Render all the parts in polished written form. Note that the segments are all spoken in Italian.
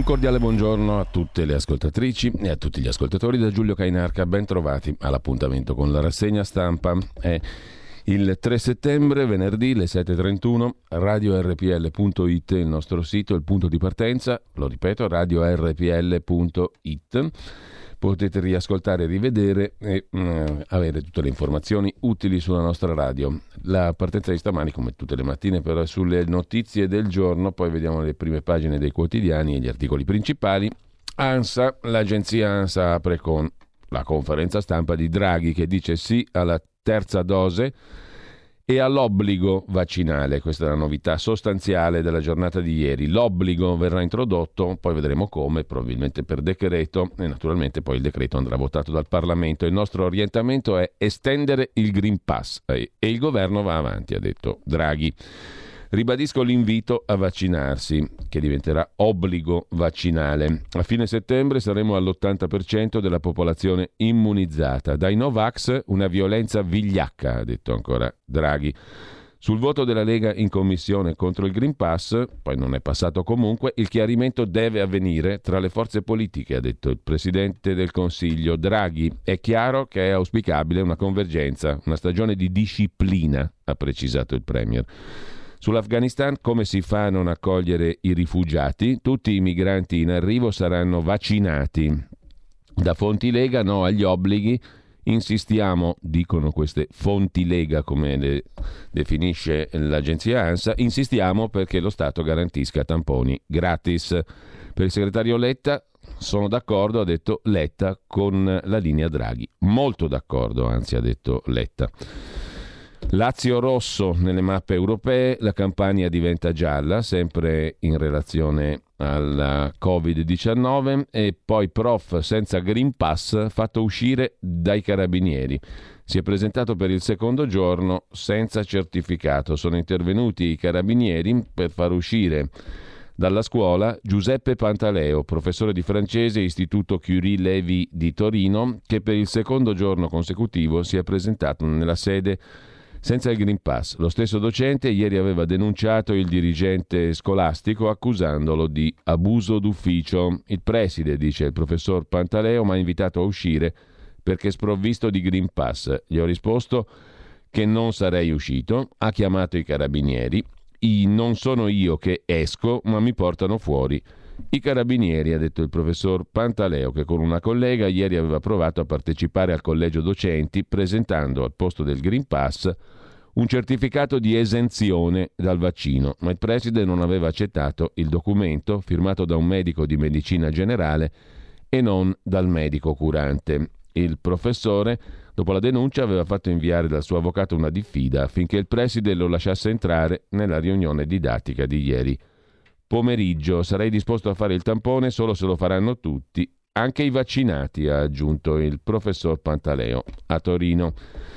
Un cordiale buongiorno a tutte le ascoltatrici e a tutti gli ascoltatori da Giulio Cainarca. Ben trovati all'appuntamento con la rassegna stampa. È il 3 settembre, venerdì, le 7.31, radiorpl.it, il nostro sito, il punto di partenza, lo ripeto, radiorpl.it. Potete riascoltare, rivedere e avere tutte le informazioni utili sulla nostra radio. La partenza di stamani, come tutte le mattine, però è sulle notizie del giorno, poi vediamo le prime pagine dei quotidiani e gli articoli principali. ANSA, l'agenzia ANSA apre con la conferenza stampa di Draghi che dice sì alla terza dose e all'obbligo vaccinale. Questa è la novità sostanziale della giornata di ieri. L'obbligo verrà introdotto, poi vedremo come, probabilmente per decreto, e naturalmente poi il decreto andrà votato dal Parlamento. Il nostro orientamento è estendere il Green Pass e il governo va avanti, ha detto Draghi. Ribadisco l'invito a vaccinarsi, che diventerà obbligo vaccinale. A fine settembre saremo all'80% della popolazione immunizzata. Dai Novax una violenza vigliacca, ha detto ancora Draghi. Sul voto della Lega in commissione contro il Green Pass, poi non è passato comunque, il chiarimento deve avvenire tra le forze politiche, ha detto il Presidente del Consiglio Draghi. È chiaro che è auspicabile una convergenza, una stagione di disciplina, ha precisato il Premier. Sull'Afghanistan, come si fa a non accogliere i rifugiati? Tutti i migranti in arrivo saranno vaccinati. Da fonti Lega no agli obblighi. Insistiamo, dicono queste fonti Lega, come le definisce l'agenzia ANSA, insistiamo perché lo Stato garantisca tamponi gratis. Per il segretario Letta, sono d'accordo, ha detto Letta, con la linea Draghi. Molto d'accordo, anzi, ha detto Letta. Lazio rosso nelle mappe europee, la Campania diventa gialla, sempre in relazione alla Covid-19, e poi prof senza Green Pass fatto uscire dai carabinieri. Si è presentato per il secondo giorno senza certificato. Sono intervenuti i carabinieri per far uscire dalla scuola Giuseppe Pantaleo, professore di francese, Istituto Curie-Levi di Torino, che per il secondo giorno consecutivo si è presentato nella sede senza il Green Pass. Lo stesso docente ieri aveva denunciato il dirigente scolastico accusandolo di abuso d'ufficio. Il preside, dice il professor Pantaleo, mi ha invitato a uscire perché sprovvisto di Green Pass. Gli ho risposto che non sarei uscito, ha chiamato i carabinieri. Non sono io che esco, ma mi portano fuori i carabinieri, ha detto il professor Pantaleo, che con una collega ieri aveva provato a partecipare al collegio docenti presentando al posto del Green Pass un certificato di esenzione dal vaccino, ma il preside non aveva accettato il documento firmato da un medico di medicina generale e non dal medico curante. Il professore, dopo la denuncia, aveva fatto inviare dal suo avvocato una diffida affinché il preside lo lasciasse entrare nella riunione didattica di ieri pomeriggio. Sarei disposto a fare il tampone solo se lo faranno tutti, anche i vaccinati, ha aggiunto il professor Pantaleo a Torino.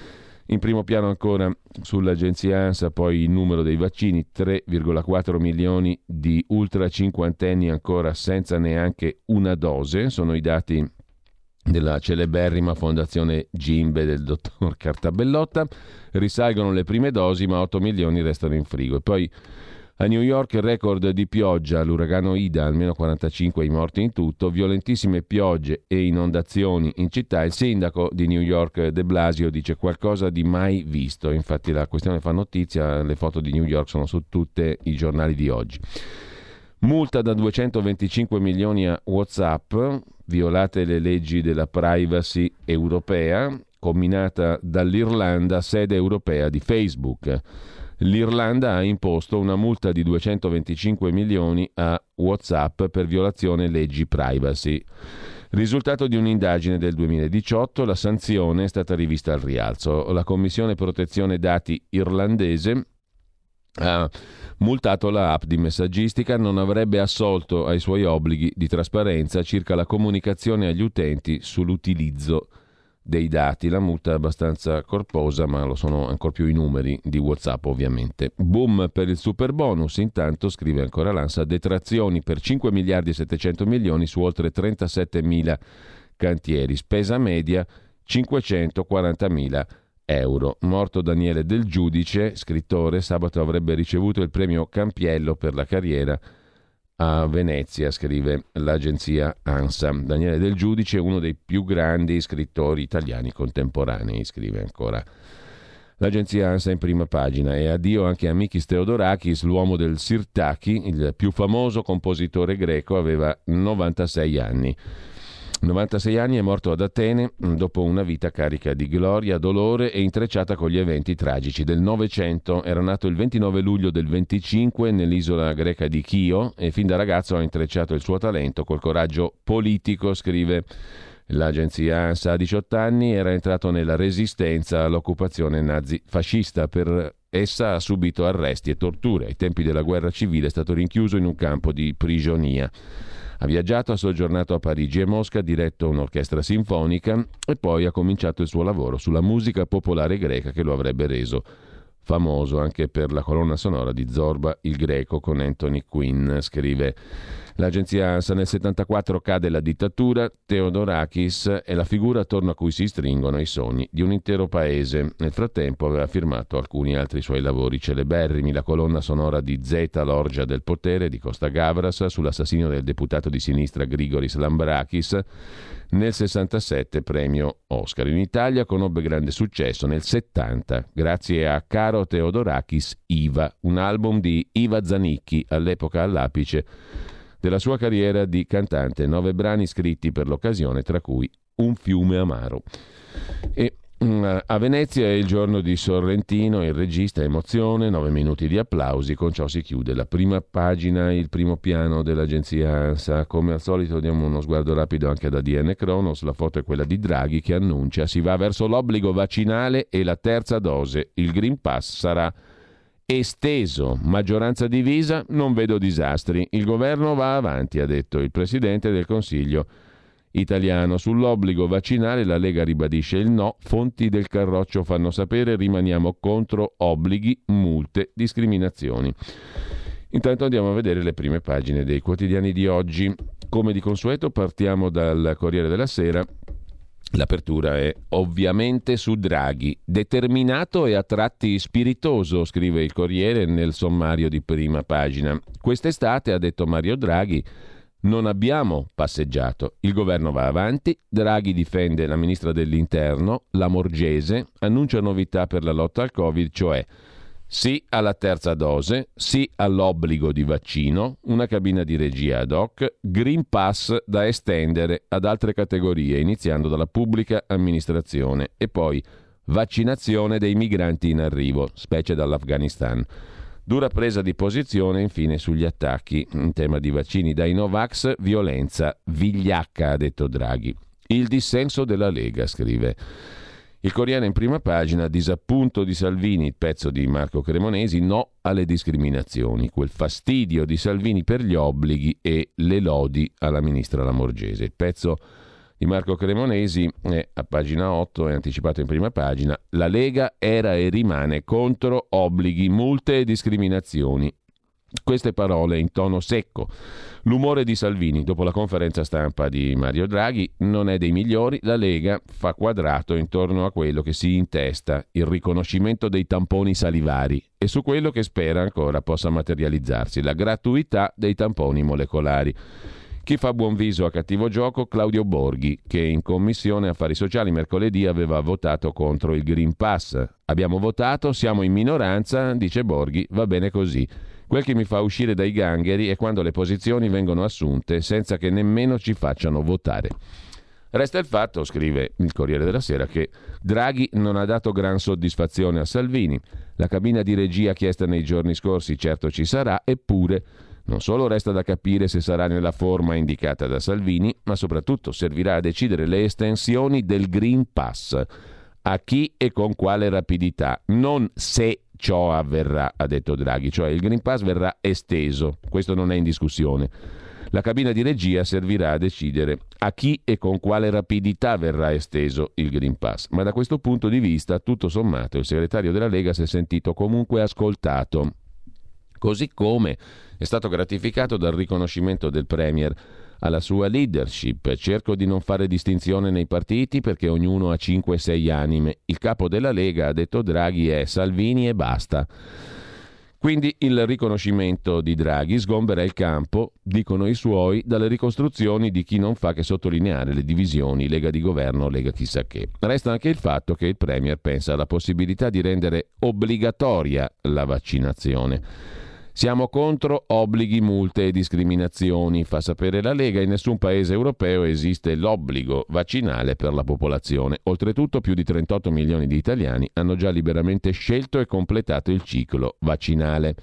In primo piano ancora sull'agenzia ANSA poi il numero dei vaccini, 3,4 milioni di ultra cinquantenni ancora senza neanche una dose, sono i dati della celeberrima fondazione Gimbe del dottor Cartabellotta. Risalgono le prime dosi, ma 8 milioni restano in frigo. E poi a New York il record di pioggia, l'uragano Ida, almeno 45 i morti in tutto, violentissime piogge e inondazioni in città. Il sindaco di New York, De Blasio, dice qualcosa di mai visto. Infatti la questione fa notizia, le foto di New York sono su tutti i giornali di oggi. Multa da 225 milioni a WhatsApp, violate le leggi della privacy europea, comminata dall'Irlanda, sede europea di Facebook. L'Irlanda ha imposto una multa di 225 milioni a WhatsApp per violazione leggi privacy. Risultato di un'indagine del 2018, la sanzione è stata rivista al rialzo. La Commissione Protezione Dati irlandese ha multato la app di messaggistica, non avrebbe assolto ai suoi obblighi di trasparenza circa la comunicazione agli utenti sull'utilizzo dei dati. La multa è abbastanza corposa, ma lo sono ancor più i numeri di WhatsApp, ovviamente. Boom per il super bonus. Intanto, scrive ancora l'ANSA, detrazioni per 5 miliardi e 700 milioni su oltre 37.000 cantieri, spesa media 540.000 euro. Morto Daniele Del Giudice, scrittore, sabato avrebbe ricevuto il premio Campiello per la carriera a Venezia, scrive l'agenzia ANSA. Daniele Del Giudice, uno dei più grandi scrittori italiani contemporanei, scrive ancora l'agenzia ANSA in prima pagina. E addio anche a Mikis Theodorakis, l'uomo del Sirtaki, il più famoso compositore greco, aveva 96 anni. 96 anni, è morto ad Atene dopo una vita carica di gloria, dolore e intrecciata con gli eventi tragici del Novecento. Era nato il 29 luglio del 25 nell'isola greca di Chio e fin da ragazzo ha intrecciato il suo talento col coraggio politico, scrive l'agenzia ANSA. A 18 anni era entrato nella resistenza all'occupazione nazi-fascista. Per essa ha subito arresti e torture. Ai tempi della guerra civile è stato rinchiuso in un campo di prigionia. Ha viaggiato, ha soggiornato a Parigi e Mosca, ha diretto un'orchestra sinfonica e poi ha cominciato il suo lavoro sulla musica popolare greca che lo avrebbe reso famoso anche per la colonna sonora di Zorba il Greco con Anthony Quinn, scrive l'agenzia ANSA. Nel 74 cade la dittatura, Theodorakis è la figura attorno a cui si stringono i sogni di un intero paese. Nel frattempo aveva firmato alcuni altri suoi lavori celeberrimi, la colonna sonora di Zeta, l'orgia del potere di Costa Gavras, sull'assassinio del deputato di sinistra Grigoris Lambrakis. Nel 67 premio Oscar. In Italia conobbe grande successo nel 70 grazie a Caro Theodorakis Iva, un album di Iva Zanicchi, all'epoca all'apice della sua carriera di cantante. 9 brani scritti per l'occasione, tra cui Un fiume amaro. E a Venezia è il giorno di Sorrentino, il regista, emozione, 9 minuti di applausi. Con ciò si chiude la prima pagina, il primo piano dell'agenzia ANSA. Come al solito diamo uno sguardo rapido anche ad ADN Cronos. La foto è quella di Draghi che annuncia: si va verso l'obbligo vaccinale e la terza dose. Il Green Pass sarà esteso. Maggioranza divisa, non vedo disastri. Il governo va avanti, ha detto il Presidente del Consiglio italiano. Sull'obbligo vaccinale la Lega ribadisce il no. Fonti del Carroccio fanno sapere: rimaniamo contro obblighi, multe, discriminazioni. Intanto andiamo a vedere le prime pagine dei quotidiani di oggi. Come di consueto partiamo dal Corriere della Sera. L'apertura è ovviamente su Draghi, determinato e a tratti spiritoso, scrive il Corriere nel sommario di prima pagina. Quest'estate, ha detto Mario Draghi, non abbiamo passeggiato. Il governo va avanti, Draghi difende la ministra dell'Interno, Lamorgese, annuncia novità per la lotta al Covid, cioè sì alla terza dose, sì all'obbligo di vaccino, una cabina di regia ad hoc, Green Pass da estendere ad altre categorie, iniziando dalla pubblica amministrazione, e poi vaccinazione dei migranti in arrivo, specie dall'Afghanistan. Dura presa di posizione infine sugli attacchi in tema di vaccini dai Novax, violenza vigliacca, ha detto Draghi. Il dissenso della Lega, scrive il Corriere in prima pagina. Disappunto di Salvini, il pezzo di Marco Cremonesi, no alle discriminazioni, quel fastidio di Salvini per gli obblighi e le lodi alla ministra Lamorgese. Il pezzo di Marco Cremonesi è a pagina 8, è anticipato in prima pagina. La Lega era e rimane contro obblighi, multe e discriminazioni. Queste parole in tono secco. L'umore di Salvini dopo la conferenza stampa di Mario Draghi non è dei migliori. La Lega fa quadrato intorno a quello che si intesta, il riconoscimento dei tamponi salivari, e su quello che spera ancora possa materializzarsi, la gratuità dei tamponi molecolari. Chi fa buon viso a cattivo gioco? Claudio Borghi, che in Commissione Affari Sociali mercoledì aveva votato contro il Green Pass. Abbiamo votato, siamo in minoranza, dice Borghi, va bene così. Quel che mi fa uscire dai gangheri è quando le posizioni vengono assunte senza che nemmeno ci facciano votare. Resta il fatto, scrive il Corriere della Sera, che Draghi non ha dato gran soddisfazione a Salvini. La cabina di regia chiesta nei giorni scorsi certo ci sarà, eppure non solo resta da capire se sarà nella forma indicata da Salvini, ma soprattutto servirà a decidere le estensioni del Green Pass. A chi e con quale rapidità, non se ciò avverrà, ha detto Draghi, cioè il Green Pass verrà esteso, questo non è in discussione. La cabina di regia servirà a decidere a chi e con quale rapidità verrà esteso il Green Pass. Ma da questo punto di vista, tutto sommato, il segretario della Lega si è sentito comunque ascoltato, così come è stato gratificato dal riconoscimento del Premier alla sua leadership. Cerco di non fare distinzione nei partiti perché ognuno ha 5-6 anime. Il capo della Lega, ha detto Draghi, è Salvini e basta. Quindi il riconoscimento di Draghi sgombera il campo, dicono i suoi, dalle ricostruzioni di chi non fa che sottolineare le divisioni Lega di governo, Lega chissà che. Resta anche il fatto che il Premier pensa alla possibilità di rendere obbligatoria la vaccinazione. Siamo contro obblighi, multe e discriminazioni, fa sapere la Lega. In nessun paese europeo esiste l'obbligo vaccinale per la popolazione. Oltretutto più di 38 milioni di italiani hanno già liberamente scelto e completato il ciclo vaccinale.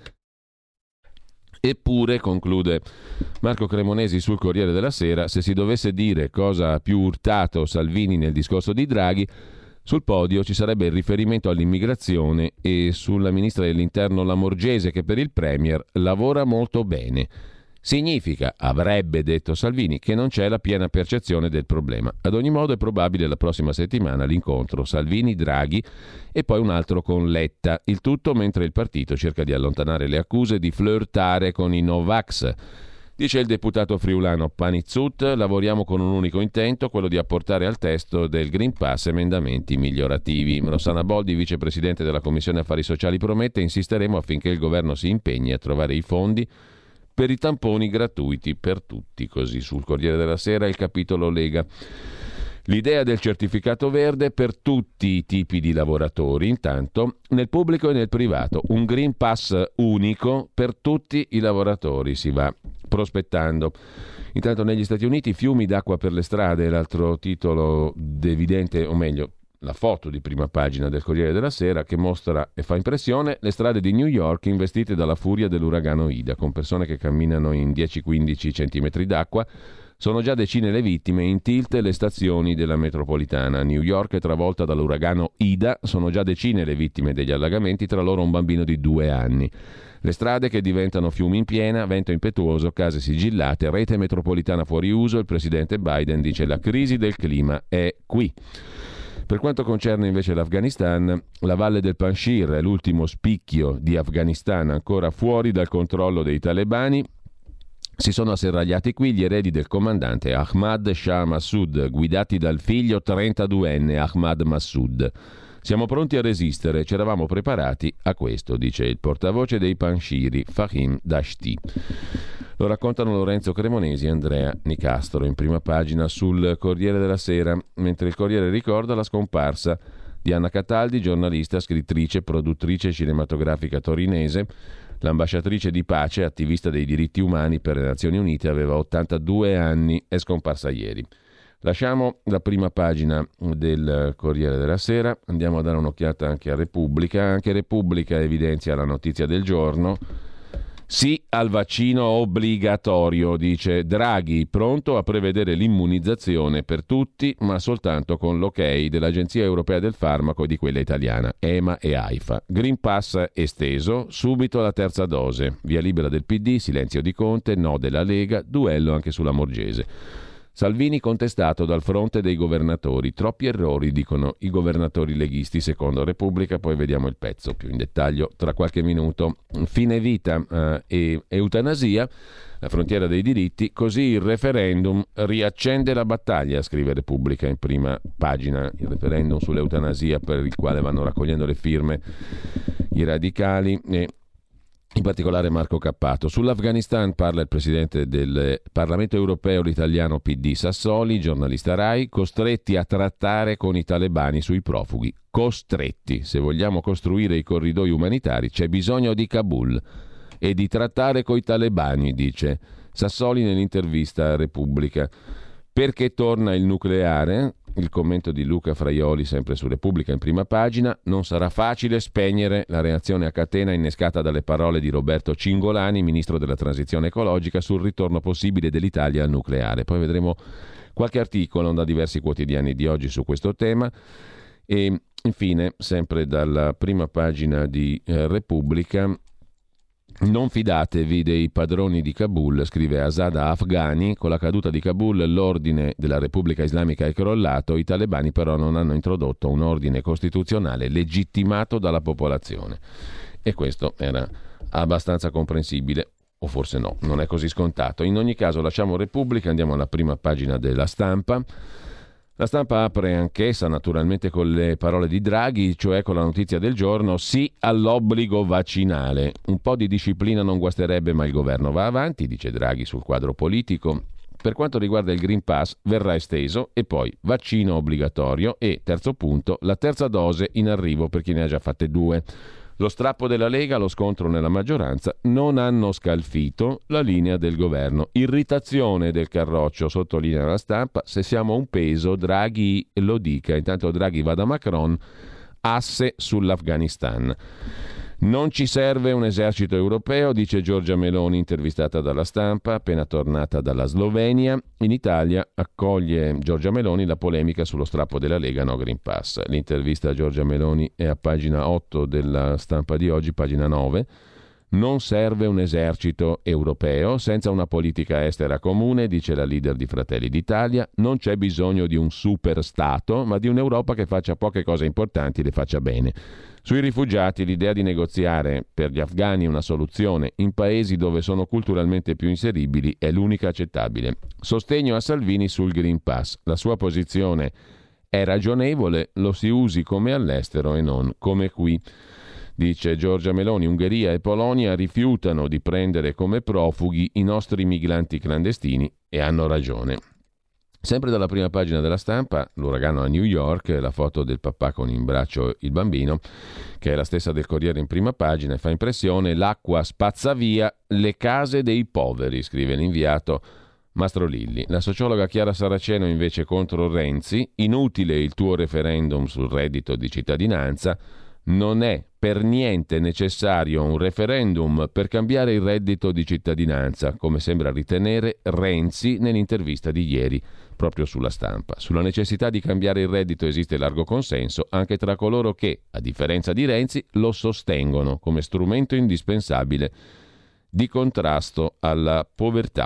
Eppure, conclude Marco Cremonesi sul Corriere della Sera, se si dovesse dire cosa ha più urtato Salvini nel discorso di Draghi, sul podio ci sarebbe il riferimento all'immigrazione e sulla ministra dell'Interno Lamorgese che per il Premier lavora molto bene. Significa, avrebbe detto Salvini, che non c'è la piena percezione del problema. Ad ogni modo è probabile la prossima settimana l'incontro Salvini-Draghi e poi un altro con Letta. Il tutto mentre il partito cerca di allontanare le accuse di flirtare con i Novax. Dice il deputato friulano Panizzut, lavoriamo con un unico intento, quello di apportare al testo del Green Pass emendamenti migliorativi. Rossana Boldi, vicepresidente della Commissione Affari Sociali, promette: insisteremo affinché il governo si impegni a trovare i fondi per i tamponi gratuiti per tutti. Così sul Corriere della Sera il capitolo Lega. L'idea del certificato verde per tutti i tipi di lavoratori, intanto nel pubblico e nel privato, un Green Pass unico per tutti i lavoratori si va prospettando. Intanto negli Stati Uniti fiumi d'acqua per le strade, l'altro titolo evidente, o meglio la foto di prima pagina del Corriere della Sera che mostra e fa impressione le strade di New York investite dalla furia dell'uragano Ida, con persone che camminano in 10-15 centimetri d'acqua. Sono già decine le vittime, in tilt le stazioni della metropolitana. New York è travolta dall'uragano Ida, sono già decine le vittime degli allagamenti, tra loro un bambino di 2 anni. Le strade che diventano fiumi in piena, vento impetuoso, case sigillate, rete metropolitana fuori uso. Il presidente Biden dice: la crisi del clima è qui. Per quanto concerne invece l'Afghanistan, la valle del Panjshir è l'ultimo spicchio di Afghanistan ancora fuori dal controllo dei talebani. Si sono asserragliati qui gli eredi del comandante Ahmad Shah Massoud, guidati dal figlio 32enne Ahmad Massoud. Siamo pronti a resistere, ci eravamo preparati a questo, dice il portavoce dei Panjshiri, Fahim Dashti. Lo raccontano Lorenzo Cremonesi e Andrea Nicastro in prima pagina sul Corriere della Sera, mentre il Corriere ricorda la scomparsa di Anna Cataldi, giornalista, scrittrice, produttrice cinematografica torinese. L'ambasciatrice di pace, attivista dei diritti umani per le Nazioni Unite, aveva 82 anni, è scomparsa ieri. Lasciamo la prima pagina del Corriere della Sera, andiamo a dare un'occhiata anche a Repubblica. Anche Repubblica evidenzia la notizia del giorno. Sì al vaccino obbligatorio, dice Draghi, pronto a prevedere l'immunizzazione per tutti, ma soltanto con l'ok dell'Agenzia Europea del Farmaco e di quella italiana, EMA e AIFA. Green Pass esteso, subito la terza dose. Via libera del PD, silenzio di Conte, no della Lega, duello anche sulla Morgese. Salvini contestato dal fronte dei governatori. Troppi errori, dicono i governatori leghisti, secondo Repubblica. Poi vediamo il pezzo più in dettaglio tra qualche minuto. Fine vita e eutanasia, la frontiera dei diritti, così il referendum riaccende la battaglia, scrive Repubblica in prima pagina. Il referendum sull'eutanasia per il quale vanno raccogliendo le firme i radicali e in particolare Marco Cappato. Sull'Afghanistan parla il presidente del Parlamento europeo, l'italiano PD Sassoli, giornalista Rai, costretti a trattare con i talebani sui profughi. Costretti. Se vogliamo costruire i corridoi umanitari c'è bisogno di Kabul e di trattare coi talebani, dice Sassoli nell'intervista a Repubblica. Perché torna il nucleare? Il commento di Luca Fraioli, sempre su Repubblica in prima pagina. Non sarà facile spegnere la reazione a catena innescata dalle parole di Roberto Cingolani, ministro della transizione ecologica, sul ritorno possibile dell'Italia al nucleare. Poi vedremo qualche articolo da diversi quotidiani di oggi su questo tema. E infine, sempre dalla prima pagina di Repubblica, non fidatevi dei padroni di Kabul, scrive Azada Afghani. Con la caduta di Kabul l'ordine della Repubblica Islamica è crollato, i talebani però non hanno introdotto un ordine costituzionale legittimato dalla popolazione. E questo era abbastanza comprensibile, o forse no, non è così scontato. In ogni caso lasciamo Repubblica, andiamo alla prima pagina della Stampa. La Stampa apre anch'essa naturalmente con le parole di Draghi, cioè con la notizia del giorno: sì all'obbligo vaccinale. Un po' di disciplina non guasterebbe, ma il governo va avanti, dice Draghi sul quadro politico. Per quanto riguarda il Green Pass, verrà esteso e poi vaccino obbligatorio e, terzo punto, la terza dose in arrivo per chi ne ha già fatte 2. Lo strappo della Lega, lo scontro nella maggioranza non hanno scalfito la linea del governo. Irritazione del Carroccio, sottolinea la Stampa: se siamo un peso, Draghi lo dica. Intanto Draghi va da Macron, asse sull'Afghanistan. Non ci serve un esercito europeo, dice Giorgia Meloni, intervistata dalla Stampa, appena tornata dalla Slovenia. In Italia accoglie Giorgia Meloni la polemica sullo strappo della Lega no Green Pass. L'intervista a Giorgia Meloni è a pagina 8 della Stampa di oggi, pagina 9. Non serve un esercito europeo senza una politica estera comune, dice la leader di Fratelli d'Italia. Non c'è bisogno di un superstato, ma di un'Europa che faccia poche cose importanti e le faccia bene. Sui rifugiati, l'idea di negoziare per gli afghani una soluzione in paesi dove sono culturalmente più inseribili è l'unica accettabile. Sostegno a Salvini sul Green Pass. La sua posizione è ragionevole, lo si usi come all'estero e non come qui. Dice Giorgia Meloni, Ungheria e Polonia rifiutano di prendere come profughi i nostri migranti clandestini e hanno ragione. Sempre dalla prima pagina della Stampa, l'uragano a New York, la foto del papà con in braccio il bambino, che è la stessa del Corriere in prima pagina, e fa impressione: l'acqua spazza via le case dei poveri, scrive l'inviato Mastro Lilli. La sociologa Chiara Saraceno invece contro Renzi: inutile il tuo referendum sul reddito di cittadinanza, non è per niente necessario un referendum per cambiare il reddito di cittadinanza, come sembra ritenere Renzi nell'intervista di ieri proprio sulla Stampa. Sulla necessità di cambiare il reddito esiste largo consenso anche tra coloro che, a differenza di Renzi, lo sostengono come strumento indispensabile di contrasto alla povertà.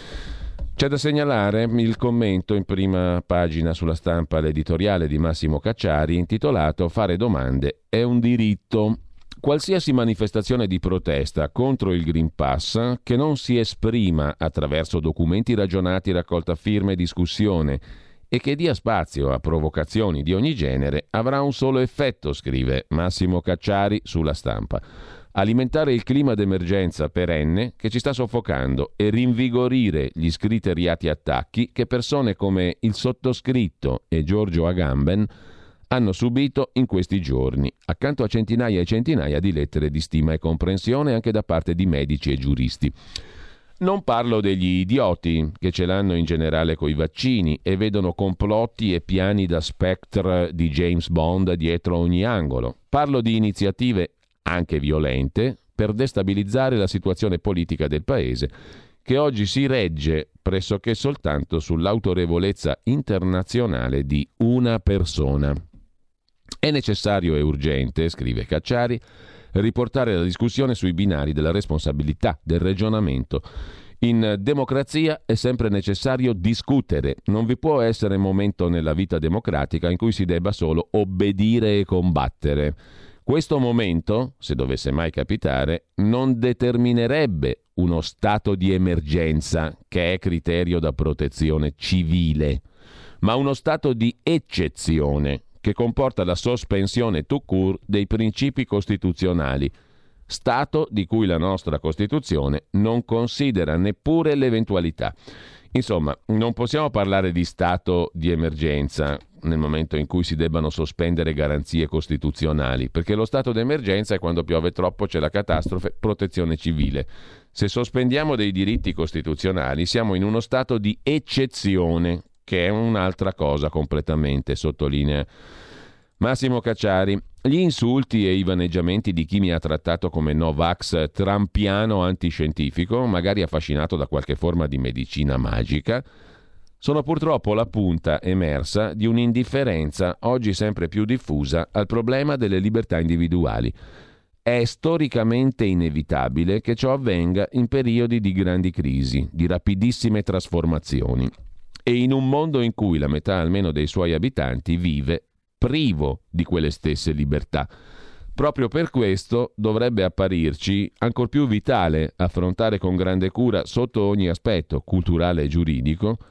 C'è da segnalare il commento in prima pagina sulla Stampa, l'editoriale di Massimo Cacciari, intitolato «Fare domande è un diritto». Qualsiasi manifestazione di protesta contro il Green Pass che non si esprima attraverso documenti ragionati, raccolta firme e discussione e che dia spazio a provocazioni di ogni genere avrà un solo effetto, scrive Massimo Cacciari sulla Stampa: alimentare il clima d'emergenza perenne che ci sta soffocando e rinvigorire gli scriteriati attacchi che persone come il sottoscritto e Giorgio Agamben hanno subito in questi giorni, accanto a centinaia e centinaia di lettere di stima e comprensione anche da parte di medici e giuristi. Non parlo degli idioti che ce l'hanno in generale coi vaccini e vedono complotti e piani da Spectre di James Bond dietro ogni angolo. Parlo di iniziative anche violente per destabilizzare la situazione politica del paese, che oggi si regge pressoché soltanto sull'autorevolezza internazionale di una persona. È necessario e urgente, scrive Cacciari, riportare la discussione sui binari della responsabilità, del ragionamento. In democrazia è sempre necessario discutere. Non vi può essere momento nella vita democratica in cui si debba solo obbedire e combattere. Questo momento, se dovesse mai capitare, non determinerebbe uno stato di emergenza, che è criterio da protezione civile, ma uno stato di eccezione, che comporta la sospensione tout court dei principi costituzionali, stato di cui la nostra Costituzione non considera neppure l'eventualità. Insomma, non possiamo parlare di stato di emergenza nel momento in cui si debbano sospendere garanzie costituzionali, perché lo stato di emergenza è quando piove troppo, c'è la catastrofe, protezione civile. Se sospendiamo dei diritti costituzionali siamo in uno stato di eccezione, che è un'altra cosa completamente, sottolinea Massimo Cacciari. Gli insulti e i vaneggiamenti di chi mi ha trattato come Novax trampiano antiscientifico, magari affascinato da qualche forma di medicina magica, sono purtroppo la punta emersa di un'indifferenza oggi sempre più diffusa al problema delle libertà individuali. È storicamente inevitabile che ciò avvenga in periodi di grandi crisi, di rapidissime trasformazioni, e in un mondo in cui la metà almeno dei suoi abitanti vive privo di quelle stesse libertà. Proprio per questo dovrebbe apparirci ancor più vitale affrontare con grande cura, sotto ogni aspetto culturale e giuridico,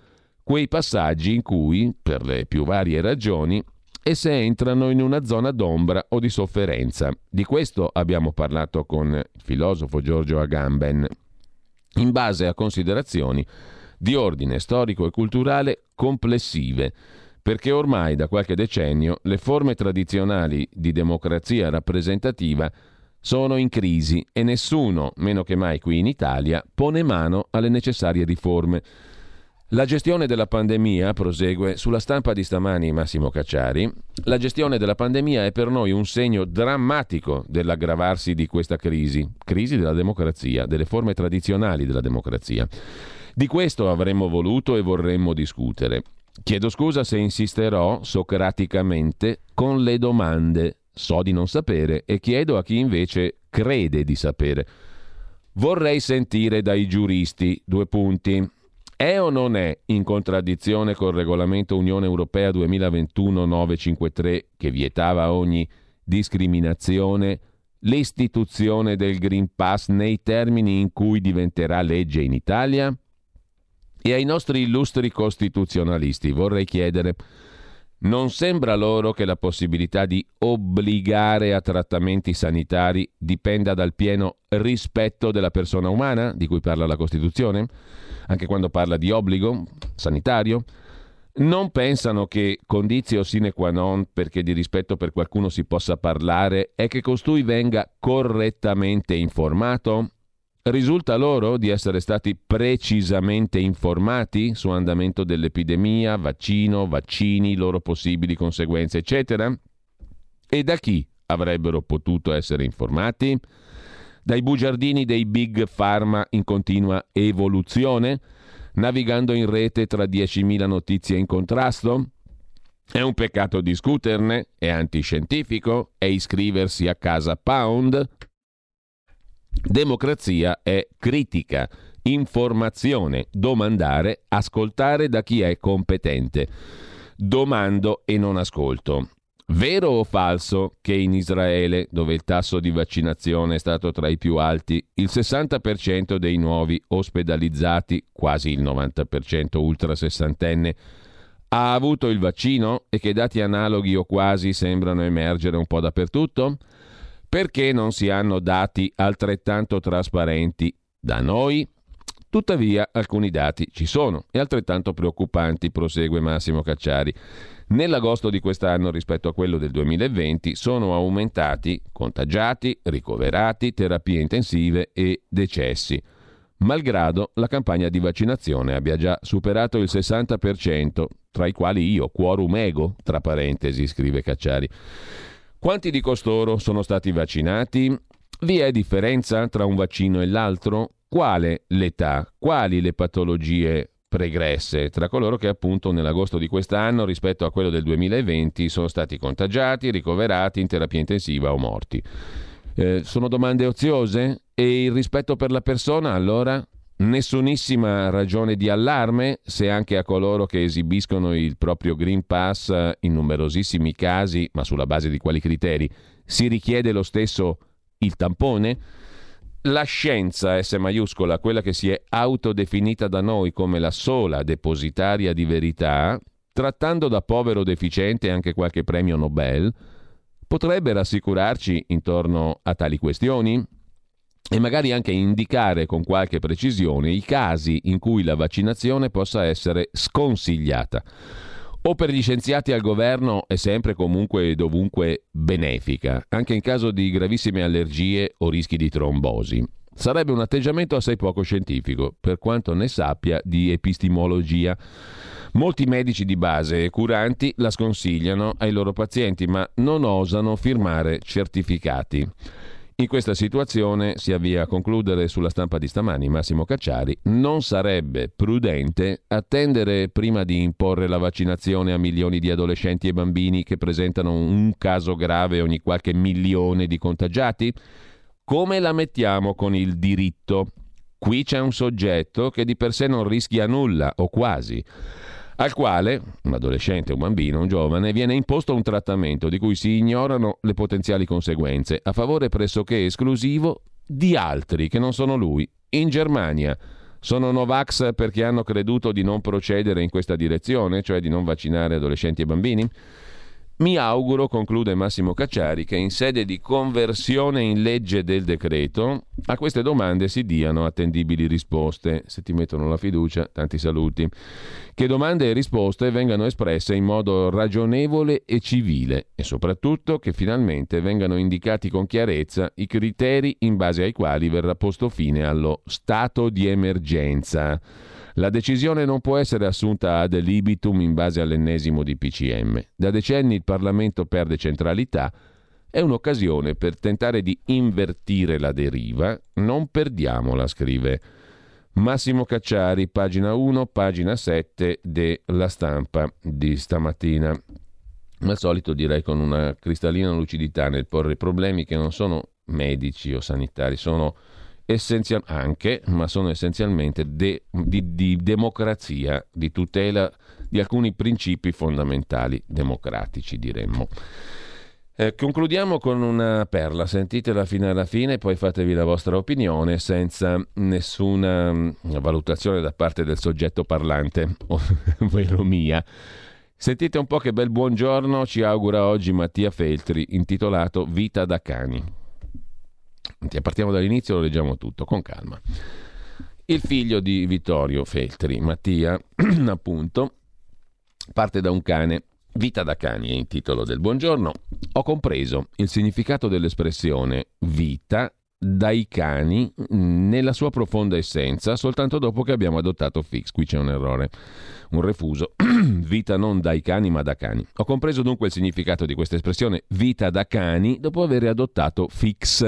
quei passaggi in cui, per le più varie ragioni, esse entrano in una zona d'ombra o di sofferenza. Di questo abbiamo parlato con il filosofo Giorgio Agamben, in base a considerazioni di ordine storico e culturale complessive, perché ormai da qualche decennio le forme tradizionali di democrazia rappresentativa sono in crisi e nessuno, meno che mai qui in Italia, pone mano alle necessarie riforme. La gestione della pandemia, prosegue sulla stampa di stamani Massimo Cacciari, la gestione della pandemia è per noi un segno drammatico dell'aggravarsi di questa crisi della democrazia, delle forme tradizionali della democrazia. Di questo avremmo voluto e vorremmo discutere. Chiedo scusa se insisterò socraticamente con le domande. So di non sapere e chiedo a chi invece crede di sapere. Vorrei sentire dai giuristi, 2 punti. È o non è in contraddizione col regolamento Unione Europea 2021-953 che vietava ogni discriminazione l'istituzione del Green Pass nei termini in cui diventerà legge in Italia? E ai nostri illustri costituzionalisti vorrei chiedere: non sembra loro che la possibilità di obbligare a trattamenti sanitari dipenda dal pieno rispetto della persona umana, di cui parla la Costituzione, anche quando parla di obbligo sanitario? Non pensano che conditio sine qua non perché di rispetto per qualcuno si possa parlare è che costui venga correttamente informato? Risulta loro di essere stati precisamente informati su andamento dell'epidemia, vaccini, loro possibili conseguenze, eccetera? E da chi avrebbero potuto essere informati? Dai bugiardini dei big pharma in continua evoluzione, navigando in rete tra 10.000 notizie in contrasto? È un peccato discuterne? È antiscientifico? È iscriversi a Casa Pound? Democrazia è critica, informazione, domandare, ascoltare da chi è competente. Domando e non ascolto. Vero o falso che in Israele, dove il tasso di vaccinazione è stato tra i più alti, il 60% dei nuovi ospedalizzati, quasi il 90% ultra sessantenne, ha avuto il vaccino e che dati analoghi o quasi sembrano emergere un po' dappertutto? Perché non si hanno dati altrettanto trasparenti da noi? Tuttavia, alcuni dati ci sono e altrettanto preoccupanti, prosegue Massimo Cacciari. Nell'agosto di quest'anno, rispetto a quello del 2020, sono aumentati contagiati, ricoverati, terapie intensive e decessi, malgrado la campagna di vaccinazione abbia già superato il 60%, tra i quali io, quorum ego, tra parentesi, scrive Cacciari. Quanti di costoro sono stati vaccinati? Vi è differenza tra un vaccino e l'altro? Quale l'età? Quali le patologie pregresse tra coloro che appunto nell'agosto di quest'anno rispetto a quello del 2020 sono stati contagiati, ricoverati in terapia intensiva o morti? Sono domande oziose? E il rispetto per la persona allora? Nessunissima ragione di allarme se anche a coloro che esibiscono il proprio Green Pass in numerosissimi casi, ma sulla base di quali criteri, si richiede lo stesso il tampone? La scienza, S maiuscola, quella che si è autodefinita da noi come la sola depositaria di verità, trattando da povero deficiente anche qualche premio Nobel, potrebbe rassicurarci intorno a tali questioni? E magari anche indicare con qualche precisione i casi in cui la vaccinazione possa essere sconsigliata. O per gli scienziati al governo è sempre comunque e dovunque benefica, anche in caso di gravissime allergie o rischi di trombosi. Sarebbe un atteggiamento assai poco scientifico, per quanto ne sappia di epistemologia. Molti medici di base e curanti la sconsigliano ai loro pazienti, ma non osano firmare certificati. In questa situazione, si avvia a concludere sulla stampa di stamani Massimo Cacciari, non sarebbe prudente attendere prima di imporre la vaccinazione a milioni di adolescenti e bambini che presentano un caso grave ogni qualche milione di contagiati? Come la mettiamo con il diritto? Qui c'è un soggetto che di per sé non rischia nulla, o quasi, al quale, un adolescente, un bambino, un giovane, viene imposto un trattamento di cui si ignorano le potenziali conseguenze, a favore pressoché esclusivo di altri che non sono lui. In Germania Sono Novax perché hanno creduto di non procedere in questa direzione, cioè di non vaccinare adolescenti e bambini? Mi auguro, conclude Massimo Cacciari, che in sede di conversione in legge del decreto a queste domande si diano attendibili risposte. Se ti mettono la fiducia, tanti saluti. Che domande e risposte vengano espresse in modo ragionevole e civile e soprattutto che finalmente vengano indicati con chiarezza i criteri in base ai quali verrà posto fine allo stato di emergenza. La decisione non può essere assunta ad libitum in base all'ennesimo DPCM. Da decenni il Parlamento perde centralità. È un'occasione per tentare di invertire la deriva. Non perdiamola, scrive Massimo Cacciari, pagina 1, pagina 7 della Stampa di stamattina. Al solito direi con una cristallina lucidità nel porre problemi che non sono medici o sanitari, sono sono essenzialmente di democrazia, di tutela di alcuni principi fondamentali democratici, diremmo. Concludiamo con una perla, sentitela fino alla fine e poi fatevi la vostra opinione senza nessuna valutazione da parte del soggetto parlante, ovvero mia. Sentite un po' che bel buongiorno ci augura oggi Mattia Feltri, intitolato Vita da cani. Partiamo dall'inizio, lo leggiamo tutto con calma. Il figlio di Vittorio Feltri, Mattia, appunto, parte da un cane. Vita da cani è il titolo del buongiorno. Ho compreso il significato dell'espressione vita dai cani nella sua profonda essenza soltanto dopo che abbiamo adottato Fix. Qui c'è un errore, un refuso. Vita non dai cani ma da cani. Ho compreso dunque il significato di questa espressione vita da cani dopo aver adottato Fix.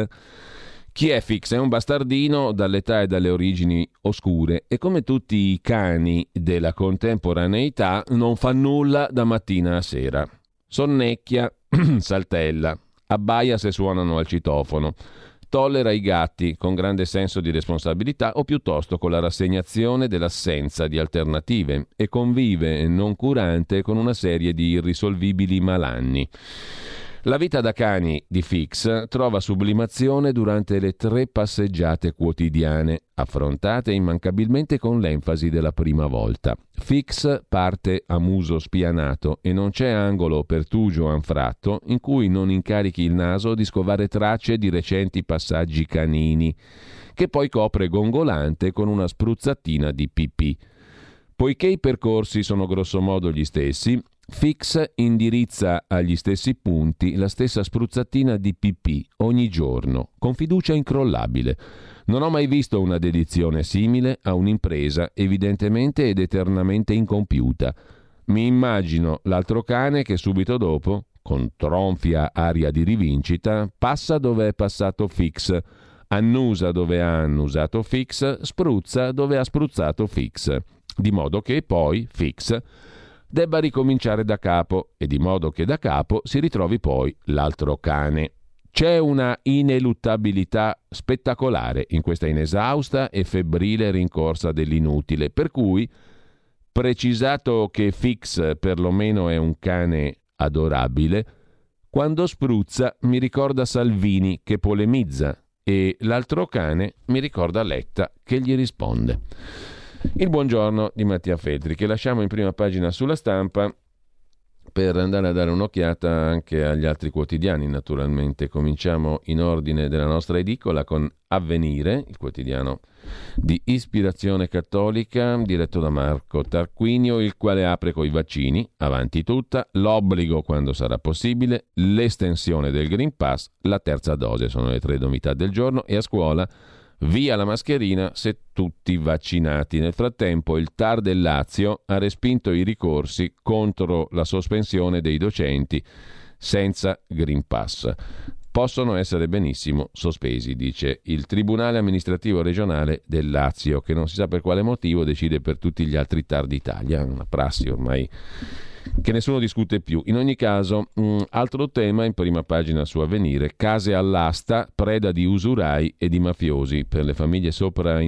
Chi è Fix? È un bastardino dall'età e dalle origini oscure e come tutti i cani della contemporaneità non fa nulla da mattina a sera. Sonnecchia, saltella, abbaia se suonano al citofono, tollera i gatti con grande senso di responsabilità o piuttosto con la rassegnazione dell'assenza di alternative e convive noncurante con una serie di irrisolvibili malanni. La vita da cani di Fix trova sublimazione durante le 3 passeggiate quotidiane, affrontate immancabilmente con l'enfasi della prima volta. Fix parte a muso spianato e non c'è angolo pertugio o anfratto in cui non incarichi il naso di scovare tracce di recenti passaggi canini, che poi copre gongolante con una spruzzatina di pipì. Poiché i percorsi sono grossomodo gli stessi, Fix indirizza agli stessi punti la stessa spruzzatina di pipì ogni giorno, con fiducia incrollabile. Non ho mai visto una dedizione simile a un'impresa evidentemente ed eternamente incompiuta. Mi immagino l'altro cane che subito dopo, con tronfia aria di rivincita, passa dove è passato Fix, annusa dove ha annusato Fix, spruzza dove ha spruzzato Fix, di modo che poi Fix debba ricominciare da capo e di modo che da capo si ritrovi poi l'altro cane. C'è una ineluttabilità spettacolare in questa inesausta e febbrile rincorsa dell'inutile, per cui, precisato che Fix perlomeno è un cane adorabile, quando spruzza mi ricorda Salvini che polemizza e l'altro cane mi ricorda Letta che gli risponde. Il buongiorno di Mattia Feltri, che lasciamo in prima pagina sulla Stampa per andare a dare un'occhiata anche agli altri quotidiani, naturalmente. Cominciamo in ordine della nostra edicola con Avvenire, il quotidiano di ispirazione cattolica, diretto da Marco Tarquinio, il quale apre coi vaccini, avanti tutta, l'obbligo quando sarà possibile, l'estensione del Green Pass, la terza dose, sono le 3 novità del giorno, e a scuola via la mascherina se tutti vaccinati. Nel frattempo il TAR del Lazio ha respinto i ricorsi contro la sospensione dei docenti senza Green Pass. Possono essere benissimo sospesi, dice il Tribunale amministrativo regionale del Lazio, che non si sa per quale motivo decide per tutti gli altri TAR d'Italia, una prassi ormai che nessuno discute più. In ogni caso, altro tema in prima pagina su Avvenire: case all'asta, preda di usurai e di mafiosi per le famiglie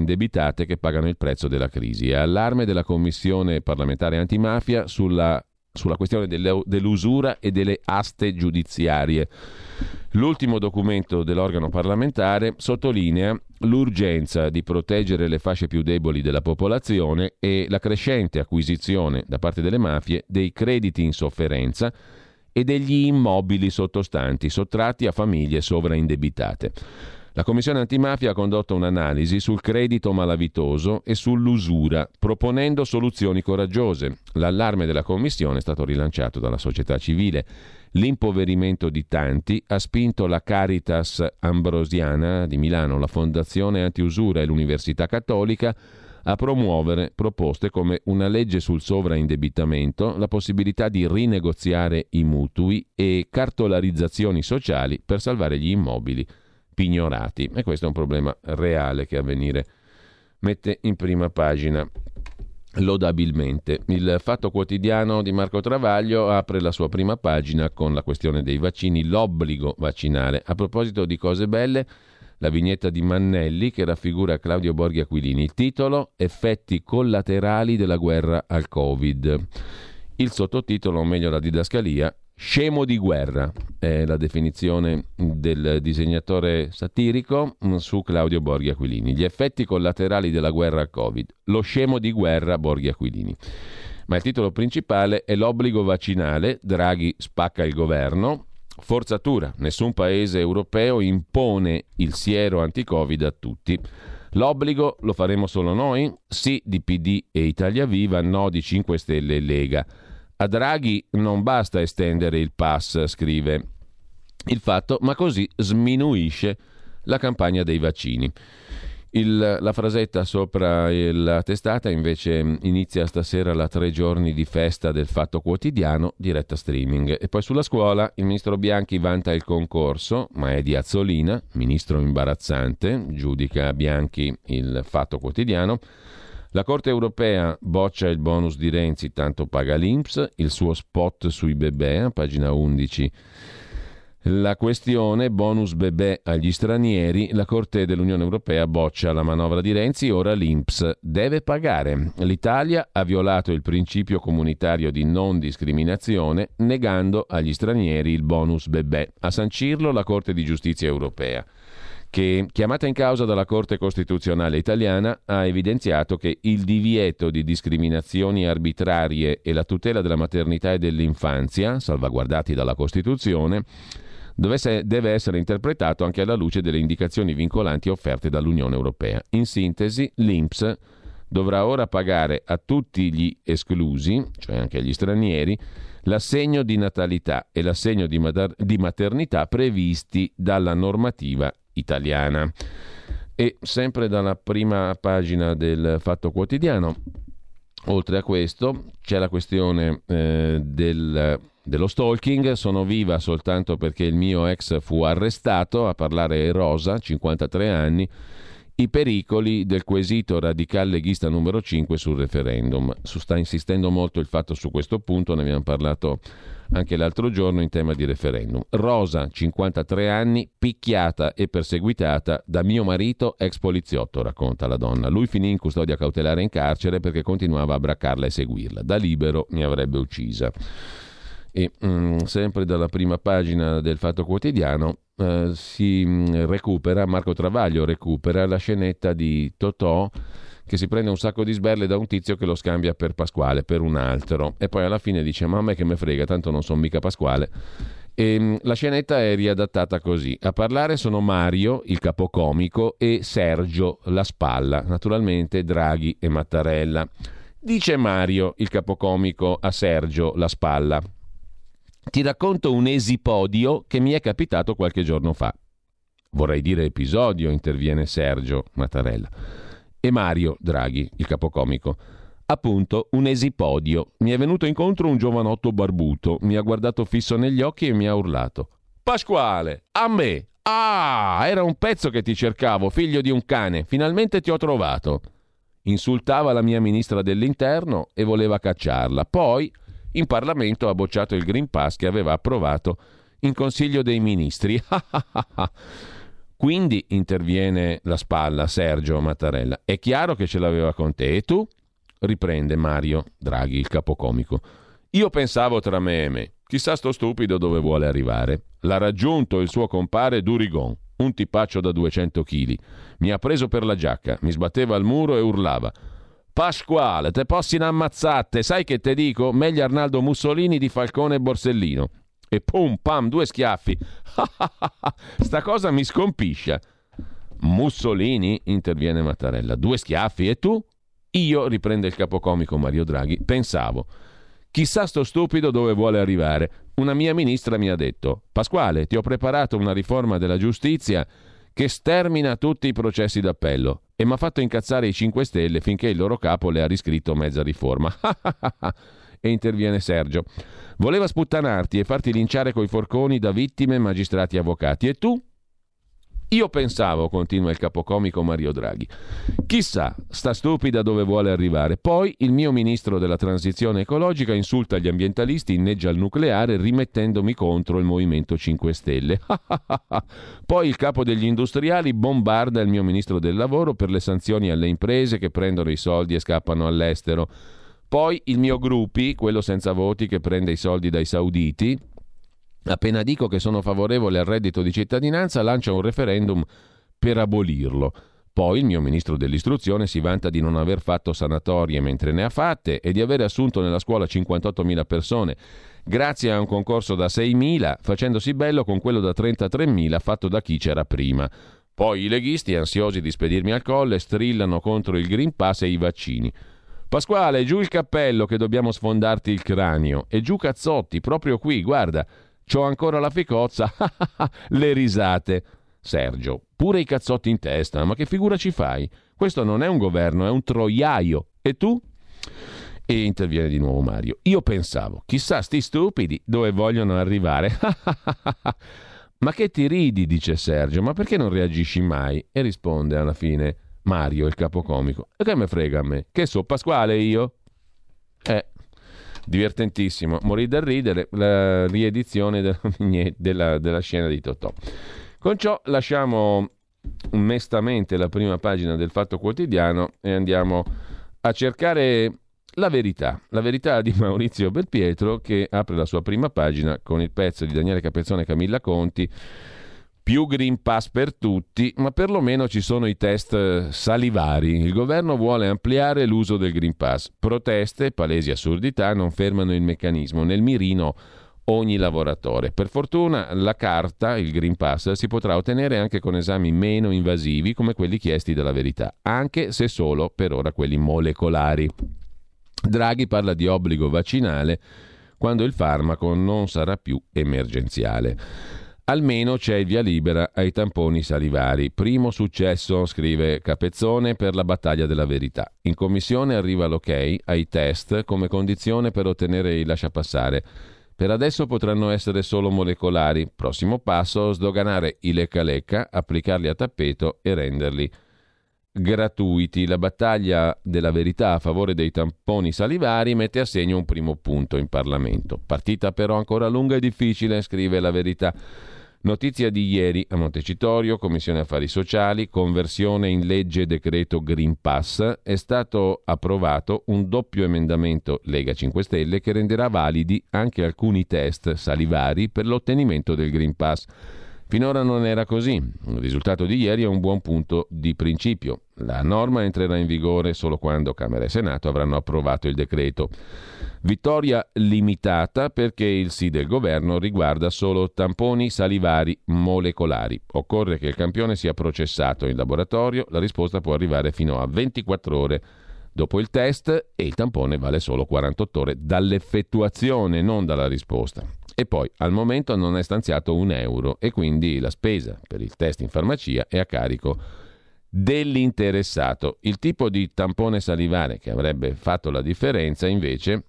sopraindebitate che pagano il prezzo della crisi. E allarme della Commissione parlamentare antimafia sulla sulla questione dell'usura e delle aste giudiziarie. L'ultimo documento dell'organo parlamentare sottolinea l'urgenza di proteggere le fasce più deboli della popolazione e la crescente acquisizione da parte delle mafie dei crediti in sofferenza e degli immobili sottostanti sottratti a famiglie sovraindebitate. La Commissione antimafia ha condotto un'analisi sul credito malavitoso e sull'usura, proponendo soluzioni coraggiose. L'allarme della Commissione è stato rilanciato dalla società civile. L'impoverimento di tanti ha spinto la Caritas Ambrosiana di Milano, la Fondazione Antiusura e l'Università Cattolica a promuovere proposte come una legge sul sovraindebitamento, la possibilità di rinegoziare i mutui e cartolarizzazioni sociali per salvare gli immobili pignorati. E questo è un problema reale che Avvenire mette in prima pagina lodabilmente. Il Fatto Quotidiano di Marco Travaglio apre la sua prima pagina con la questione dei vaccini, l'obbligo vaccinale. A proposito di cose belle, la vignetta di Mannelli che raffigura Claudio Borghi Aquilini. Il titolo: Effetti collaterali della guerra al Covid. Il sottotitolo, o meglio la didascalia: Scemo di guerra, è la definizione del disegnatore satirico su Claudio Borghi Aquilini. Gli effetti collaterali della guerra al Covid. Lo scemo di guerra Borghi Aquilini. Ma il titolo principale è l'obbligo vaccinale. Draghi spacca il governo. Forzatura. Nessun paese europeo impone il siero anti-Covid a tutti. L'obbligo lo faremo solo noi? Sì di PD e Italia Viva, no di 5 Stelle e Lega. A Draghi non basta estendere il pass, scrive Il Fatto, ma così sminuisce la campagna dei vaccini. La frasetta sopra la testata invece inizia stasera la 3 giorni di festa del Fatto Quotidiano, diretta streaming. E poi sulla scuola il ministro Bianchi vanta il concorso, ma è di Azzolina, ministro imbarazzante, giudica Bianchi il Fatto Quotidiano. La Corte europea boccia il bonus di Renzi, tanto paga l'Inps, il suo spot sui bebè, pagina 11. La questione bonus bebè agli stranieri, la Corte dell'Unione Europea boccia la manovra di Renzi, ora l'Inps deve pagare. L'Italia ha violato il principio comunitario di non discriminazione negando agli stranieri il bonus bebè. A sancirlo la Corte di Giustizia Europea, che, chiamata in causa dalla Corte Costituzionale italiana, ha evidenziato che il divieto di discriminazioni arbitrarie e la tutela della maternità e dell'infanzia, salvaguardati dalla Costituzione, deve essere interpretato anche alla luce delle indicazioni vincolanti offerte dall'Unione Europea. In sintesi, l'Inps dovrà ora pagare a tutti gli esclusi, cioè anche agli stranieri, l'assegno di natalità e l'assegno di maternità previsti dalla normativa italiana. E sempre dalla prima pagina del Fatto Quotidiano, oltre a questo, c'è la questione dello stalking. Sono viva soltanto perché il mio ex fu arrestato. A parlare è Rosa, 53 anni. I pericoli del quesito radical leghista numero 5 sul referendum. Sta insistendo molto il Fatto su questo punto, ne abbiamo parlato anche l'altro giorno in tema di referendum. Rosa, 53 anni, picchiata e perseguitata da mio marito ex poliziotto, racconta la donna. Lui finì in custodia cautelare in carcere perché continuava a braccarla e seguirla. Da libero mi avrebbe uccisa. E sempre dalla prima pagina del Fatto Quotidiano Marco Travaglio recupera la scenetta di Totò che si prende un sacco di sberle da un tizio che lo scambia per Pasquale, per un altro, e poi alla fine dice: ma a me che me frega, tanto non sono mica Pasquale. E la scenetta è riadattata così: a parlare sono Mario, il capocomico, e Sergio, la spalla, naturalmente Draghi e Mattarella. Dice Mario, il capocomico, a Sergio, la spalla: ti racconto un esipodio che mi è capitato qualche giorno fa. Vorrei dire episodio, interviene Sergio Mattarella. E Mario Draghi, il capocomico: appunto, un esipodio. Mi è venuto incontro un giovanotto barbuto, mi ha guardato fisso negli occhi e mi ha urlato: Pasquale, a me! Ah, era un pezzo che ti cercavo, figlio di un cane, finalmente ti ho trovato. Insultava la mia ministra dell'interno e voleva cacciarla. Poi in Parlamento ha bocciato il Green Pass che aveva approvato in Consiglio dei Ministri. Quindi interviene la spalla, Sergio Mattarella: è chiaro che ce l'aveva con te. E tu? Riprende Mario Draghi, il capocomico: Io pensavo tra me e me, chissà sto stupido dove vuole arrivare. L'ha raggiunto il suo compare Durigon, un tipaccio da 200 kg. Mi ha preso per la giacca, mi sbatteva al muro e urlava: Pasquale, te possi ammazzate, sai che te dico? Meglio Arnaldo Mussolini di Falcone e Borsellino. E pum, pam, 2 schiaffi. Sta cosa mi scompiscia. Mussolini, interviene Mattarella, 2 schiaffi, e tu? Io, riprende il capocomico Mario Draghi, pensavo: chissà sto stupido dove vuole arrivare. Una mia ministra mi ha detto: Pasquale, ti ho preparato una riforma della giustizia che stermina tutti i processi d'appello, e mi ha fatto incazzare i 5 Stelle finché il loro capo le ha riscritto mezza riforma. E interviene Sergio: voleva sputtanarti e farti linciare coi forconi da vittime, magistrati e avvocati, e tu? Io pensavo, continua il capocomico Mario Draghi, chissà sta stupida dove vuole arrivare. Poi il mio ministro della transizione ecologica insulta gli ambientalisti, inneggia al nucleare rimettendomi contro il Movimento 5 Stelle. Poi il capo degli industriali bombarda il mio ministro del lavoro per le sanzioni alle imprese che prendono i soldi e scappano all'estero. Poi il mio Gruppi, quello senza voti che prende i soldi dai sauditi, appena dico che sono favorevole al reddito di cittadinanza, lancia un referendum per abolirlo. Poi il mio ministro dell'istruzione si vanta di non aver fatto sanatorie mentre ne ha fatte e di aver assunto nella scuola 58.000 persone grazie a un concorso da 6.000, facendosi bello con quello da 33.000 fatto da chi c'era prima. Poi i leghisti, ansiosi di spedirmi al colle, strillano contro il Green Pass e i vaccini. Pasquale, giù il cappello che dobbiamo sfondarti il cranio. E giù cazzotti, proprio qui, guarda. C'ho ancora la ficozza, le risate. Sergio, pure i cazzotti in testa, ma che figura ci fai? Questo non è un governo, è un troiaio. E tu? E interviene di nuovo Mario. Io pensavo, chissà sti stupidi dove vogliono arrivare. Ma che ti ridi, dice Sergio, ma perché non reagisci mai? E risponde alla fine Mario, il capocomico: e che me frega a me? Che so Pasquale io? Divertentissimo, morì dal ridere, la riedizione della scena di Totò. Con ciò lasciamo mestamente la prima pagina del Fatto Quotidiano e andiamo a cercare la verità di Maurizio Belpietro, che apre la sua prima pagina con il pezzo di Daniele Capezzone e Camilla Conti: più Green Pass per tutti, ma perlomeno ci sono i test salivari. Il governo vuole ampliare l'uso del Green Pass. Proteste, palesi assurdità, non fermano il meccanismo. Nel mirino ogni lavoratore. Per fortuna la carta, il Green Pass, si potrà ottenere anche con esami meno invasivi come quelli chiesti dalla Verità, anche se solo per ora quelli molecolari. Draghi parla di obbligo vaccinale quando il farmaco non sarà più emergenziale. Almeno c'è il via libera ai tamponi salivari. Primo successo, scrive Capezzone, per la battaglia della verità. In commissione arriva l'ok ai test come condizione per ottenere il lasciapassare. Per adesso potranno essere solo molecolari. Prossimo passo, sdoganare i lecca-lecca, applicarli a tappeto e renderli gratuiti. La battaglia della verità a favore dei tamponi salivari mette a segno un primo punto in Parlamento. Partita però ancora lunga e difficile, scrive la verità. Notizia di ieri a Montecitorio, Commissione Affari Sociali, conversione in legge decreto Green Pass, è stato approvato un doppio emendamento Lega 5 Stelle che renderà validi anche alcuni test salivari per l'ottenimento del Green Pass. Finora non era così. Il risultato di ieri è un buon punto di principio. La norma entrerà in vigore solo quando Camera e Senato avranno approvato il decreto. Vittoria limitata perché il sì del governo riguarda solo tamponi salivari molecolari. Occorre che il campione sia processato in laboratorio, la risposta può arrivare fino a 24 ore dopo il test e il tampone vale solo 48 ore dall'effettuazione, non dalla risposta. E poi al momento non è stanziato €1 e quindi la spesa per il test in farmacia è a carico dell'interessato. Il tipo di tampone salivare che avrebbe fatto la differenza invece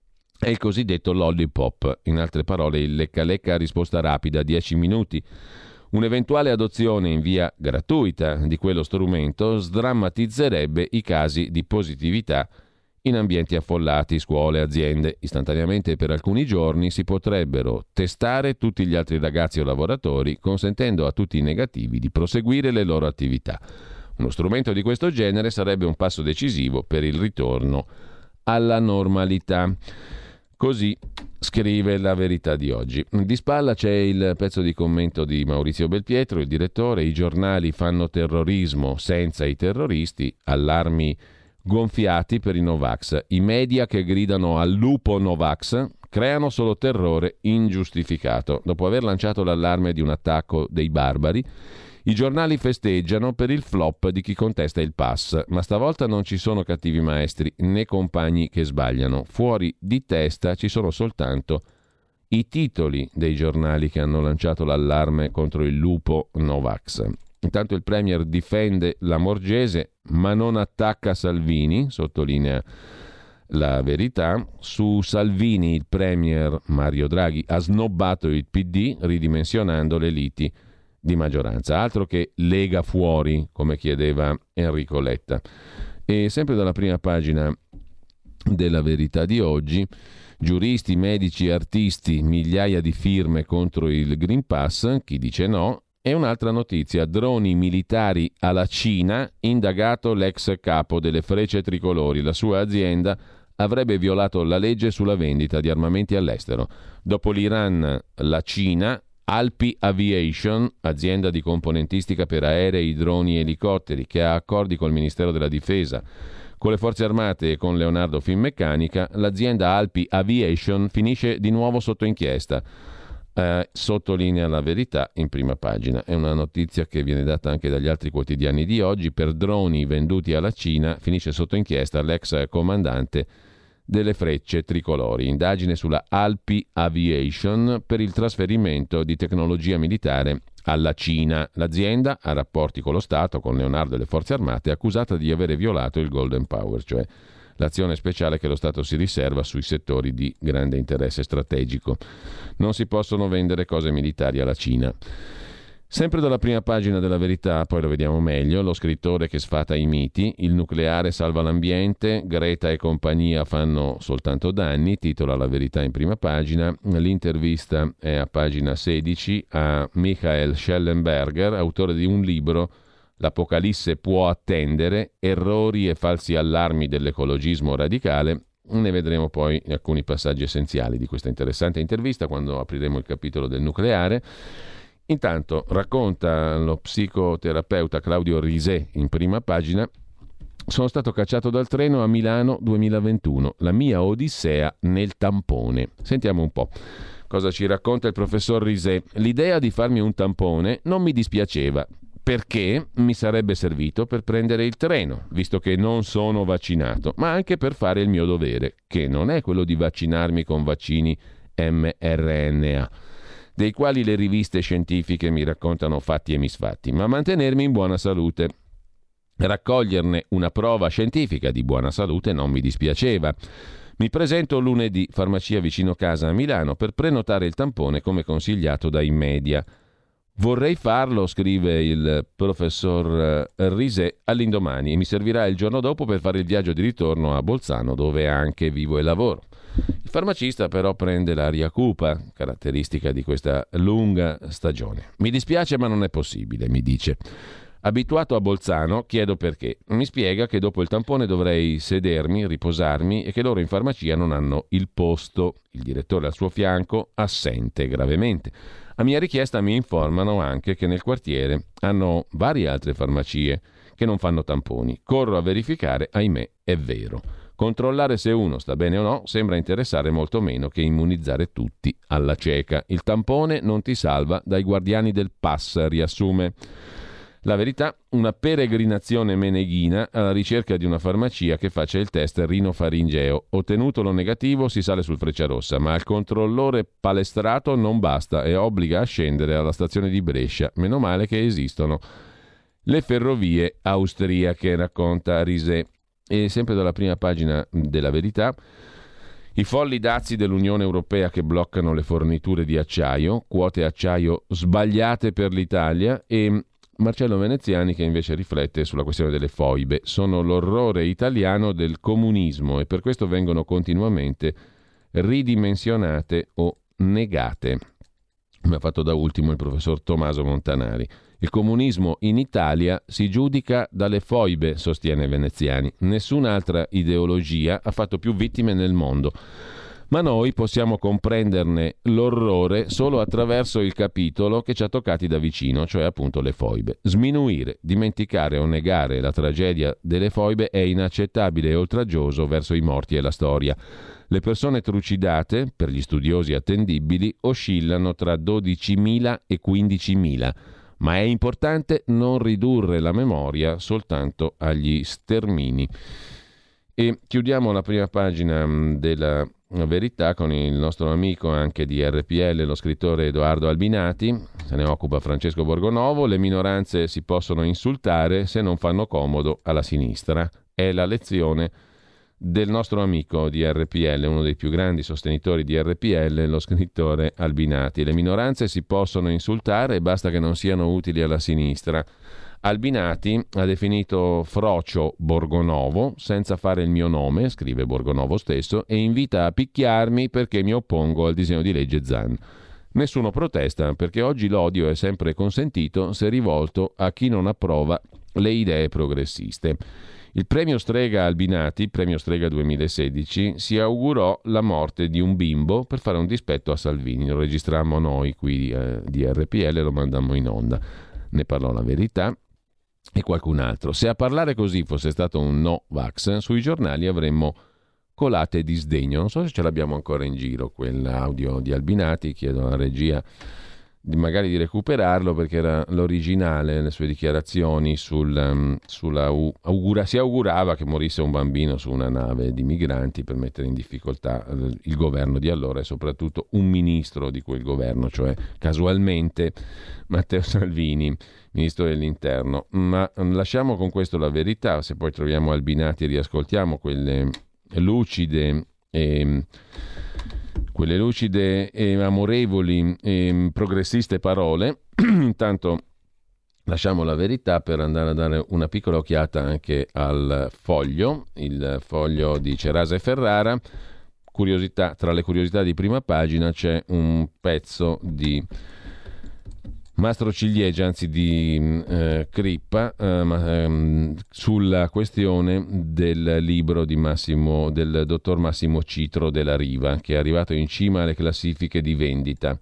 è il cosiddetto lollipop, in altre parole il lecca-lecca a risposta rapida, 10 minuti. Un'eventuale adozione in via gratuita di quello strumento sdrammatizzerebbe i casi di positività in ambienti affollati, scuole, aziende. Istantaneamente per alcuni giorni si potrebbero testare tutti gli altri ragazzi o lavoratori, consentendo a tutti i negativi di proseguire le loro attività. Uno strumento di questo genere sarebbe un passo decisivo per il ritorno alla normalità. Così scrive La Verità di oggi. Di spalla c'è il pezzo di commento di Maurizio Belpietro, il direttore. I giornali fanno terrorismo senza i terroristi, allarmi gonfiati per i Novax. I media che gridano al lupo Novax creano solo terrore ingiustificato. Dopo aver lanciato l'allarme di un attacco dei barbari, i giornali festeggiano per il flop di chi contesta il pass, ma stavolta non ci sono cattivi maestri né compagni che sbagliano. Fuori di testa ci sono soltanto i titoli dei giornali che hanno lanciato l'allarme contro il lupo Novax. Intanto il Premier difende la Morgese, ma non attacca Salvini, sottolinea La Verità. Su Salvini il Premier Mario Draghi ha snobbato il PD, ridimensionando le liti di maggioranza. Altro che Lega fuori, come chiedeva Enrico Letta. E sempre dalla prima pagina della Verità di oggi, giuristi, medici, artisti, migliaia di firme contro il Green Pass, chi dice no. E un'altra notizia, droni militari alla Cina, indagato l'ex capo delle Frecce Tricolori. La sua azienda avrebbe violato la legge sulla vendita di armamenti all'estero. Dopo l'Iran, la Cina, Alpi Aviation, azienda di componentistica per aerei, droni e elicotteri, che ha accordi col Ministero della Difesa, con le Forze Armate e con Leonardo Finmeccanica, l'azienda Alpi Aviation finisce di nuovo sotto inchiesta. Sottolinea La Verità in prima pagina. È una notizia che viene data anche dagli altri quotidiani di oggi. Per droni venduti alla Cina finisce sotto inchiesta l'ex comandante delle Frecce Tricolori. Indagine sulla Alpi Aviation per il trasferimento di tecnologia militare alla Cina. L'azienda ha rapporti con lo Stato, con Leonardo e le Forze Armate, accusata di avere violato il Golden Power, cioè l'azione speciale che lo Stato si riserva sui settori di grande interesse strategico. Non si possono vendere cose militari alla Cina. Sempre dalla prima pagina della Verità, poi lo vediamo meglio, lo scrittore che sfata i miti, il nucleare salva l'ambiente, Greta e compagnia fanno soltanto danni, titola La Verità in prima pagina. L'intervista è a pagina 16 a Michael Schellenberger, autore di un libro, L'Apocalisse può attendere, errori e falsi allarmi dell'ecologismo radicale. Ne vedremo poi alcuni passaggi essenziali di questa interessante intervista quando apriremo il capitolo del nucleare. Intanto racconta lo psicoterapeuta Claudio Risè in prima pagina: sono stato cacciato dal treno a Milano 2021, la mia odissea nel tampone. Sentiamo un po' cosa ci racconta il professor Risè. L'idea di farmi un tampone non mi dispiaceva, perché mi sarebbe servito per prendere il treno, visto che non sono vaccinato, ma anche per fare il mio dovere, che non è quello di vaccinarmi con vaccini mRNA, dei quali le riviste scientifiche mi raccontano fatti e misfatti, ma mantenermi in buona salute. Raccoglierne una prova scientifica di buona salute non mi dispiaceva. Mi presento lunedì, farmacia vicino casa a Milano, per prenotare il tampone come consigliato dai media. Vorrei farlo, scrive il professor Risè, all'indomani, e mi servirà il giorno dopo per fare il viaggio di ritorno a Bolzano, dove anche vivo e lavoro. Il farmacista però prende l'aria cupa, caratteristica di questa lunga stagione. Mi dispiace, ma non è possibile, mi dice. Abituato a Bolzano, chiedo perché. Mi spiega che dopo il tampone dovrei sedermi, riposarmi e che loro in farmacia non hanno il posto. Il direttore al suo fianco assente gravemente. A mia richiesta mi informano anche che nel quartiere hanno varie altre farmacie che non fanno tamponi. Corro a verificare, ahimè, è vero. Controllare se uno sta bene o no sembra interessare molto meno che immunizzare tutti alla cieca. Il tampone non ti salva dai guardiani del pass, riassume La Verità, una peregrinazione meneghina alla ricerca di una farmacia che faccia il test rinofaringeo. Ottenutolo negativo si sale sul Frecciarossa, ma al controllore palestrato non basta e obbliga a scendere alla stazione di Brescia. Meno male che esistono le ferrovie austriache, racconta Risè. E sempre dalla prima pagina della Verità, i folli dazi dell'Unione Europea che bloccano le forniture di acciaio, quote acciaio sbagliate per l'Italia, e Marcello Veneziani che invece riflette sulla questione delle foibe. Sono l'orrore italiano del comunismo e per questo vengono continuamente ridimensionate o negate, come ha fatto da ultimo il professor Tommaso Montanari. Il comunismo in Italia si giudica dalle foibe, sostiene Veneziani. Nessun'altra ideologia ha fatto più vittime nel mondo. ma noi possiamo comprenderne l'orrore solo attraverso il capitolo che ci ha toccati da vicino, cioè appunto le foibe. Sminuire, dimenticare o negare la tragedia delle foibe è inaccettabile e oltraggioso verso i morti e la storia. Le persone trucidate, per gli studiosi attendibili, oscillano tra 12.000 e 15.000, ma è importante non ridurre la memoria soltanto agli stermini. E chiudiamo la prima pagina della Verità con il nostro amico anche di RPL, lo scrittore Edoardo Albinati. Se ne occupa Francesco Borgonovo. Le minoranze si possono insultare se non fanno comodo alla sinistra. È la lezione del nostro amico di RPL, uno dei più grandi sostenitori di RPL, lo scrittore Albinati. Le minoranze si possono insultare e basta che non siano utili alla sinistra. Albinati ha definito frocio Borgonovo senza fare il mio nome, scrive Borgonovo stesso, e invita a picchiarmi perché mi oppongo al disegno di legge Zan. Nessuno protesta perché oggi l'odio è sempre consentito se rivolto a chi non approva le idee progressiste. Il premio Strega Albinati, premio Strega 2016, si augurò la morte di un bimbo per fare un dispetto a Salvini. Lo registrammo noi qui di RPL, lo mandammo in onda. Ne parlò La Verità e qualcun altro. Se a parlare così fosse stato un no-vax, sui giornali avremmo colate di sdegno. Non so se ce l'abbiamo ancora in giro, quell'audio di Albinati. Chiedo alla regia magari di recuperarlo, perché era l'originale, le sue dichiarazioni si augurava che morisse un bambino su una nave di migranti per mettere in difficoltà il governo di allora e soprattutto un ministro di quel governo, cioè casualmente Matteo Salvini, ministro dell'interno. Ma lasciamo con questo La Verità, se poi troviamo Albinati riascoltiamo quelle lucide e amorevoli e progressiste parole. Intanto lasciamo La Verità per andare a dare una piccola occhiata anche al Foglio, il Foglio di Cerasa e Ferrara. Curiosità, tra le curiosità di prima pagina c'è un pezzo di Mastro Ciliegia, anzi di Crippa, sulla questione del libro del dottor Massimo Citro della Riva, che è arrivato in cima alle classifiche di vendita.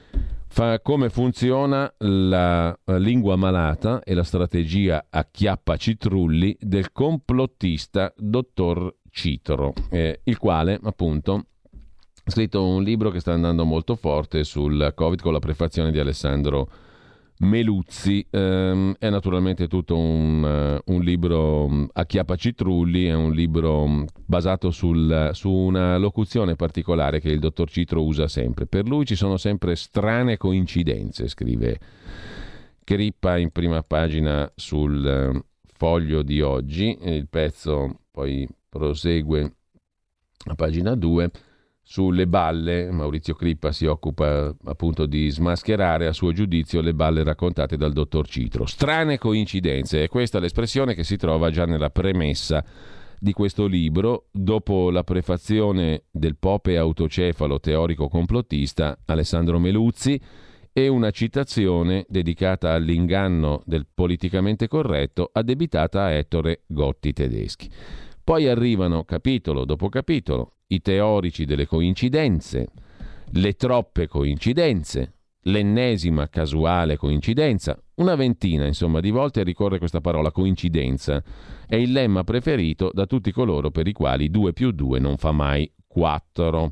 Come funziona la lingua malata e la strategia acchiappa citrulli del complottista dottor Citro, il quale appunto ha scritto un libro che sta andando molto forte sul Covid con la prefazione di Alessandro Meluzzi. È naturalmente tutto un libro a chiappacitrulli, è un libro basato su una locuzione particolare che il dottor Citro usa sempre. Per lui ci sono sempre strane coincidenze, scrive Crippa in prima pagina sul Foglio di oggi. Il pezzo poi prosegue a pagina 2. Sulle balle, Maurizio Crippa si occupa appunto di smascherare a suo giudizio le balle raccontate dal dottor Citro. Strane coincidenze, è questa l'espressione che si trova già nella premessa di questo libro, dopo la prefazione del Pope autocefalo teorico complottista Alessandro Meluzzi e una citazione dedicata all'inganno del politicamente corretto addebitata a Ettore Gotti Tedeschi. Poi arrivano capitolo dopo capitolo i teorici delle coincidenze, le troppe coincidenze, l'ennesima casuale coincidenza, una ventina insomma di volte ricorre questa parola coincidenza. È il lemma preferito da tutti coloro per i quali 2 più 2 non fa mai 4.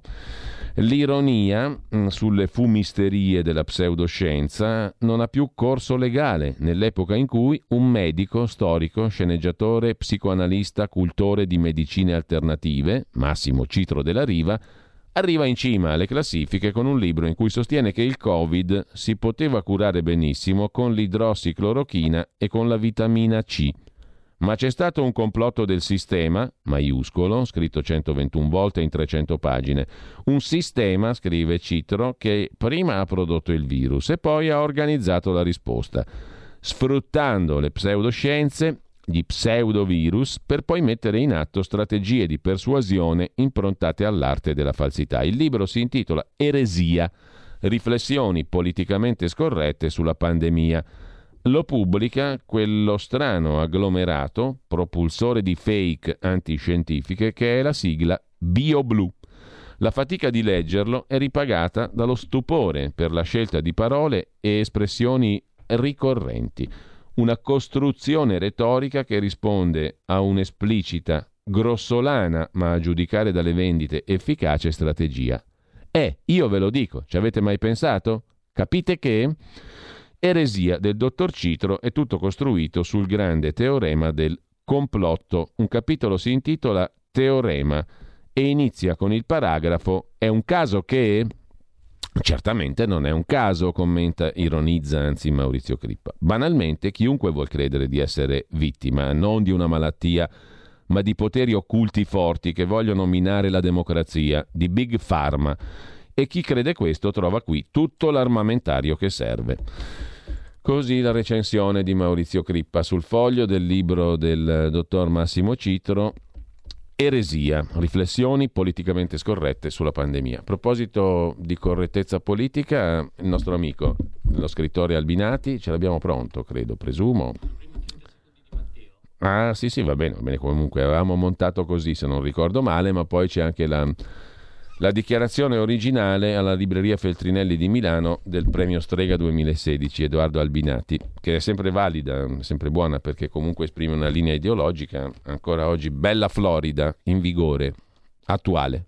L'ironia sulle fumisterie della pseudoscienza non ha più corso legale nell'epoca in cui un medico, storico, sceneggiatore, psicoanalista, cultore di medicine alternative, Massimo Citro della Riva, arriva in cima alle classifiche con un libro in cui sostiene che il Covid si poteva curare benissimo con l'idrossiclorochina e con la vitamina C. Ma c'è stato un complotto del sistema, maiuscolo, scritto 121 volte in 300 pagine. Un sistema, scrive Citro, che prima ha prodotto il virus e poi ha organizzato la risposta, sfruttando le pseudoscienze, gli pseudovirus, per poi mettere in atto strategie di persuasione improntate all'arte della falsità. Il libro si intitola Eresia, riflessioni politicamente scorrette sulla pandemia. Lo pubblica quello strano agglomerato, propulsore di fake antiscientifiche, che è la sigla BioBlue. La fatica di leggerlo è ripagata dallo stupore per la scelta di parole e espressioni ricorrenti. Una costruzione retorica che risponde a un'esplicita, grossolana, ma a giudicare dalle vendite efficace strategia. Io ve lo dico, ci avete mai pensato? Capite che? Eresia del dottor Citro è tutto costruito sul grande teorema del complotto. Un capitolo si intitola Teorema e inizia con il paragrafo «È un caso che...» Certamente non è un caso, commenta, ironizza anzi Maurizio Crippa. Banalmente, chiunque vuol credere di essere vittima, non di una malattia, ma di poteri occulti forti che vogliono minare la democrazia, di Big Pharma. E chi crede questo trova qui tutto l'armamentario che serve. Così la recensione di Maurizio Crippa sul foglio del libro del dottor Massimo Citro, Eresia, riflessioni politicamente scorrette sulla pandemia. A proposito di correttezza politica, il nostro amico, lo scrittore Albinati, ce l'abbiamo pronto, credo, presumo. Ah, sì, va bene, comunque avevamo montato così, se non ricordo male, ma poi c'è anche la dichiarazione originale alla libreria Feltrinelli di Milano del premio Strega 2016, Edoardo Albinati, che è sempre valida, sempre buona, perché comunque esprime una linea ideologica ancora oggi bella florida, in vigore, attuale.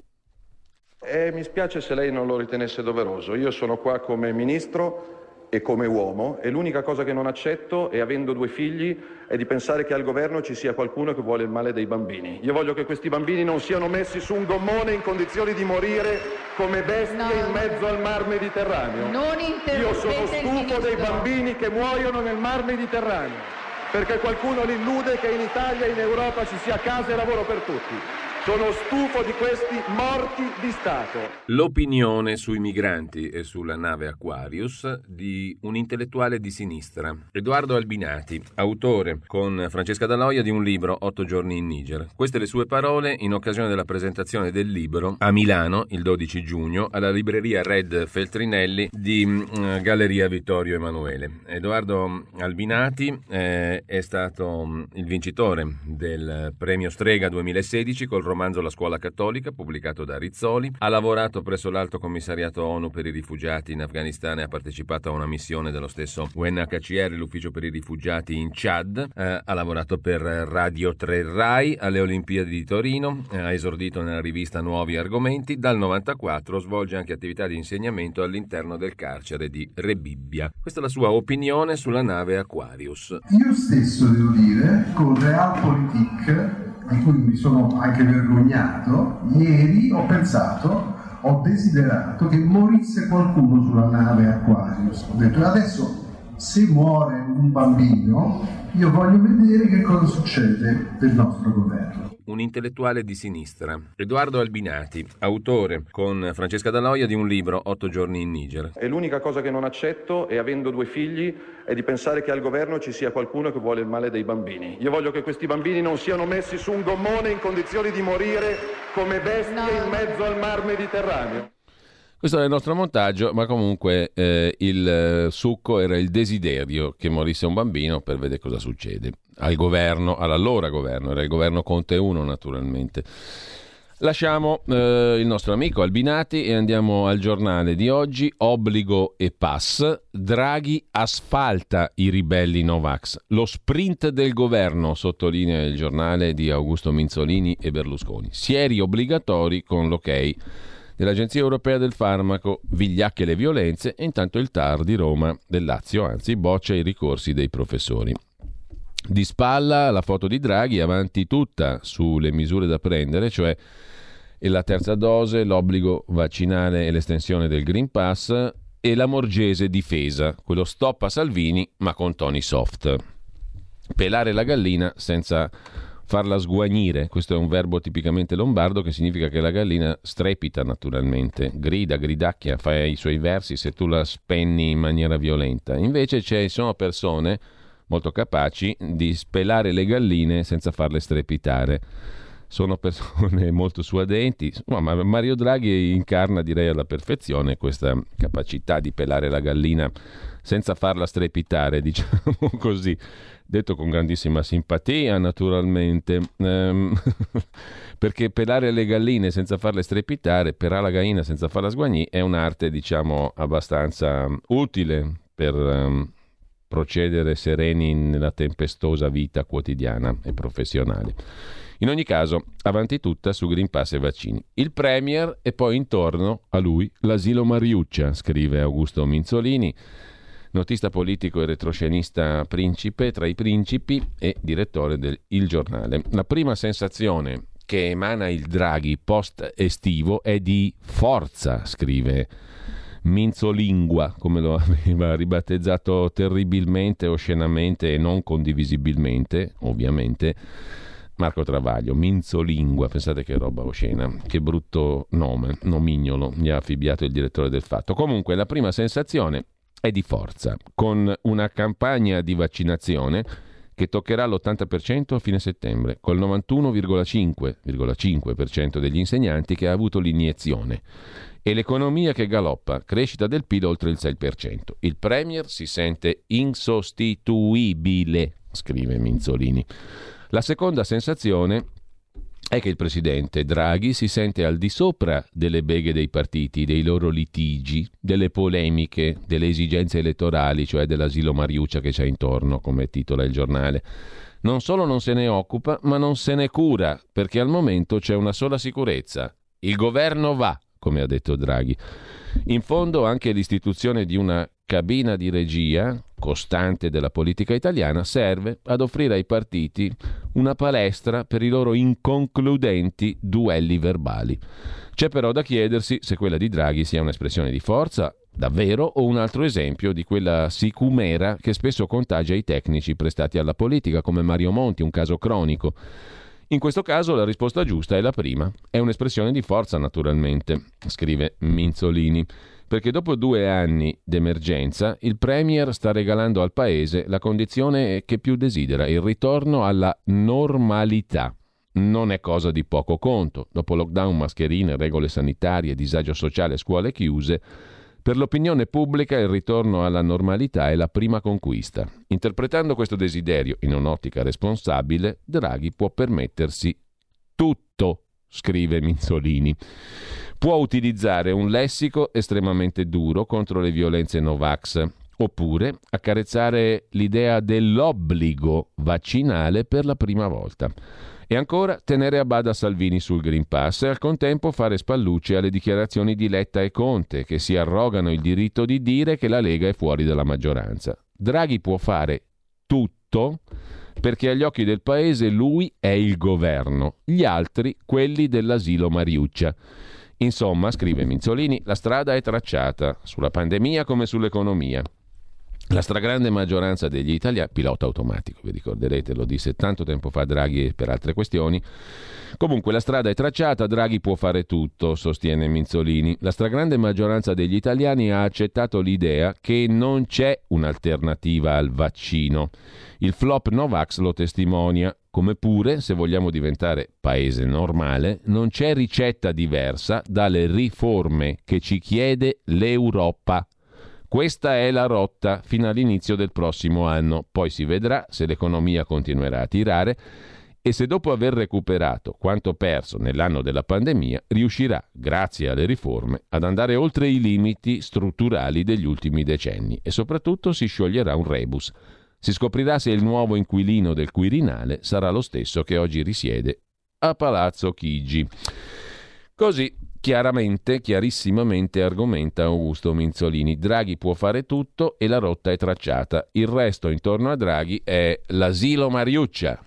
Mi spiace se lei non lo ritenesse doveroso. Io sono qua come ministro e come uomo e l'unica cosa che non accetto, e avendo 2 figli, è di pensare che al governo ci sia qualcuno che vuole il male dei bambini. Io voglio che questi bambini non siano messi su un gommone in condizioni di morire come bestie in mezzo al mar Mediterraneo. Io sono stufo dei bambini che muoiono nel mar Mediterraneo, perché qualcuno li illude che in Italia e in Europa ci sia casa e lavoro per tutti. Sono stufo di questi morti di Stato. L'opinione sui migranti e sulla nave Aquarius di un intellettuale di sinistra, Edoardo Albinati, autore con Francesca Daloia di un libro 8 giorni in Niger. Queste le sue parole in occasione della presentazione del libro a Milano il 12 giugno alla libreria Red Feltrinelli di Galleria Vittorio Emanuele. Edoardo Albinati è stato il vincitore del premio Strega 2016 col romanzo La scuola cattolica, pubblicato da Rizzoli. Ha lavorato presso l'Alto Commissariato ONU per i rifugiati in Afghanistan e ha partecipato a una missione dello stesso UNHCR, l'Ufficio per i rifugiati in Chad. Ha lavorato per Radio 3 Rai alle Olimpiadi di Torino, ha esordito nella rivista Nuovi Argomenti. Dal 94 svolge anche attività di insegnamento all'interno del carcere di Rebibbia. Questa è la sua opinione sulla nave Aquarius. Io stesso, devo dire, con Realpolitik, di cui mi sono anche vergognato, ieri ho desiderato che morisse qualcuno sulla nave Aquarius. Ho detto, adesso se muore un bambino, io voglio vedere che cosa succede del nostro governo. Un intellettuale di sinistra, Edoardo Albinati, autore con Francesca Daloia di un libro 8 giorni in Niger. E l'unica cosa che non accetto, e avendo 2 figli, è di pensare che al governo ci sia qualcuno che vuole il male dei bambini. Io voglio che questi bambini non siano messi su un gommone in condizioni di morire come bestie in mezzo al mar Mediterraneo. Questo è il nostro montaggio, ma comunque il succo era il desiderio che morisse un bambino per vedere cosa succede al governo, all'allora governo, era il governo Conte 1 naturalmente. Lasciamo il nostro amico Albinati e andiamo al giornale di oggi. Obbligo e pass, Draghi asfalta i ribelli Novax. Lo sprint del governo, sottolinea il giornale di Augusto Minzolini e Berlusconi. Sieri obbligatori con l'ok dell'Agenzia Europea del Farmaco, vigliacche le violenze, e intanto il TAR di Roma, del Lazio, anzi, boccia i ricorsi dei professori. Di spalla la foto di Draghi, avanti tutta sulle misure da prendere, cioè la terza dose, l'obbligo vaccinale e l'estensione del Green Pass, e la Morgese difesa, quello stop a Salvini ma con toni soft. Pelare la gallina senza farla sguagnire, questo è un verbo tipicamente lombardo che significa che la gallina strepita naturalmente, grida, gridacchia, fa i suoi versi se tu la spenni in maniera violenta. Invece sono persone molto capaci di spelare le galline senza farle strepitare. sono persone molto suadenti, ma Mario Draghi incarna, direi, alla perfezione questa capacità di pelare la gallina senza farla strepitare, diciamo così, detto con grandissima simpatia naturalmente, perché pelare le galline senza farle strepitare, pelare la gallina senza farla sguagnì, è un'arte, diciamo, abbastanza utile per procedere sereni nella tempestosa vita quotidiana e professionale. In ogni caso, avanti tutta su Green Pass e vaccini. Il Premier e poi intorno a lui l'asilo Mariuccia, scrive Augusto Minzolini, notista politico e retroscenista principe tra i principi e direttore del Il Giornale. La prima sensazione che emana il Draghi post estivo è di forza, scrive Minzolingua, come lo aveva ribattezzato terribilmente, oscenamente e non condivisibilmente, ovviamente, Marco Travaglio. Minzolingua, pensate che roba oscena, che brutto nome, nomignolo, gli ha affibbiato il direttore del Fatto. Comunque la prima sensazione è di forza, con una campagna di vaccinazione che toccherà l'80% a fine settembre, col 91,5% degli insegnanti che ha avuto l'iniezione, e l'economia che galoppa, crescita del PIL oltre il 6%. Il Premier si sente insostituibile, scrive Minzolini. La seconda sensazione è che il presidente Draghi si sente al di sopra delle beghe dei partiti, dei loro litigi, delle polemiche, delle esigenze elettorali, cioè dell'asilo Mariuccia che c'è intorno, come titola il giornale. Non solo non se ne occupa, ma non se ne cura, perché al momento c'è una sola sicurezza: il governo va, come ha detto Draghi. In fondo anche l'istituzione di una cabina di regia costante della politica italiana serve ad offrire ai partiti una palestra per i loro inconcludenti duelli verbali. C'è però da chiedersi se quella di Draghi sia un'espressione di forza davvero o un altro esempio di quella sicumera che spesso contagia i tecnici prestati alla politica, come Mario Monti, un caso cronico. In questo caso la risposta giusta è la prima. È un'espressione di forza, naturalmente, scrive Minzolini, perché dopo 2 anni d'emergenza il Premier sta regalando al Paese la condizione che più desidera, il ritorno alla normalità. Non è cosa di poco conto. Dopo lockdown, mascherine, regole sanitarie, disagio sociale, scuole chiuse, per l'opinione pubblica il ritorno alla normalità è la prima conquista. Interpretando questo desiderio in un'ottica responsabile, Draghi può permettersi tutto, scrive Minzolini. Può utilizzare un lessico estremamente duro contro le violenze Novax, oppure accarezzare l'idea dell'obbligo vaccinale per la prima volta. E ancora tenere a bada Salvini sul Green Pass e al contempo fare spallucce alle dichiarazioni di Letta e Conte, che si arrogano il diritto di dire che la Lega è fuori dalla maggioranza. Draghi può fare tutto perché agli occhi del Paese lui è il governo, gli altri quelli dell'asilo Mariuccia. Insomma, scrive Minzolini, la strada è tracciata, sulla pandemia come sull'economia. La stragrande maggioranza degli italiani, pilota automatico, vi ricorderete, lo disse tanto tempo fa Draghi per altre questioni. Comunque la strada è tracciata, Draghi può fare tutto, sostiene Minzolini. La stragrande maggioranza degli italiani ha accettato l'idea che non c'è un'alternativa al vaccino. Il flop Novax lo testimonia, come pure, se vogliamo diventare paese normale, non c'è ricetta diversa dalle riforme che ci chiede l'Europa. Questa è la rotta fino all'inizio del prossimo anno, poi si vedrà se l'economia continuerà a tirare e se dopo aver recuperato quanto perso nell'anno della pandemia riuscirà, grazie alle riforme, ad andare oltre i limiti strutturali degli ultimi decenni e soprattutto si scioglierà un rebus. Si scoprirà se il nuovo inquilino del Quirinale sarà lo stesso che oggi risiede a Palazzo Chigi. Così chiaramente, chiarissimamente argomenta Augusto Minzolini. Draghi può fare tutto e la rotta è tracciata. Il resto intorno a Draghi è l'asilo Mariuccia.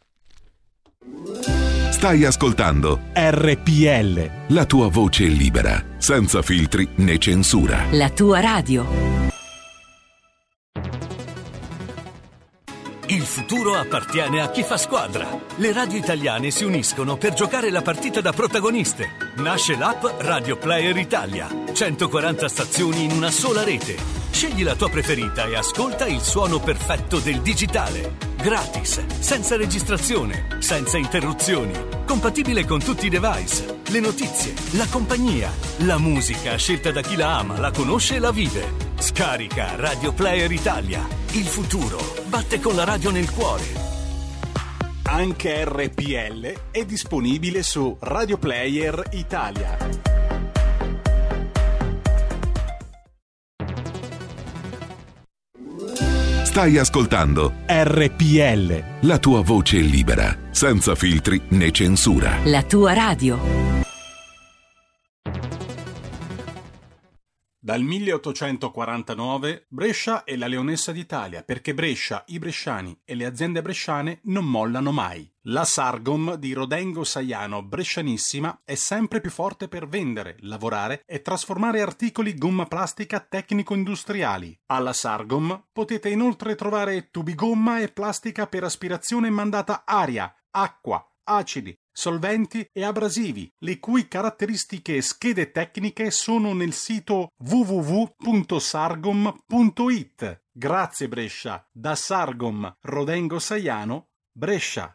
Stai ascoltando RPL, la tua voce libera, senza filtri né censura. La tua radio. il futuro appartiene a chi fa squadra. Le radio italiane si uniscono per giocare la partita da protagoniste. Nasce l'app Radio Player Italia. 140 stazioni in una sola rete. Scegli la tua preferita e ascolta il suono perfetto del digitale. Gratis, senza registrazione, senza interruzioni. Compatibile con tutti i device. Le notizie, la compagnia, la musica scelta da chi la ama, la conosce e la vive. Scarica Radio Player Italia. Il futuro batte con la radio nel cuore. Anche RPL è disponibile su Radio Player Italia. Stai ascoltando RPL, la tua voce libera, senza filtri né censura. La tua radio. Dal 1849 Brescia è la leonessa d'Italia, perché Brescia, i bresciani e le aziende bresciane non mollano mai. La Sargom di Rodengo Saiano Brescianissima è sempre più forte per vendere, lavorare e trasformare articoli gomma plastica tecnico-industriali. Alla Sargom potete inoltre trovare tubi gomma e plastica per aspirazione mandata aria, acqua, acidi, solventi e abrasivi, le cui caratteristiche e schede tecniche sono nel sito www.sargom.it. Grazie Brescia, da Sargom Rodengo Saiano, Brescia.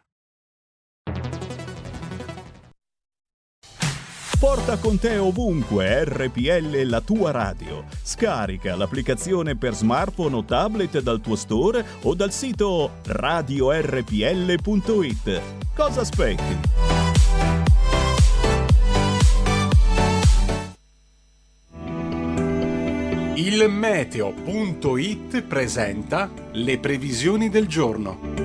Porta con te ovunque RPL, la tua radio. Scarica l'applicazione per smartphone o tablet dal tuo store o dal sito radiorpl.it. Cosa aspetti? Il meteo.it presenta le previsioni del giorno.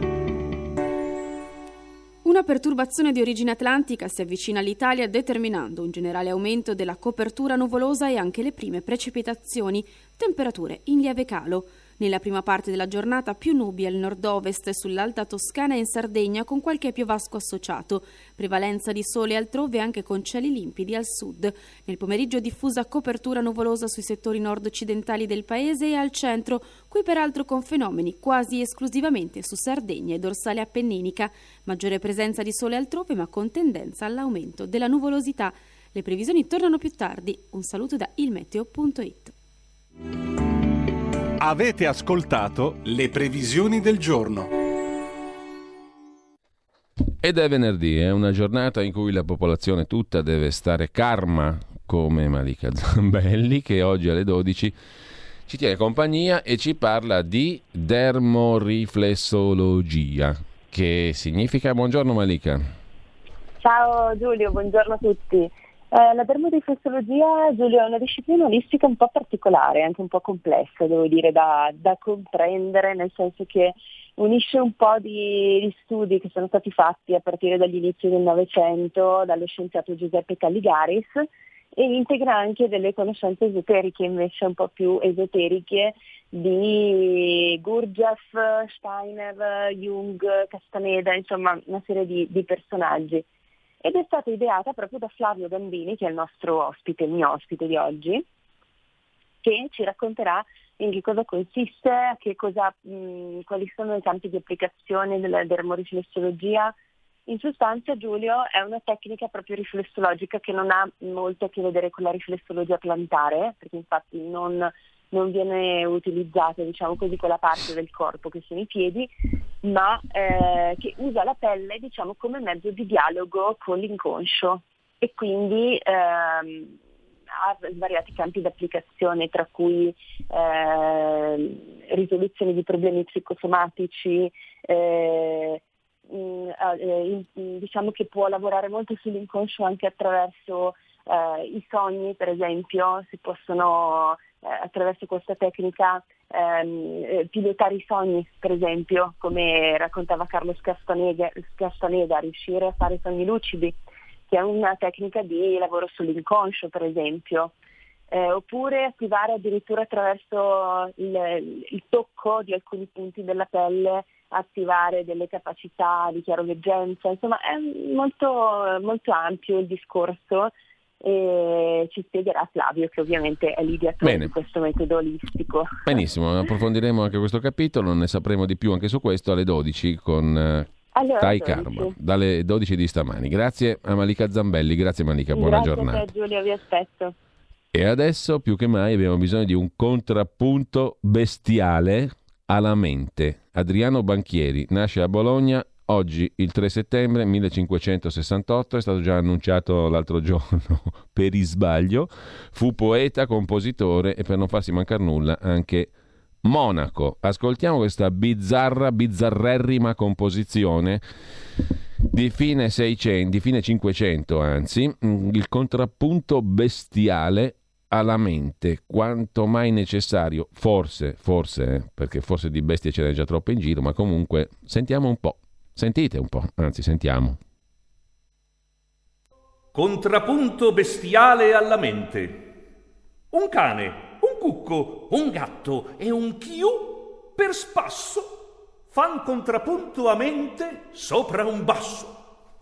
Una perturbazione di origine atlantica si avvicina all'Italia, determinando un generale aumento della copertura nuvolosa e anche le prime precipitazioni. Temperature in lieve calo. Nella prima parte della giornata più nubi al nord-ovest, sull'Alta Toscana e in Sardegna, con qualche piovasco associato. Prevalenza di sole altrove anche con cieli limpidi al sud. Nel pomeriggio diffusa copertura nuvolosa sui settori nord-occidentali del paese e al centro, qui peraltro con fenomeni quasi esclusivamente su Sardegna e dorsale appenninica. Maggiore presenza di sole altrove ma con tendenza all'aumento della nuvolosità. Le previsioni tornano più tardi. Un saluto da ilmeteo.it. Avete ascoltato le previsioni del giorno. Ed è venerdì, è una giornata in cui la popolazione tutta deve stare calma, come Malika Zambelli, che oggi alle 12 ci tiene compagnia e ci parla di dermoriflessologia. Che significa? Buongiorno Malika. Ciao Giulio, buongiorno a tutti. La dermoriflessologia, Giulio, è una disciplina olistica un po' particolare, anche un po' complessa, devo dire, da comprendere, nel senso che unisce un po' di studi che sono stati fatti a partire dagli inizi del Novecento dallo scienziato Giuseppe Calligaris e integra anche delle conoscenze esoteriche, invece un po' più esoteriche, di Gurdjieff, Steiner, Jung, Castaneda, insomma una serie di personaggi. Ed è stata ideata proprio da Flavio Gambini, che è il nostro ospite, il mio ospite di oggi, che ci racconterà in che cosa consiste, quali sono i campi di applicazione della dermoriflessologia. In sostanza, Giulio, è una tecnica proprio riflessologica che non ha molto a che vedere con la riflessologia plantare, perché infatti non viene utilizzata, diciamo così, quella parte del corpo che sono i piedi, ma che usa la pelle, diciamo, come mezzo di dialogo con l'inconscio e quindi ha svariati campi di applicazione, tra cui risoluzione di problemi psicosomatici, diciamo che può lavorare molto sull'inconscio anche attraverso i sogni, per esempio. Si possono attraverso questa tecnica pilotare i sogni, per esempio, come raccontava Carlo Castaneda, riuscire a fare sogni lucidi, che è una tecnica di lavoro sull'inconscio, per esempio. Oppure attivare addirittura attraverso il tocco di alcuni punti della pelle, attivare delle capacità di chiaroveggenza. Insomma, è molto, molto ampio il discorso e ci spiegherà Flavio, che ovviamente è l'ideatore di questo metodo olistico. Benissimo, approfondiremo anche questo capitolo, ne sapremo di più anche su questo alle 12 con Tai Karma, dalle 12 di stamani. Grazie a Malika Zambelli, grazie Malika, buona giornata. Grazie a te Giulia, vi aspetto. E adesso più che mai abbiamo bisogno di un contrappunto bestiale alla mente. Adriano Banchieri nasce a Bologna oggi, il 3 settembre 1568, è stato già annunciato l'altro giorno per isbaglio, fu poeta, compositore e, per non farsi mancare nulla, anche monaco. Ascoltiamo questa bizzarrerrima composizione di fine 500, anzi, il contrappunto bestiale alla mente, quanto mai necessario, forse, perché forse di bestie ce n'è già troppo in giro, ma comunque sentiamo un po'. Sentite un po', anzi sentiamo. Contrappunto bestiale alla mente. Un cane, un cucco, un gatto e un chiù per spasso fan contrappunto a mente sopra un basso.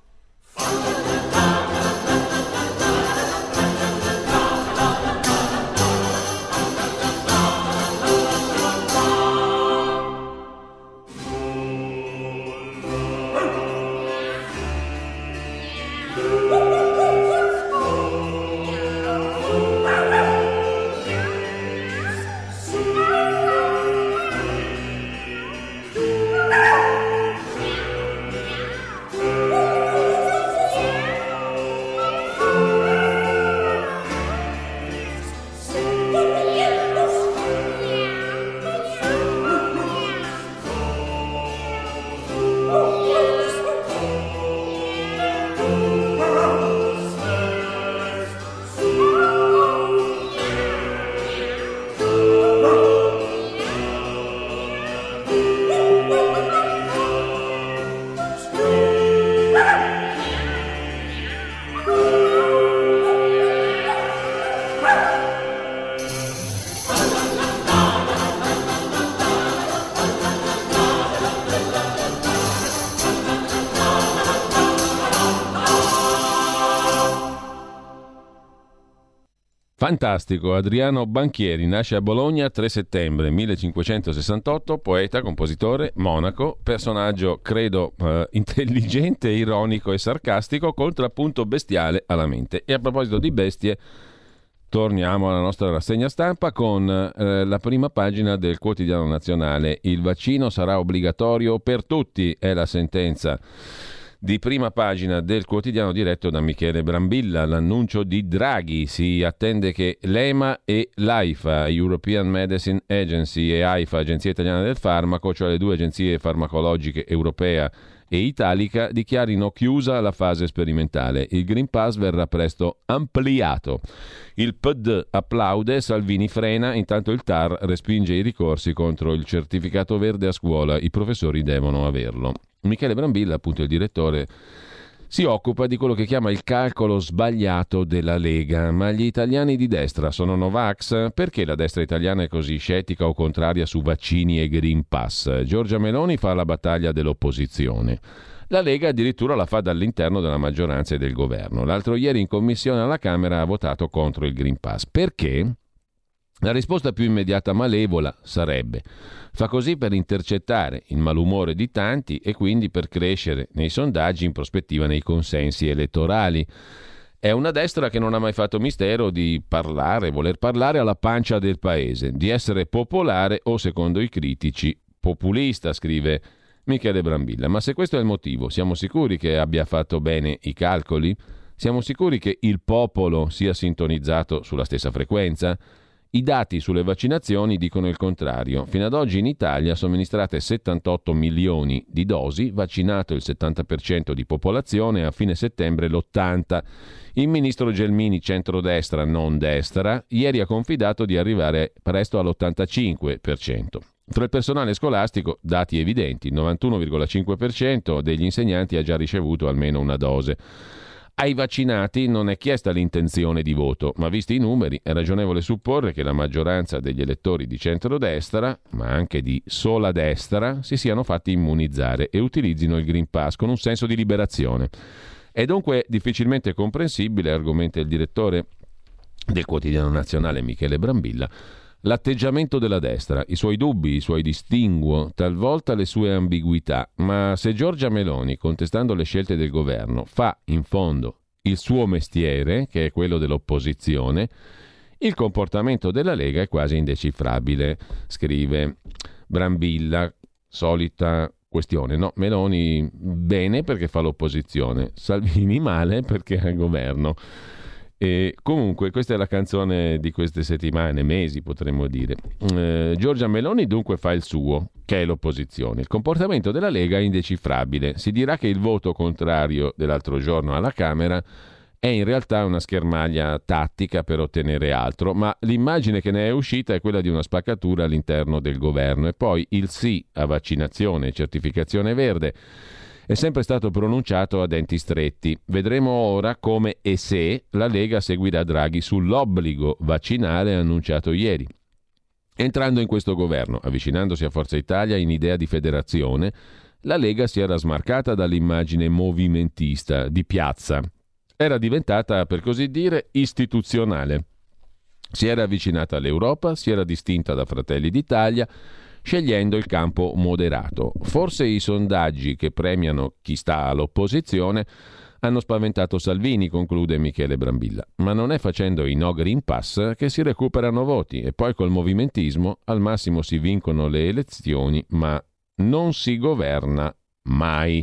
Fantastico, Adriano Banchieri nasce a Bologna 3 settembre 1568, poeta, compositore, monaco, personaggio credo intelligente, ironico e sarcastico, contrappunto bestiale alla mente. E a proposito di bestie, torniamo alla nostra rassegna stampa con la prima pagina del Quotidiano Nazionale. Il vaccino sarà obbligatorio per tutti, è la sentenza di prima pagina del quotidiano diretto da Michele Brambilla. L'annuncio di Draghi: si attende che l'EMA e l'AIFA, European Medicine Agency, e AIFA, Agenzia Italiana del Farmaco, cioè le due agenzie farmacologiche europea e italica, dichiarino chiusa la fase sperimentale. Il Green Pass verrà presto ampliato. Il PD applaude, Salvini frena, intanto il TAR respinge i ricorsi contro il certificato verde a scuola, i professori devono averlo. Michele Brambilla, appunto il direttore, si occupa di quello che chiama il calcolo sbagliato della Lega. Ma gli italiani di destra sono Novax? Perché la destra italiana è così scettica o contraria su vaccini e Green Pass? Giorgia Meloni fa la battaglia dell'opposizione. La Lega addirittura la fa dall'interno della maggioranza e del governo. L'altro ieri in commissione alla Camera ha votato contro il Green Pass. Perché? La risposta più immediata malevola sarebbe: fa così per intercettare il malumore di tanti e quindi per crescere nei sondaggi, in prospettiva nei consensi elettorali. È una destra che non ha mai fatto mistero di voler parlare alla pancia del paese, di essere popolare o, secondo i critici, populista, scrive Michele Brambilla. Ma se questo è il motivo, siamo sicuri che abbia fatto bene i calcoli? Siamo sicuri che il popolo sia sintonizzato sulla stessa frequenza? I dati sulle vaccinazioni dicono il contrario. Fino ad oggi in Italia somministrate 78 milioni di dosi, vaccinato il 70% di popolazione, a fine settembre l'80%. Il ministro Gelmini, centrodestra non destra, ieri ha confidato di arrivare presto all'85%. Tra il personale scolastico, dati evidenti, il 91,5% degli insegnanti ha già ricevuto almeno una dose. Ai vaccinati non è chiesta l'intenzione di voto, ma visti i numeri è ragionevole supporre che la maggioranza degli elettori di centrodestra, ma anche di sola destra, si siano fatti immunizzare e utilizzino il Green Pass con un senso di liberazione. È dunque difficilmente comprensibile, argomenta il direttore del Quotidiano Nazionale Michele Brambilla, l'atteggiamento della destra, i suoi dubbi, i suoi distinguo, talvolta le sue ambiguità. Ma se Giorgia Meloni, contestando le scelte del governo, fa in fondo il suo mestiere, che è quello dell'opposizione, Il comportamento della Lega è quasi indecifrabile, scrive Brambilla. Solita questione, no? Meloni bene perché fa l'opposizione, Salvini male perché è al governo. E comunque questa è la canzone di queste settimane, mesi potremmo dire. Giorgia Meloni dunque fa il suo, che è l'opposizione. Il comportamento della Lega è indecifrabile. Si dirà che il voto contrario dell'altro giorno alla Camera è in realtà una schermaglia tattica per ottenere altro, ma l'immagine che ne è uscita è quella di una spaccatura all'interno del governo. E poi il sì a vaccinazione e certificazione verde è sempre stato pronunciato a denti stretti. Vedremo ora come e se la Lega seguirà Draghi sull'obbligo vaccinale annunciato ieri. Entrando in questo governo, avvicinandosi a Forza Italia in idea di federazione, la Lega si era smarcata dall'immagine movimentista di piazza. Era diventata, per così dire, istituzionale. Si era avvicinata all'Europa, si era distinta da Fratelli d'Italia, scegliendo il campo moderato. Forse i sondaggi che premiano chi sta all'opposizione hanno spaventato Salvini, conclude Michele Brambilla. Ma non è facendo i no Green Pass che si recuperano voti, e poi col movimentismo al massimo si vincono le elezioni, ma non si governa mai.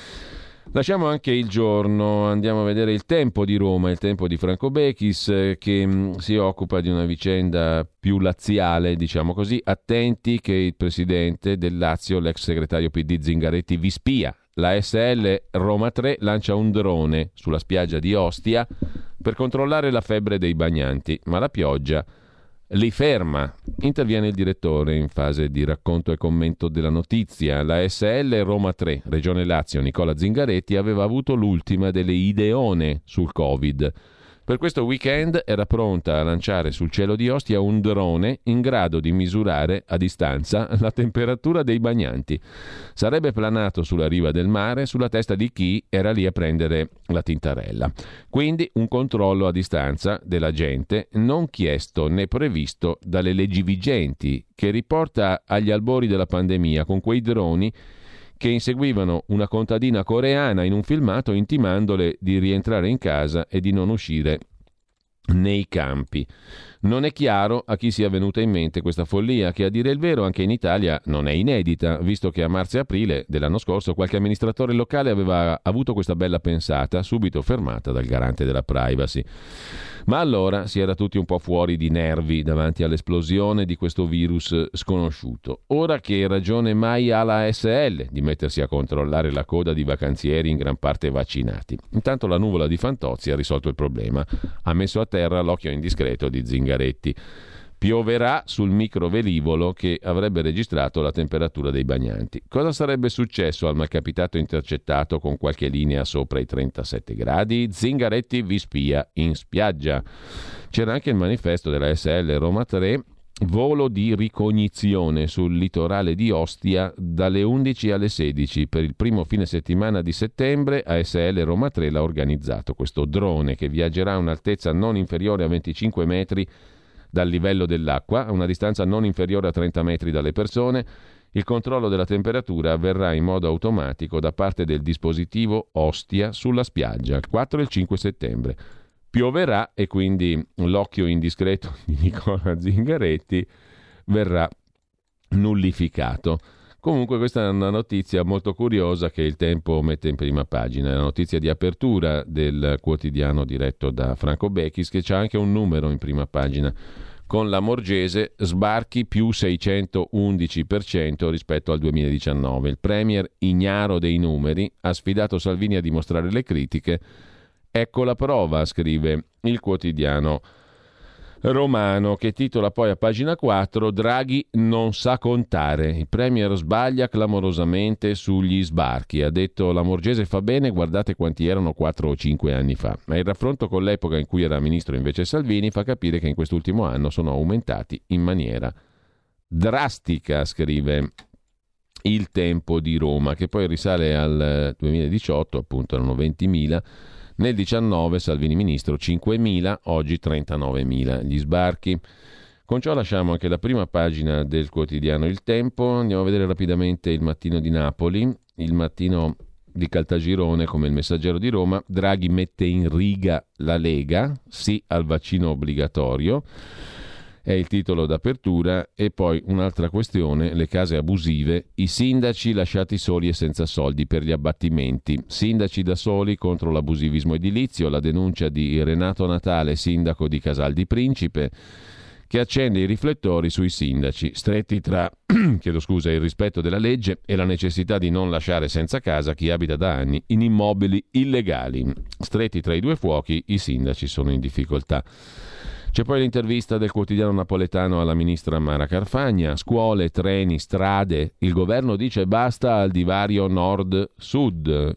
Lasciamo anche Il Giorno, andiamo a vedere Il Tempo di Roma, Il Tempo di Franco Bechis, che si occupa di una vicenda più laziale, diciamo così. Attenti che il presidente del Lazio, l'ex segretario PD Zingaretti, vi spia. La SL Roma 3 lancia un drone sulla spiaggia di Ostia per controllare la febbre dei bagnanti, ma la pioggia li ferma. Interviene il direttore in fase di racconto e commento della notizia. La SL Roma 3, Regione Lazio, Nicola Zingaretti, aveva avuto l'ultima delle ideone sul Covid. Per questo weekend era pronta a lanciare sul cielo di Ostia un drone in grado di misurare a distanza la temperatura dei bagnanti. Sarebbe planato sulla riva del mare sulla testa di chi era lì a prendere la tintarella. Quindi un controllo a distanza della gente non chiesto né previsto dalle leggi vigenti, che riporta agli albori della pandemia con quei droni che inseguivano una contadina coreana in un filmato intimandole di rientrare in casa e di non uscire nei campi. Non è chiaro a chi sia venuta in mente questa follia, che a dire il vero anche in Italia non è inedita, visto che a marzo e aprile dell'anno scorso qualche amministratore locale aveva avuto questa bella pensata, subito fermata dal garante della privacy. Ma allora si era tutti un po' fuori di nervi davanti all'esplosione di questo virus sconosciuto. Ora che ragione mai ha la SL di mettersi a controllare la coda di vacanzieri in gran parte vaccinati? Intanto la nuvola di Fantozzi ha risolto il problema, ha messo a terra l'occhio indiscreto di Zingaretti. Pioverà sul microvelivolo che avrebbe registrato la temperatura dei bagnanti. Cosa sarebbe successo al malcapitato intercettato con qualche linea sopra i 37 gradi? Zingaretti vi spia in spiaggia. C'era anche il manifesto della SL Roma 3, volo di ricognizione sul litorale di Ostia dalle 11 alle 16. Per il primo fine settimana di settembre ASL Roma 3 l'ha organizzato questo drone che viaggerà a un'altezza non inferiore a 25 metri dal livello dell'acqua, a una distanza non inferiore a 30 metri dalle persone. Il controllo della temperatura avverrà in modo automatico da parte del dispositivo Ostia sulla spiaggia il 4 e il 5 settembre. Pioverà e quindi l'occhio indiscreto di Nicola Zingaretti verrà nullificato. Comunque questa è una notizia molto curiosa che il Tempo mette in prima pagina, è la notizia di apertura del quotidiano diretto da Franco Bechis, che c'ha anche un numero in prima pagina con la Morgese, sbarchi più 611% rispetto al 2019. Il premier, ignaro dei numeri, ha sfidato Salvini a dimostrare le critiche. Ecco la prova, scrive il quotidiano romano, che titola poi a pagina 4: Draghi non sa contare, il premier sbaglia clamorosamente sugli sbarchi. Ha detto Lamorgese fa bene, guardate quanti erano 4 o 5 anni fa. Ma il raffronto con l'epoca in cui era ministro invece Salvini fa capire che in quest'ultimo anno sono aumentati in maniera drastica, scrive il Tempo di Roma, che poi risale al 2018, appunto erano 20.000. Nel 19 Salvini ministro 5.000, oggi 39.000 gli sbarchi. Con ciò lasciamo anche la prima pagina del quotidiano Il Tempo. Andiamo a vedere rapidamente Il Mattino di Napoli. Il Mattino di Caltagirone come Il Messaggero di Roma. Draghi mette in riga la Lega, sì al vaccino obbligatorio, è il titolo d'apertura. E poi un'altra questione, le case abusive, i sindaci lasciati soli e senza soldi per gli abbattimenti. Sindaci da soli contro l'abusivismo edilizio, la denuncia di Renato Natale, sindaco di Casal di Principe, che accende i riflettori sui sindaci, stretti tra il rispetto della legge e la necessità di non lasciare senza casa chi abita da anni in immobili illegali. Stretti tra i due fuochi, i sindaci sono in difficoltà. C'è poi l'intervista del quotidiano napoletano alla ministra Mara Carfagna. Scuole, treni, strade. Il governo dice basta al divario nord-sud.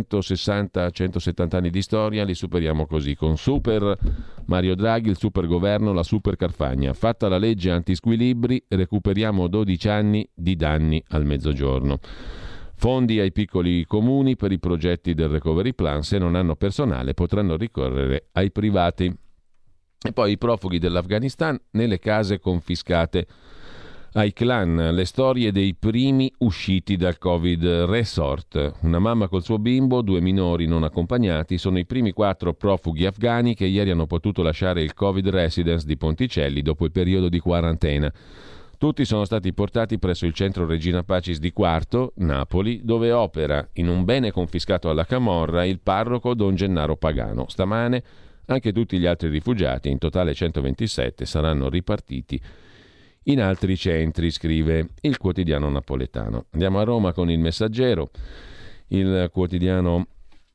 160-170 anni di storia li superiamo così. Con super Mario Draghi, il super governo, la super Carfagna. Fatta la legge anti-squilibri, recuperiamo 12 anni di danni al Mezzogiorno. Fondi ai piccoli comuni per i progetti del Recovery Plan. Se non hanno personale potranno ricorrere ai privati. E poi i profughi dell'Afghanistan nelle case confiscate ai clan, le storie dei primi usciti dal Covid Resort. Una mamma col suo bimbo, 2 minori non accompagnati, sono i primi 4 profughi afghani che ieri hanno potuto lasciare il Covid Residence di Ponticelli dopo il periodo di quarantena. Tutti sono stati portati presso il centro Regina Pacis di Quarto, Napoli, dove opera, in un bene confiscato alla camorra, il parroco Don Gennaro Pagano. Stamane anche tutti gli altri rifugiati, in totale 127, saranno ripartiti in altri centri, scrive il quotidiano napoletano. Andiamo a Roma con Il Messaggero, il quotidiano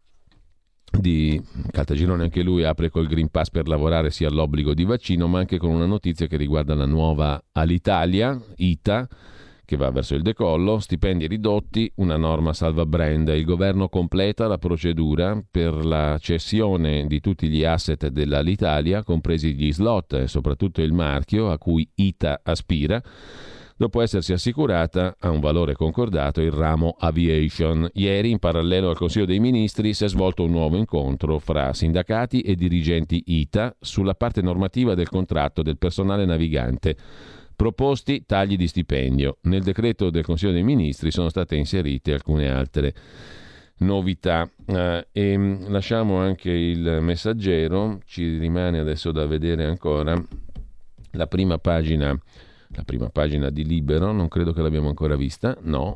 di Caltagirone, anche lui apre col Green Pass per lavorare sia all'obbligo di vaccino, ma anche con una notizia che riguarda la nuova Alitalia, ITA, che va verso il decollo, stipendi ridotti, una norma salvabrand. Il governo completa la procedura per la cessione di tutti gli asset dell'Alitalia, compresi gli slot e soprattutto il marchio a cui ITA aspira, dopo essersi assicurata a un valore concordato il ramo Aviation. Ieri, in parallelo al Consiglio dei Ministri, si è svolto un nuovo incontro fra sindacati e dirigenti ITA sulla parte normativa del contratto del personale navigante. Proposti tagli di stipendio. Nel decreto del Consiglio dei Ministri sono state inserite alcune altre novità. E lasciamo anche Il Messaggero. Ci rimane adesso da vedere ancora la prima pagina di Libero. Non credo che l'abbiamo ancora vista. No,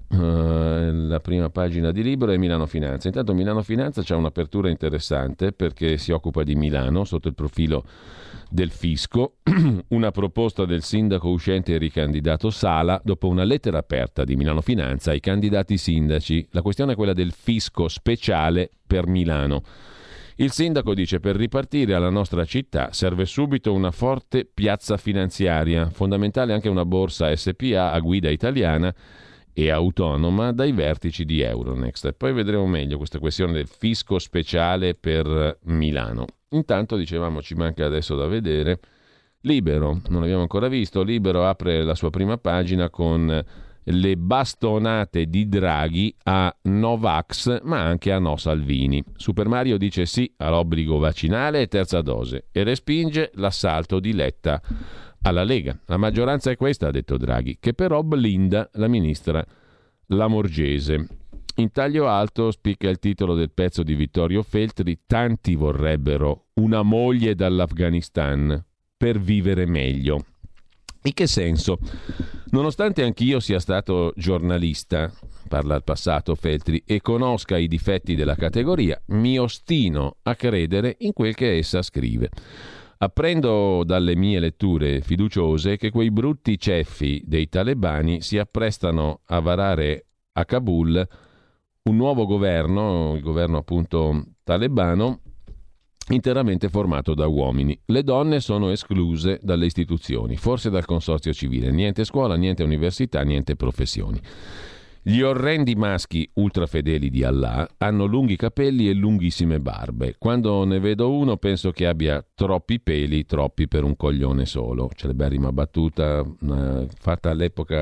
la prima pagina di Libero è Milano Finanza. Intanto Milano Finanza c'ha un'apertura interessante perché si occupa di Milano sotto il profilo del fisco. Una proposta del sindaco uscente e ricandidato Sala dopo una lettera aperta di Milano Finanza ai candidati sindaci. La questione è quella del fisco speciale per Milano. Il sindaco dice: per ripartire alla nostra città serve subito una forte piazza finanziaria, fondamentale anche una borsa SPA a guida italiana e autonoma dai vertici di Euronext. E poi vedremo meglio questa questione del fisco speciale per Milano. Intanto, dicevamo, ci manca adesso da vedere Libero, non l'abbiamo ancora visto. Libero apre la sua prima pagina con le bastonate di Draghi a Novax, ma anche a no Salvini. Super Mario dice sì all'obbligo vaccinale e terza dose e respinge l'assalto di Letta alla Lega. La maggioranza è questa, ha detto Draghi, che però blinda la ministra Lamorgese. In taglio alto spicca il titolo del pezzo di Vittorio Feltri: tanti vorrebbero una moglie dall'Afghanistan per vivere meglio. In che senso? Nonostante anch'io sia stato giornalista, parla al passato Feltri, e conosca i difetti della categoria, mi ostino a credere in quel che essa scrive. Apprendo dalle mie letture fiduciose che quei brutti ceffi dei talebani si apprestano a varare a Kabul un nuovo governo, il governo appunto talebano, interamente formato da uomini. Le donne sono escluse dalle istituzioni, forse dal consorzio civile. Niente scuola, niente università, niente professioni. Gli orrendi maschi ultrafedeli di Allah hanno lunghi capelli e lunghissime barbe. Quando ne vedo uno penso che abbia troppi peli, troppi per un coglione solo. Celeberrima battuta fatta all'epoca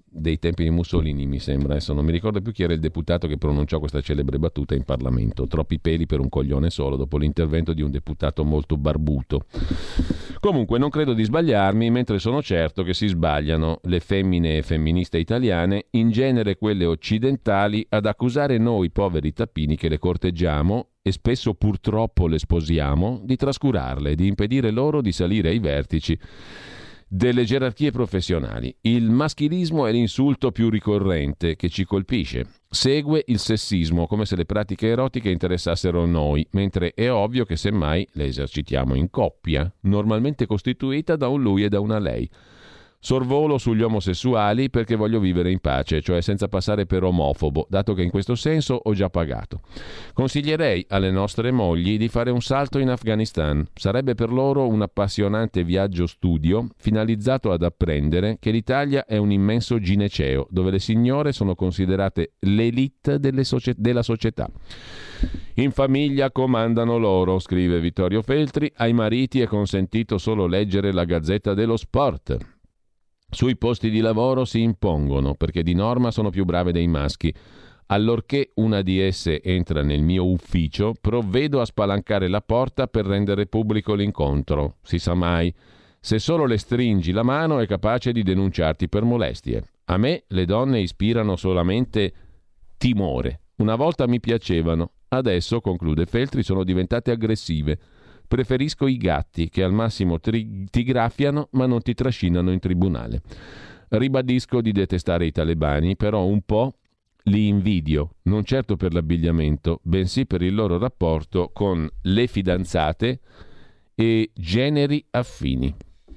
dei tempi di Mussolini, mi sembra. Adesso non mi ricordo più chi era il deputato che pronunciò questa celebre battuta in Parlamento: troppi peli per un coglione solo, dopo l'intervento di un deputato molto barbuto. Comunque non credo di sbagliarmi, mentre sono certo che si sbagliano le femmine e femministe italiane, in genere quelle occidentali, ad accusare noi poveri tappini che le corteggiamo e spesso purtroppo le sposiamo, di trascurarle, di impedire loro di salire ai vertici delle gerarchie professionali. Il maschilismo è l'insulto più ricorrente che ci colpisce. Segue il sessismo, come se le pratiche erotiche interessassero noi, mentre è ovvio che semmai le esercitiamo in coppia, normalmente costituita da un lui e da una lei. Sorvolo sugli omosessuali perché voglio vivere in pace, cioè senza passare per omofobo, dato che in questo senso ho già pagato. Consiglierei alle nostre mogli di fare un salto in Afghanistan. Sarebbe per loro un appassionante viaggio studio finalizzato ad apprendere che l'Italia è un immenso gineceo, dove le signore sono considerate l'élite della società. In famiglia comandano loro, scrive Vittorio Feltri, ai mariti è consentito solo leggere la Gazzetta dello Sport. Sui posti di lavoro si impongono perché di norma sono più brave dei maschi. Allorché una di esse entra nel mio ufficio, provvedo a spalancare la porta per rendere pubblico l'incontro. Si sa mai. Se solo le stringi la mano è capace di denunciarti per molestie. A me le donne ispirano solamente timore. Una volta mi piacevano, adesso, conclude Feltri, sono diventate aggressive. Preferisco i gatti che al massimo ti graffiano ma non ti trascinano in tribunale. Ribadisco di detestare i talebani, però un po' li invidio, non certo per l'abbigliamento, bensì per il loro rapporto con le fidanzate e generi affini.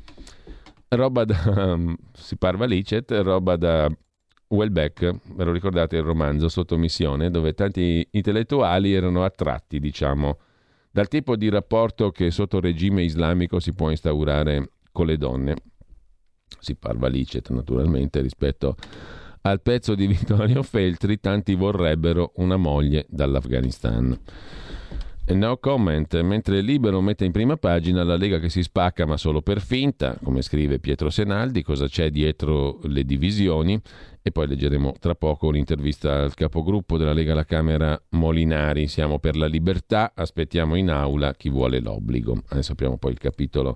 Roba da Siparva Licet, roba da Welbeck, ve lo ricordate il romanzo Sottomissione, dove tanti intellettuali erano attratti, diciamo, dal tipo di rapporto che sotto regime islamico si può instaurare con le donne. Si parla licet naturalmente rispetto al pezzo di Vittorio Feltri, tanti vorrebbero una moglie dall'Afghanistan. E no comment, mentre Libero mette in prima pagina la Lega che si spacca ma solo per finta, come scrive Pietro Senaldi, cosa c'è dietro le divisioni, e poi leggeremo tra poco un'intervista al capogruppo della Lega alla Camera Molinari. Siamo per la libertà, aspettiamo in aula chi vuole l'obbligo. Adesso apriamo poi il capitolo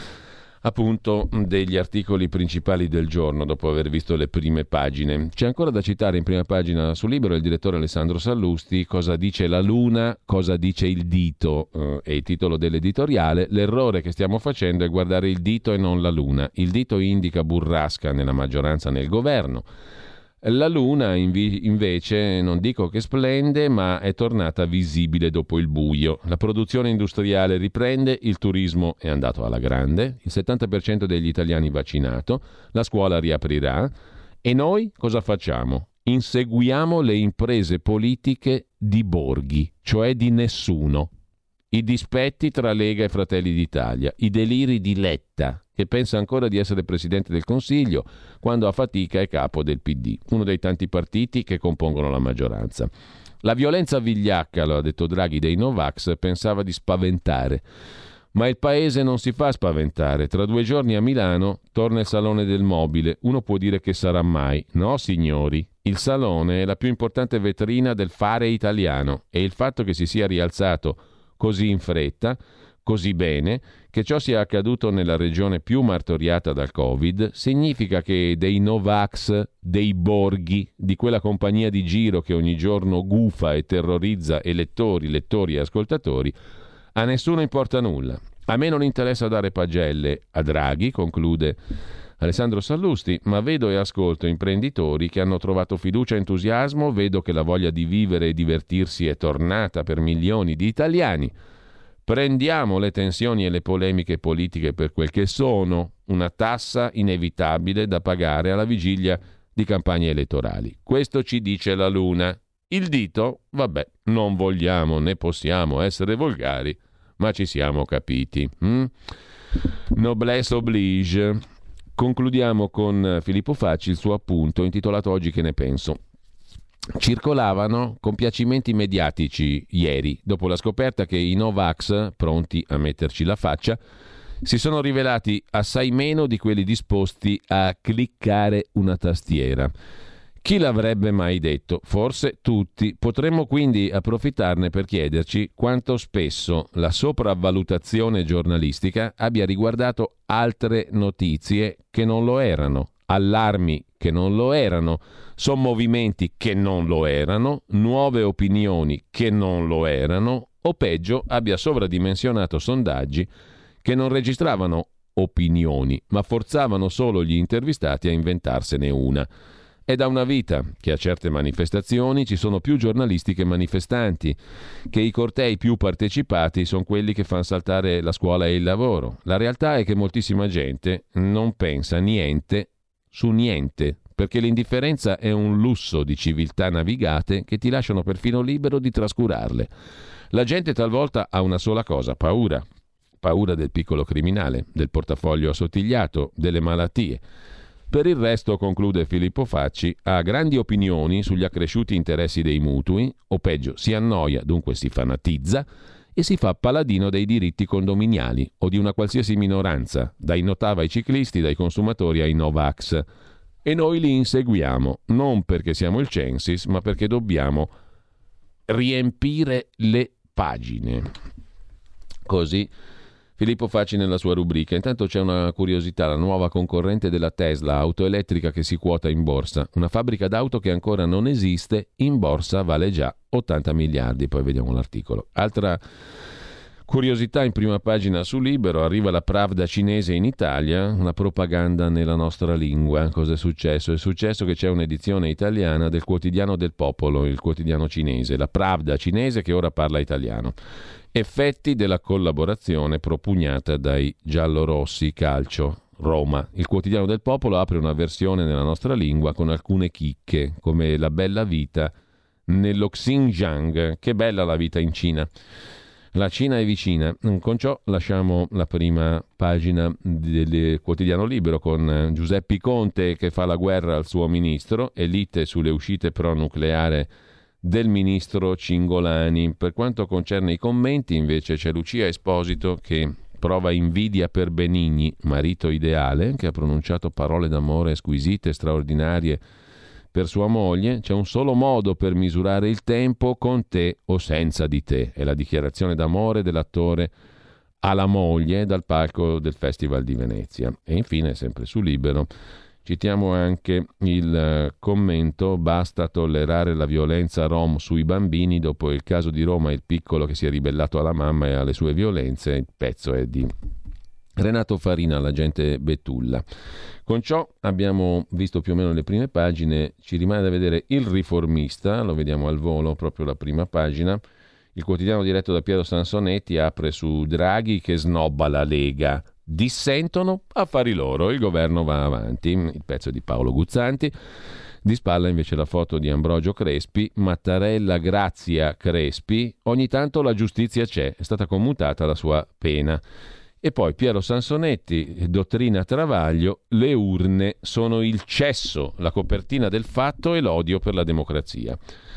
appunto degli articoli principali del giorno dopo aver visto le prime pagine. C'è ancora da citare in prima pagina su Libero il direttore Alessandro Sallusti, cosa dice la Luna, cosa dice il dito, è il titolo dell'editoriale. L'errore che stiamo facendo è guardare il dito e non la Luna. Il dito indica burrasca nella maggioranza nel governo. La Luna invece non dico che splende, ma è tornata visibile dopo il buio. La produzione industriale riprende, il turismo è andato alla grande, il 70% degli italiani vaccinato, la scuola riaprirà e noi cosa facciamo? Inseguiamo le imprese politiche di Borghi, cioè di nessuno. I dispetti tra Lega e Fratelli d'Italia, i deliri di Letta, che pensa ancora di essere Presidente del Consiglio quando a fatica è capo del PD, uno dei tanti partiti che compongono la maggioranza. La violenza vigliacca, lo ha detto Draghi, dei Novax pensava di spaventare, ma il paese non si fa spaventare. Tra 2 giorni a Milano torna il Salone del Mobile. Uno può dire che sarà mai. No, signori, il Salone è la più importante vetrina del fare italiano e il fatto che si sia rialzato così in fretta, così bene, che ciò sia accaduto nella regione più martoriata dal Covid, significa che dei Novax, dei Borghi, di quella compagnia di giro che ogni giorno gufa e terrorizza elettori, lettori e ascoltatori, a nessuno importa nulla. A me non interessa dare pagelle a Draghi, conclude Alessandro Sallusti, ma vedo e ascolto imprenditori che hanno trovato fiducia e entusiasmo, vedo che la voglia di vivere e divertirsi è tornata per milioni di italiani. Prendiamo le tensioni e le polemiche politiche per quel che sono, una tassa inevitabile da pagare alla vigilia di campagne elettorali. Questo ci dice la Luna. Il dito, vabbè, non vogliamo né possiamo essere volgari, ma ci siamo capiti. Noblesse oblige. Concludiamo con Filippo Facci il suo appunto intitolato Oggi che ne penso. Circolavano compiacimenti mediatici ieri dopo la scoperta che i Novax, pronti a metterci la faccia, si sono rivelati assai meno di quelli disposti a cliccare una tastiera. Chi l'avrebbe mai detto? Forse tutti. Potremmo quindi approfittarne per chiederci quanto spesso la sopravvalutazione giornalistica abbia riguardato altre notizie che non lo erano, allarmi che non lo erano, sommovimenti che non lo erano, nuove opinioni che non lo erano, o peggio abbia sovradimensionato sondaggi che non registravano opinioni, ma forzavano solo gli intervistati a inventarsene una. È da una vita che a certe manifestazioni ci sono più giornalisti che manifestanti, che i cortei più partecipati sono quelli che fanno saltare la scuola e il lavoro. La realtà è che moltissima gente non pensa niente su niente, perché l'indifferenza è un lusso di civiltà navigate che ti lasciano perfino libero di trascurarle. La gente talvolta ha una sola cosa: paura. Paura del piccolo criminale, del portafoglio assottigliato, delle malattie. Per il resto, conclude Filippo Facci, ha grandi opinioni sugli accresciuti interessi dei mutui, o peggio, si annoia, dunque si fanatizza, e si fa paladino dei diritti condominiali o di una qualsiasi minoranza, dai Notava ai ciclisti, dai consumatori ai Novax. E noi li inseguiamo, non perché siamo il Censis, ma perché dobbiamo riempire le pagine. Così Filippo Facci nella sua rubrica. Intanto c'è una curiosità: la nuova concorrente della Tesla, auto elettrica che si quota in borsa. Una fabbrica d'auto che ancora non esiste, in borsa vale già 80 miliardi. Poi vediamo l'articolo. Altra curiosità in prima pagina su Libero: arriva la Pravda cinese in Italia, una propaganda nella nostra lingua. Cosa è successo? È successo che c'è un'edizione italiana del Quotidiano del Popolo, il quotidiano cinese, la Pravda cinese che ora parla italiano. Effetti della collaborazione propugnata dai giallorossi calcio. Roma. Il Quotidiano del Popolo apre una versione nella nostra lingua con alcune chicche, come la bella vita nello Xinjiang. Che bella la vita in Cina. La Cina è vicina. Con ciò lasciamo la prima pagina del Quotidiano Libero con Giuseppe Conte che fa la guerra al suo ministro, e lite sulle uscite pro-nucleare del ministro Cingolani. Per quanto concerne i commenti, invece, c'è Lucia Esposito che prova invidia per Benigni, marito ideale, che ha pronunciato parole d'amore squisite, straordinarie per sua moglie. C'è un solo modo per misurare il tempo: con te o senza di te. È la dichiarazione d'amore dell'attore alla moglie dal palco del Festival di Venezia. E infine, sempre su Libero, citiamo anche il commento: basta tollerare la violenza rom sui bambini. Dopo il caso di Roma, il piccolo che si è ribellato alla mamma e alle sue violenze. Il pezzo è di Renato Farina, l'agente Betulla. Con ciò abbiamo visto più o meno le prime pagine. Ci rimane da vedere Il Riformista, lo vediamo al volo, proprio la prima pagina. Il quotidiano diretto da Piero Sansonetti apre su Draghi che snobba la Lega. Dissentono, affari loro, il governo va avanti. Il pezzo di Paolo Guzzanti. Di spalla invece la foto di Ambrogio Crespi, Mattarella Grazia Crespi. Ogni tanto la giustizia c'è, è stata commutata la sua pena. E poi Piero Sansonetti, dottrina Travaglio, le urne sono il cesso, la copertina del Fatto e l'odio per la democrazia.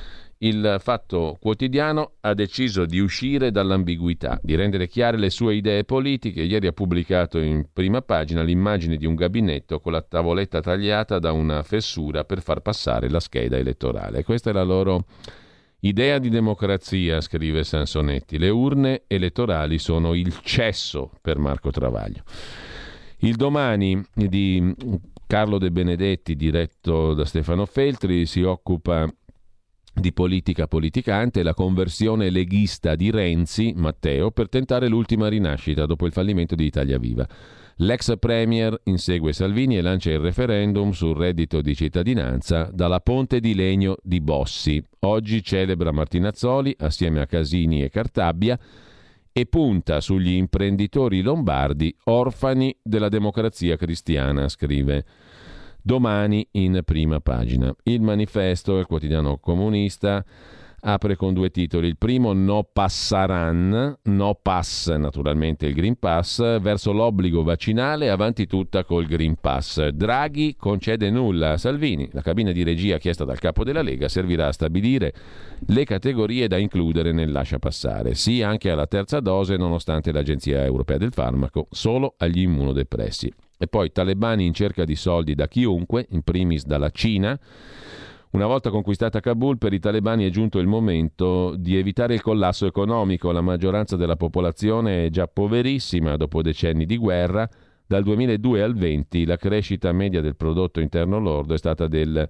Il Fatto Quotidiano ha deciso di uscire dall'ambiguità, di rendere chiare le sue idee politiche. Ieri ha pubblicato in prima pagina l'immagine di un gabinetto con la tavoletta tagliata da una fessura per far passare la scheda elettorale. Questa è la loro idea di democrazia, scrive Sansonetti. Le urne elettorali sono il cesso per Marco Travaglio. Il Domani di Carlo De Benedetti, diretto da Stefano Feltri, si occupa di politica politicante, la conversione leghista di Renzi, Matteo, per tentare l'ultima rinascita dopo il fallimento di Italia Viva. L'ex premier insegue Salvini e lancia il referendum sul reddito di cittadinanza dalla ponte di legno di Bossi. Oggi celebra Martinazzoli assieme a Casini e Cartabia e punta sugli imprenditori lombardi orfani della democrazia cristiana, scrive Domani in prima pagina. Il Manifesto, il quotidiano comunista, apre con 2 titoli. Il primo, no passaran, no pass, naturalmente il Green Pass, verso l'obbligo vaccinale, avanti tutta col Green Pass. Draghi concede nulla a Salvini. La cabina di regia chiesta dal capo della Lega servirà a stabilire le categorie da includere nel lascia passare. Sì anche alla terza dose, nonostante l'Agenzia Europea del Farmaco, solo agli immunodepressi. E poi talebani in cerca di soldi da chiunque, in primis dalla Cina. Una volta conquistata Kabul, per i talebani è giunto il momento di evitare il collasso economico. La maggioranza della popolazione è già poverissima dopo decenni di guerra. Dal 2002 al 20 la crescita media del prodotto interno lordo è stata del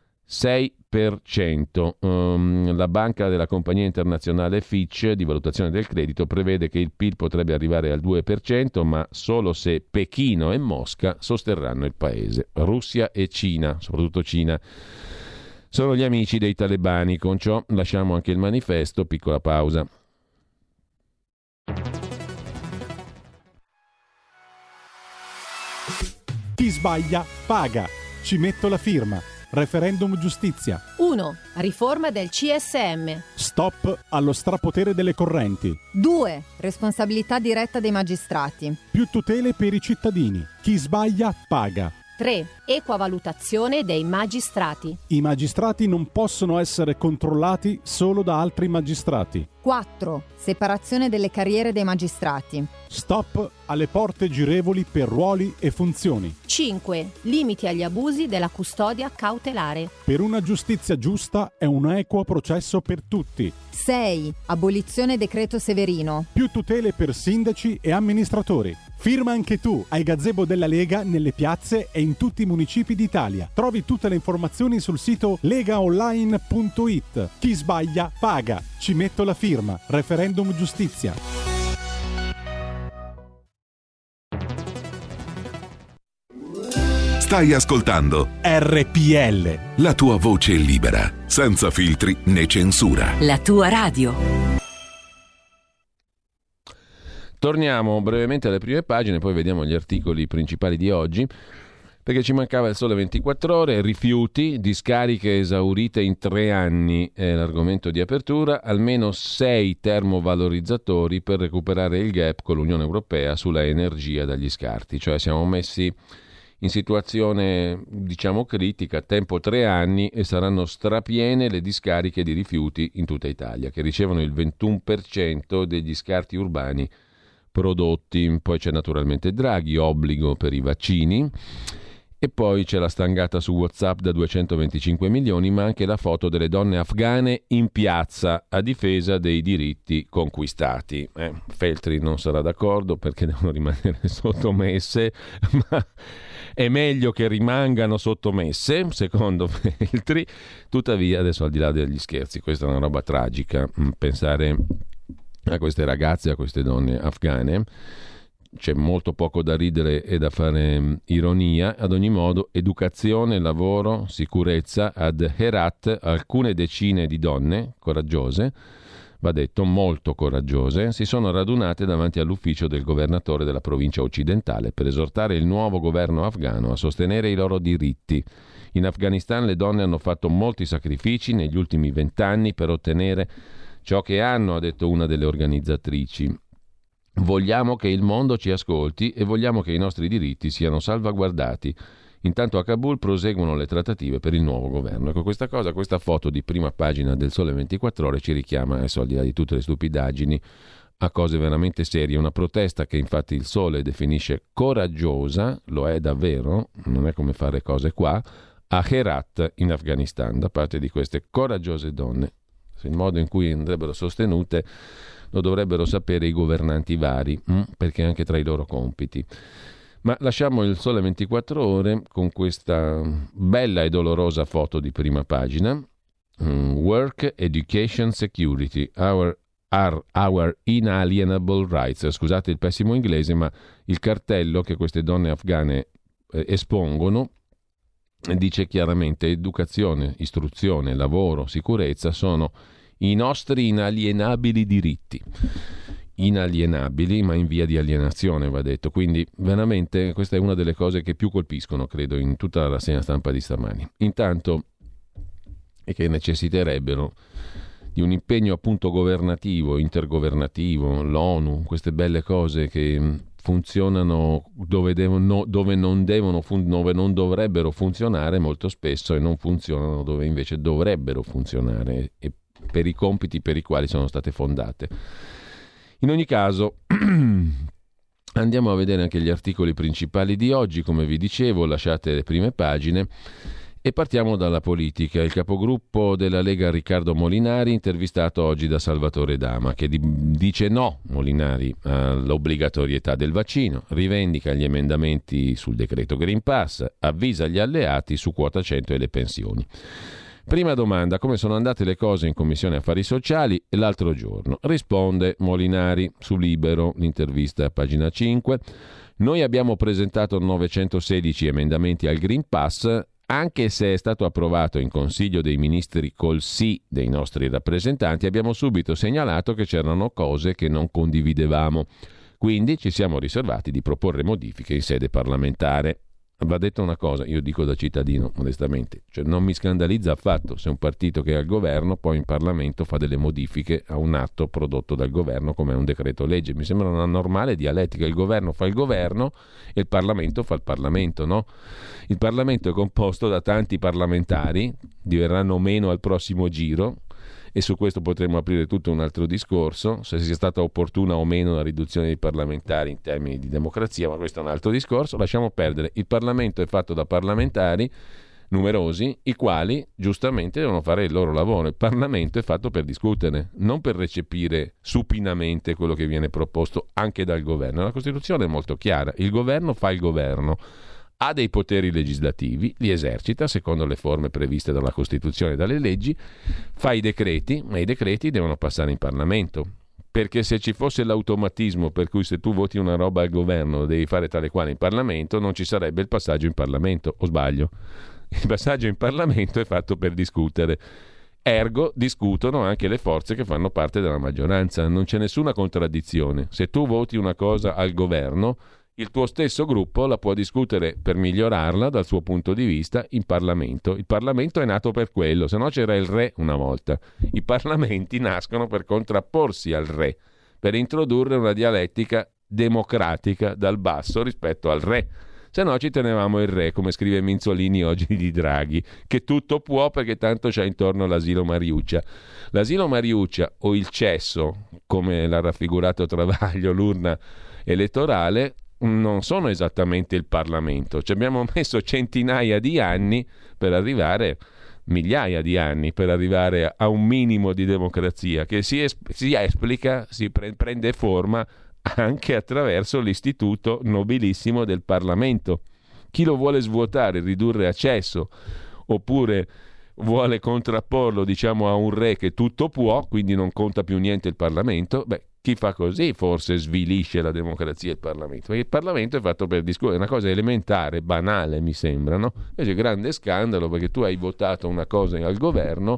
6%. La banca della compagnia internazionale Fitch di valutazione del credito prevede che il PIL potrebbe arrivare al 2%, ma solo se Pechino e Mosca sosterranno il paese. Russia e Cina, soprattutto Cina, sono gli amici dei talebani. Con ciò lasciamo anche il manifesto. Piccola pausa. Chi sbaglia paga. Ci metto la firma. Referendum giustizia. 1. Riforma del CSM. Stop allo strapotere delle correnti. 2. Responsabilità diretta dei magistrati. Più tutele per i cittadini. Chi sbaglia paga. 3. Equa valutazione dei magistrati. I magistrati non possono essere controllati solo da altri magistrati. 4. Separazione delle carriere dei magistrati. Stop alle porte girevoli per ruoli e funzioni. 5. Limiti agli abusi della custodia cautelare. Per una giustizia giusta e un equo processo per tutti. 6. Abolizione decreto Severino. Più tutele per sindaci e amministratori. Firma anche tu ai gazebo della Lega nelle piazze e in tutti i municipi d'Italia. Trovi tutte le informazioni sul sito legaonline.it. Chi sbaglia paga. Ci metto la firma. Referendum giustizia. Stai ascoltando RPL. La tua voce libera, senza filtri né censura. La tua radio. Torniamo brevemente alle prime pagine, poi vediamo gli articoli principali di oggi, perché ci mancava il Sole 24 Ore, rifiuti, discariche esaurite in 3 anni, è l'argomento di apertura, almeno 6 termovalorizzatori per recuperare il gap con l'Unione Europea sulla energia dagli scarti, cioè siamo messi in situazione, diciamo, critica, tempo 3 anni e saranno strapiene le discariche di rifiuti in tutta Italia, che ricevono il 21% degli scarti urbani prodotti. Poi c'è naturalmente Draghi, obbligo per i vaccini, e poi c'è la stangata su WhatsApp da 225 milioni, ma anche la foto delle donne afghane in piazza a difesa dei diritti conquistati. Feltri non sarà d'accordo perché devono rimanere sottomesse, ma è meglio che rimangano sottomesse, secondo Feltri. Tuttavia, adesso al di là degli scherzi, questa è una roba tragica, pensare a queste ragazze, a queste donne afghane. C'è molto poco da ridere e da fare ironia. Ad ogni modo, educazione, lavoro, sicurezza. Ad Herat alcune decine di donne coraggiose, va detto molto coraggiose, si sono radunate davanti all'ufficio del governatore della provincia occidentale per esortare il nuovo governo afghano a sostenere i loro diritti. In Afghanistan le donne hanno fatto molti sacrifici negli ultimi 20 anni per ottenere ciò che hanno, ha detto una delle organizzatrici. Vogliamo che il mondo ci ascolti e vogliamo che i nostri diritti siano salvaguardati. Intanto a Kabul proseguono le trattative per il nuovo governo. Ecco, questa foto di prima pagina del Sole 24 Ore ci richiama, adesso al di là di tutte le stupidaggini, a cose veramente serie. Una protesta che infatti il Sole definisce coraggiosa, lo è davvero, non è come fare cose qua, a Herat in Afghanistan, da parte di queste coraggiose donne. Il modo in cui andrebbero sostenute lo dovrebbero sapere i governanti vari, perché anche tra i loro compiti. Ma lasciamo il Sole 24 Ore con questa bella e dolorosa foto di prima pagina. Work, Education, Security, our inalienable rights. Scusate il pessimo inglese, ma il cartello che queste donne afghane espongono dice chiaramente: educazione, istruzione, lavoro, sicurezza sono i nostri inalienabili diritti. Inalienabili, ma in via di alienazione, va detto. Quindi veramente questa è una delle cose che più colpiscono, credo, in tutta la rassegna stampa di stamani. Intanto, e che necessiterebbero di un impegno appunto governativo, intergovernativo, l'ONU, queste belle cose che funzionano dove non dovrebbero funzionare molto spesso, e non funzionano dove invece dovrebbero funzionare, e per i compiti per i quali sono state fondate. In ogni caso andiamo a vedere anche gli articoli principali di oggi, come vi dicevo, lasciate le prime pagine. E partiamo dalla politica. Il capogruppo della Lega Riccardo Molinari, intervistato oggi da Salvatore Dama, che dice no, Molinari, all'obbligatorietà del vaccino, rivendica gli emendamenti sul decreto Green Pass, avvisa gli alleati su quota 100 e le pensioni. Prima domanda: come sono andate le cose in Commissione Affari Sociali l'altro giorno? Risponde Molinari su Libero, l'intervista a pagina 5. Noi abbiamo presentato 916 emendamenti al Green Pass, anche se è stato approvato in Consiglio dei Ministri col sì dei nostri rappresentanti, abbiamo subito segnalato che c'erano cose che non condividevamo. Quindi ci siamo riservati di proporre modifiche in sede parlamentare. Va detto una cosa, io dico da cittadino, onestamente, cioè non mi scandalizza affatto se un partito che è al governo poi in Parlamento fa delle modifiche a un atto prodotto dal governo come un decreto legge. Mi sembra una normale dialettica. Il governo fa il governo e il Parlamento fa il Parlamento, no? Il Parlamento è composto da tanti parlamentari, diverranno meno al prossimo giro, e su questo potremmo aprire tutto un altro discorso, se sia stata opportuna o meno la riduzione dei parlamentari in termini di democrazia, ma questo è un altro discorso. Lasciamo perdere. Il Parlamento è fatto da parlamentari numerosi, i quali giustamente devono fare il loro lavoro. Il Parlamento è fatto per discutere, non per recepire supinamente quello che viene proposto anche dal governo. La Costituzione è molto chiara: il governo fa il governo, ha dei poteri legislativi, li esercita secondo le forme previste dalla Costituzione e dalle leggi, fa i decreti, ma i decreti devono passare in Parlamento, perché se ci fosse l'automatismo per cui se tu voti una roba al governo devi fare tale quale in Parlamento, non ci sarebbe il passaggio in Parlamento, o sbaglio? Il passaggio in Parlamento è fatto per discutere, ergo discutono anche le forze che fanno parte della maggioranza, non c'è nessuna contraddizione. Se tu voti una cosa al governo, il tuo stesso gruppo la può discutere per migliorarla dal suo punto di vista in Parlamento. Il Parlamento è nato per quello, se no c'era il re una volta. I parlamenti nascono per contrapporsi al re, per introdurre una dialettica democratica dal basso rispetto al re. Se no ci tenevamo il re, come scrive Minzolini oggi di Draghi, che tutto può perché tanto c'è intorno l'asilo Mariuccia. L'asilo Mariuccia o il cesso, come l'ha raffigurato Travaglio, l'urna elettorale, non sono esattamente il Parlamento. Ci abbiamo messo centinaia di anni per arrivare, migliaia di anni per arrivare a un minimo di democrazia che si esplica, si prende forma anche attraverso l'istituto nobilissimo del Parlamento. Chi lo vuole svuotare, ridurre a cesso, oppure vuole contrapporlo, diciamo, a un re che tutto può, quindi non conta più niente il Parlamento, chi fa così forse svilisce la democrazia e il Parlamento, perché il Parlamento è fatto per discutere, è una cosa elementare, banale mi sembra, no? Invece grande scandalo perché tu hai votato una cosa al governo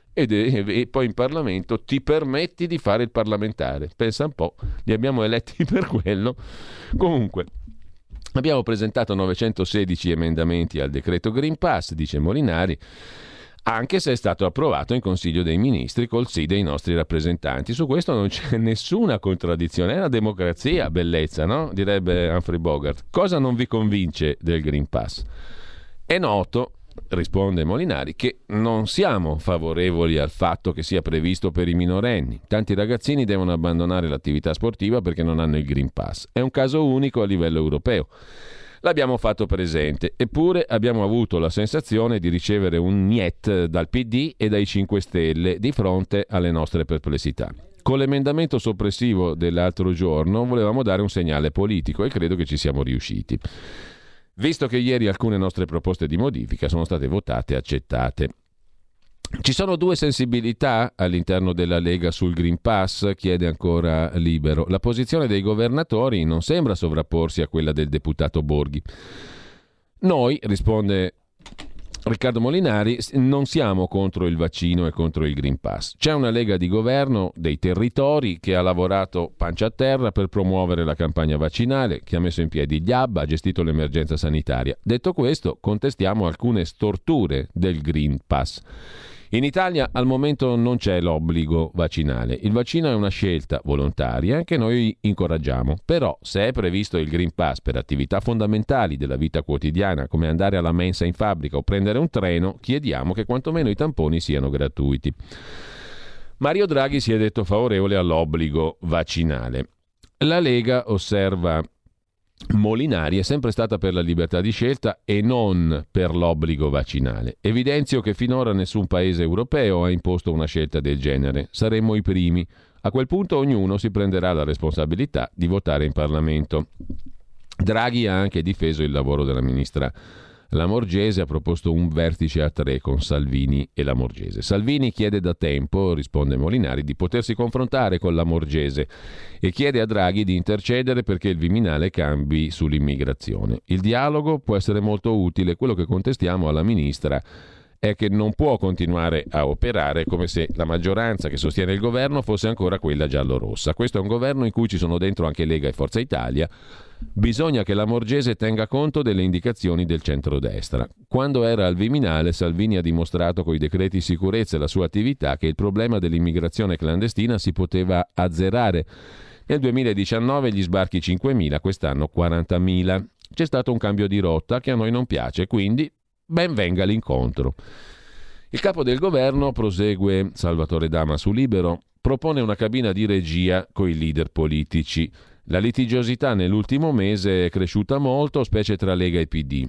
e poi in Parlamento ti permetti di fare il parlamentare. Pensa un po', li abbiamo eletti per quello. Comunque, abbiamo presentato 916 emendamenti al decreto Green Pass, dice Molinari, anche se è stato approvato in Consiglio dei Ministri col sì dei nostri rappresentanti. Su questo non c'è nessuna contraddizione, è una democrazia, bellezza, no? Direbbe Humphrey Bogart. Cosa non vi convince del Green Pass? È noto, risponde Molinari, che non siamo favorevoli al fatto che sia previsto per i minorenni. Tanti ragazzini devono abbandonare l'attività sportiva perché non hanno il Green Pass. È un caso unico a livello europeo. L'abbiamo fatto presente, eppure abbiamo avuto la sensazione di ricevere un niet dal PD e dai 5 Stelle di fronte alle nostre perplessità. Con l'emendamento soppressivo dell'altro giorno volevamo dare un segnale politico e credo che ci siamo riusciti, visto che ieri alcune nostre proposte di modifica sono state votate e accettate. Ci sono due sensibilità all'interno della Lega sul Green Pass, chiede ancora Libero. La posizione dei governatori non sembra sovrapporsi a quella del deputato Borghi. Noi, risponde Riccardo Molinari, non siamo contro il vaccino e contro il Green Pass. C'è una Lega di governo dei territori che ha lavorato pancia a terra per promuovere la campagna vaccinale, che ha messo in piedi gli hub, ha gestito l'emergenza sanitaria. Detto questo, contestiamo alcune storture del Green Pass. In Italia al momento non c'è l'obbligo vaccinale. Il vaccino è una scelta volontaria che noi incoraggiamo. Però se è previsto il Green Pass per attività fondamentali della vita quotidiana, come andare alla mensa in fabbrica o prendere un treno, chiediamo che quantomeno i tamponi siano gratuiti. Mario Draghi si è detto favorevole all'obbligo vaccinale. La Lega, osserva Molinari, è sempre stata per la libertà di scelta e non per l'obbligo vaccinale. Evidenzio che finora nessun paese europeo ha imposto una scelta del genere. Saremmo i primi. A quel punto ognuno si prenderà la responsabilità di votare in Parlamento. Draghi ha anche difeso il lavoro della ministra Lamorgese, ha proposto un vertice a 3 con Salvini e Lamorgese. Salvini chiede da tempo, risponde Molinari, di potersi confrontare con Lamorgese e chiede a Draghi di intercedere perché il Viminale cambi sull'immigrazione. Il dialogo può essere molto utile, quello che contestiamo alla ministra è che non può continuare a operare come se la maggioranza che sostiene il governo fosse ancora quella giallorossa. Questo è un governo in cui ci sono dentro anche Lega e Forza Italia. Bisogna che Lamorgese tenga conto delle indicazioni del centrodestra. Quando era al Viminale, Salvini ha dimostrato coi decreti sicurezza e la sua attività che il problema dell'immigrazione clandestina si poteva azzerare. Nel 2019 gli sbarchi 5.000, quest'anno 40.000. C'è stato un cambio di rotta che a noi non piace, quindi ben venga l'incontro. Il capo del governo, prosegue Salvatore Dama su Libero, propone una cabina di regia coi leader politici. La litigiosità nell'ultimo mese è cresciuta molto, specie tra Lega e PD.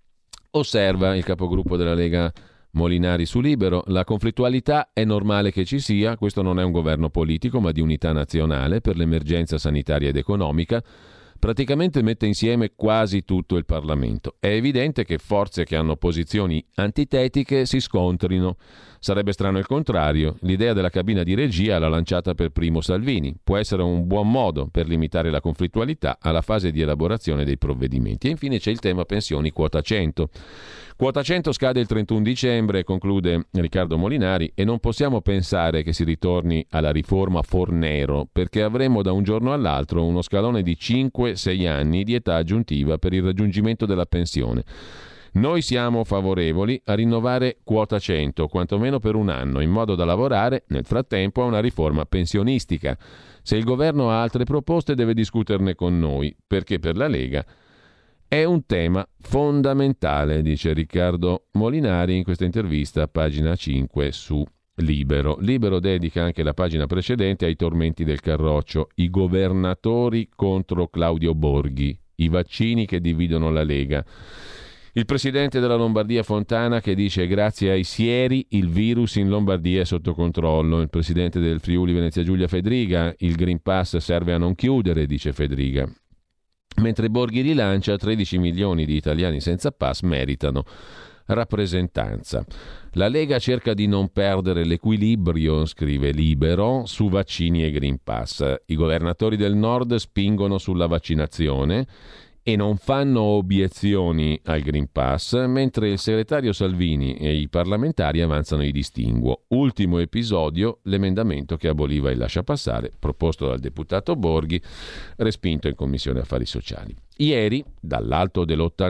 Osserva il capogruppo della Lega Molinari su Libero, la conflittualità è normale che ci sia, questo non è un governo politico ma di unità nazionale per l'emergenza sanitaria ed economica. Praticamente mette insieme quasi tutto il Parlamento. È evidente che forze che hanno posizioni antitetiche si scontrino. Sarebbe strano il contrario. L'idea della cabina di regia l'ha lanciata per primo Salvini. Può essere un buon modo per limitare la conflittualità alla fase di elaborazione dei provvedimenti. E infine c'è il tema pensioni quota 100. Quota 100 scade il 31 dicembre, conclude Riccardo Molinari, e non possiamo pensare che si ritorni alla riforma Fornero, perché avremo da un giorno all'altro uno scalone di 5-6 anni di età aggiuntiva per il raggiungimento della pensione. Noi siamo favorevoli a rinnovare quota 100, quantomeno per un anno, in modo da lavorare nel frattempo a una riforma pensionistica. Se il governo ha altre proposte deve discuterne con noi, perché per la Lega è un tema fondamentale, dice Riccardo Molinari in questa intervista a pagina 5 su Libero. Libero dedica anche la pagina precedente ai tormenti del Carroccio, i governatori contro Claudio Borghi, i vaccini che dividono la Lega. Il presidente della Lombardia Fontana che dice grazie ai sieri il virus in Lombardia è sotto controllo. Il presidente del Friuli Venezia Giulia Fedriga, il Green Pass serve a non chiudere, dice Fedriga. Mentre Borghi rilancia 13 milioni di italiani senza pass meritano rappresentanza. La Lega cerca di non perdere l'equilibrio, scrive Libero, su vaccini e Green Pass. I governatori del Nord spingono sulla vaccinazione e non fanno obiezioni al Green Pass, mentre il segretario Salvini e i parlamentari avanzano i distinguo. Ultimo episodio, l'emendamento che aboliva il lasciapassare, proposto dal deputato Borghi, respinto in Commissione Affari Sociali. Ieri, dall'alto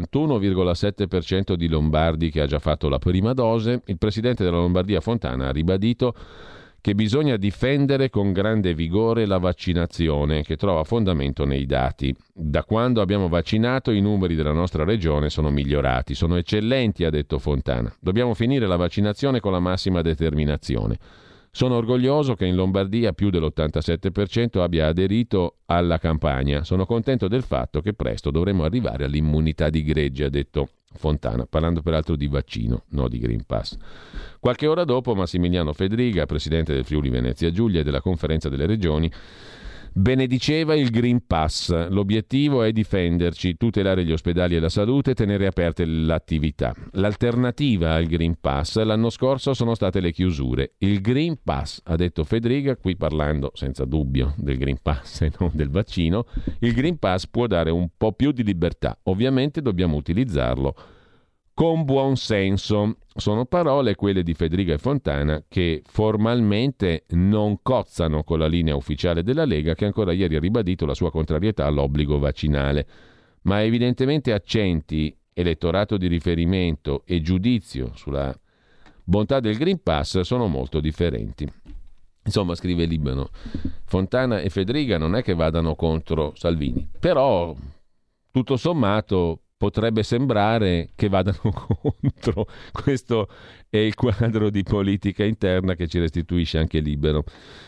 dell'81,7% di lombardi che ha già fatto la prima dose, il presidente della Lombardia Fontana ha ribadito che bisogna difendere con grande vigore la vaccinazione, che trova fondamento nei dati. Da quando abbiamo vaccinato i numeri della nostra regione sono migliorati, sono eccellenti, ha detto Fontana. Dobbiamo finire la vaccinazione con la massima determinazione. Sono orgoglioso che in Lombardia più dell'87% abbia aderito alla campagna. Sono contento del fatto che presto dovremo arrivare all'immunità di gregge, ha detto Fontana, parlando peraltro di vaccino, no di Green Pass. Qualche ora dopo Massimiliano Fedriga, presidente del Friuli Venezia Giulia e della Conferenza delle Regioni, benediceva il Green Pass. L'obiettivo è difenderci, tutelare gli ospedali e la salute, tenere aperte l'attività. L'alternativa al Green Pass l'anno scorso sono state le chiusure. Il Green Pass, ha detto Fedriga, qui parlando senza dubbio del Green Pass e non del vaccino, il Green Pass può dare un po' più di libertà. Ovviamente dobbiamo utilizzarlo con buon senso. Sono parole, quelle di Fedriga e Fontana, che formalmente non cozzano con la linea ufficiale della Lega, che ancora ieri ha ribadito la sua contrarietà all'obbligo vaccinale. Ma evidentemente accenti, elettorato di riferimento e giudizio sulla bontà del Green Pass sono molto differenti. Insomma, scrive Libero, Fontana e Fedriga non è che vadano contro Salvini, però tutto sommato potrebbe sembrare che vadano contro. Questo è il quadro di politica interna che ci restituisce anche Libero.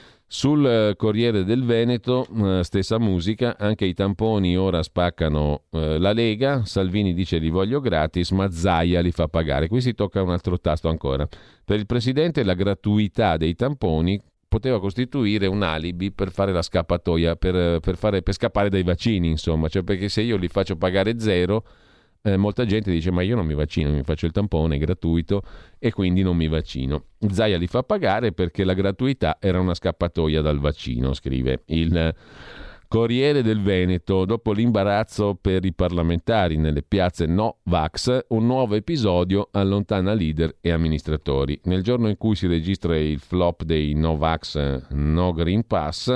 Sul Corriere del Veneto, stessa musica, anche i tamponi ora spaccano la Lega, Salvini dice li voglio gratis, ma Zaia li fa pagare. Qui si tocca un altro tasto ancora. Per il Presidente la gratuità dei tamponi poteva costituire un alibi per fare la scappatoia, per scappare dai vaccini, insomma, cioè perché se io li faccio pagare zero, molta gente dice ma io non mi vaccino, mi faccio il tampone, è gratuito e quindi non mi vaccino. Zaia li fa pagare perché la gratuità era una scappatoia dal vaccino, scrive il Corriere del Veneto. Dopo l'imbarazzo per i parlamentari nelle piazze no vax, un nuovo episodio allontana leader e amministratori. Nel giorno in cui si registra il flop dei no vax, no Green Pass,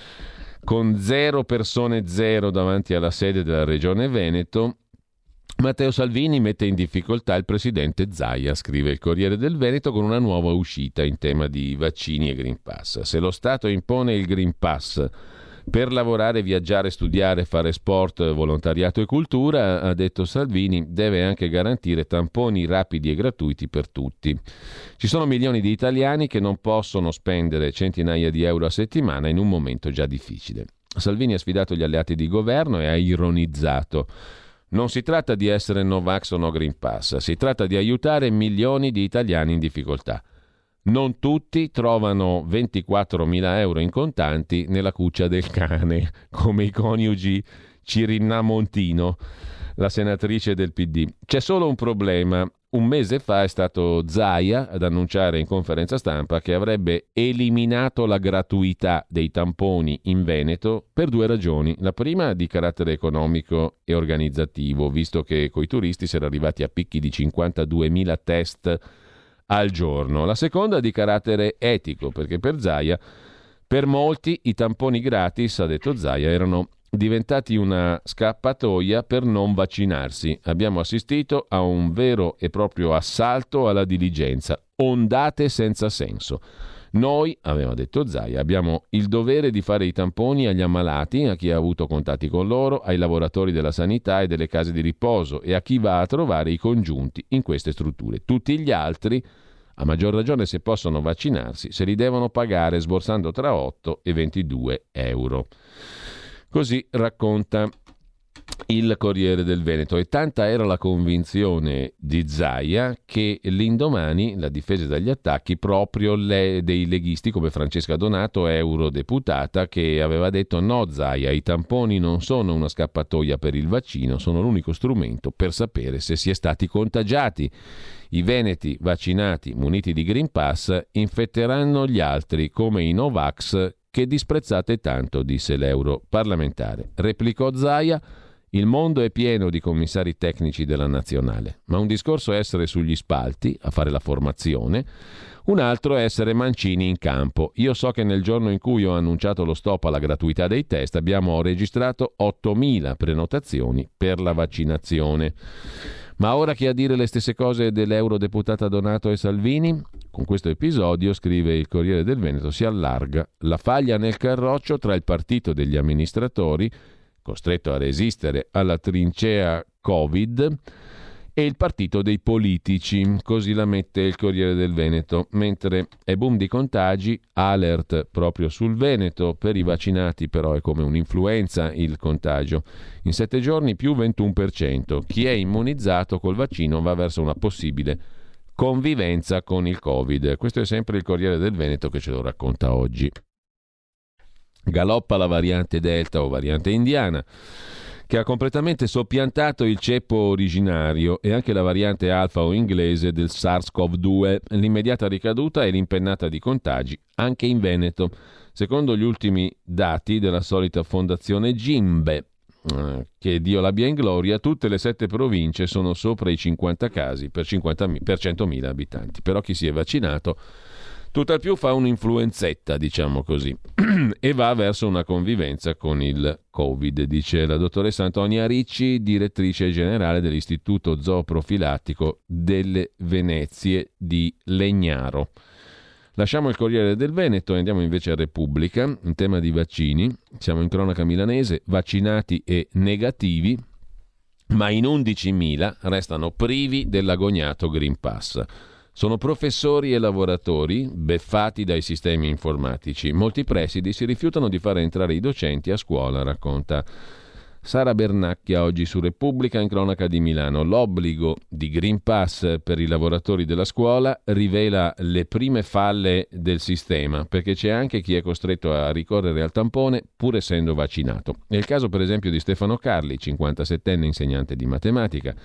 con 0 persone davanti alla sede della Regione Veneto, Matteo Salvini mette in difficoltà il presidente Zaia, scrive il Corriere del Veneto, con una nuova uscita in tema di vaccini e Green Pass. Se lo Stato impone il Green Pass per lavorare, viaggiare, studiare, fare sport, volontariato e cultura, ha detto Salvini, deve anche garantire tamponi rapidi e gratuiti per tutti. Ci sono milioni di italiani che non possono spendere centinaia di euro a settimana in un momento già difficile. Salvini ha sfidato gli alleati di governo e ha ironizzato. Non si tratta di essere no vax o no Green Pass, si tratta di aiutare milioni di italiani in difficoltà. Non tutti trovano 24.000 euro in contanti nella cuccia del cane, come i coniugi Cirinna-Montino, la senatrice del PD. C'è solo un problema. Un mese fa è stato Zaia ad annunciare in conferenza stampa che avrebbe eliminato la gratuità dei tamponi in Veneto per 2 ragioni. La prima di carattere economico e organizzativo, visto che coi turisti si era arrivati a picchi di 52.000 test al giorno. La seconda di carattere etico, perché per Zaia, per molti i tamponi gratis, ha detto Zaia, erano diventati una scappatoia per non vaccinarsi. Abbiamo assistito a un vero e proprio assalto alla diligenza, ondate senza senso. Noi, aveva detto Zaia, abbiamo il dovere di fare i tamponi agli ammalati, a chi ha avuto contatti con loro, ai lavoratori della sanità e delle case di riposo e a chi va a trovare i congiunti in queste strutture. Tutti gli altri, a maggior ragione se possono vaccinarsi, se li devono pagare sborsando tra 8 e 22 euro. Così racconta il Corriere del Veneto. E tanta era la convinzione di Zaia che l'indomani la difesa dagli attacchi proprio dei leghisti come Francesca Donato, eurodeputata, che aveva detto no Zaia, i tamponi non sono una scappatoia per il vaccino, sono l'unico strumento per sapere se si è stati contagiati. I veneti vaccinati muniti di Green Pass infetteranno gli altri come i Novax che disprezzate tanto, disse l'europarlamentare. Replicò Zaia, il mondo è pieno di commissari tecnici della nazionale, ma un discorso è essere sugli spalti a fare la formazione, un altro è essere mancini in campo. Io so che nel giorno in cui ho annunciato lo stop alla gratuità dei test abbiamo registrato 8.000 prenotazioni per la vaccinazione. Ma ora che a dire le stesse cose dell'eurodeputata Donato e Salvini? Con questo episodio, scrive il Corriere del Veneto, si allarga la faglia nel carroccio tra il partito degli amministratori, costretto a resistere alla trincea Covid, e il partito dei politici, così la mette il Corriere del Veneto, mentre è boom di contagi, alert proprio sul Veneto, per i vaccinati però è come un'influenza il contagio, in 7 giorni più 21%, chi è immunizzato col vaccino va verso una possibile convivenza con il Covid. Questo è sempre il Corriere del Veneto che ce lo racconta oggi. Galoppa la variante Delta o variante indiana, che ha completamente soppiantato il ceppo originario e anche la variante alfa o inglese del SARS-CoV-2. L'immediata ricaduta è l'impennata di contagi anche in Veneto. Secondo gli ultimi dati della solita fondazione Gimbe, che Dio l'abbia in gloria, tutte le 7 province sono sopra i 50 casi per 100.000 abitanti. Però chi si è vaccinato Tutt'al più fa un'influenzetta, diciamo così, e va verso una convivenza con il Covid, dice la dottoressa Antonia Ricci, direttrice generale dell'Istituto Zooprofilattico delle Venezie di Legnaro. Lasciamo il Corriere del Veneto e andiamo invece a Repubblica, in tema di vaccini. Siamo in cronaca milanese, vaccinati e negativi, ma in 11.000 restano privi dell'agognato Green Pass. Sono professori e lavoratori beffati dai sistemi informatici. Molti presidi si rifiutano di far entrare i docenti a scuola, racconta Sara Bernacchia oggi su Repubblica in cronaca di Milano. L'obbligo di Green Pass per i lavoratori della scuola rivela le prime falle del sistema, perché c'è anche chi è costretto a ricorrere al tampone pur essendo vaccinato. È il caso per esempio di Stefano Carli, 57enne insegnante di matematica.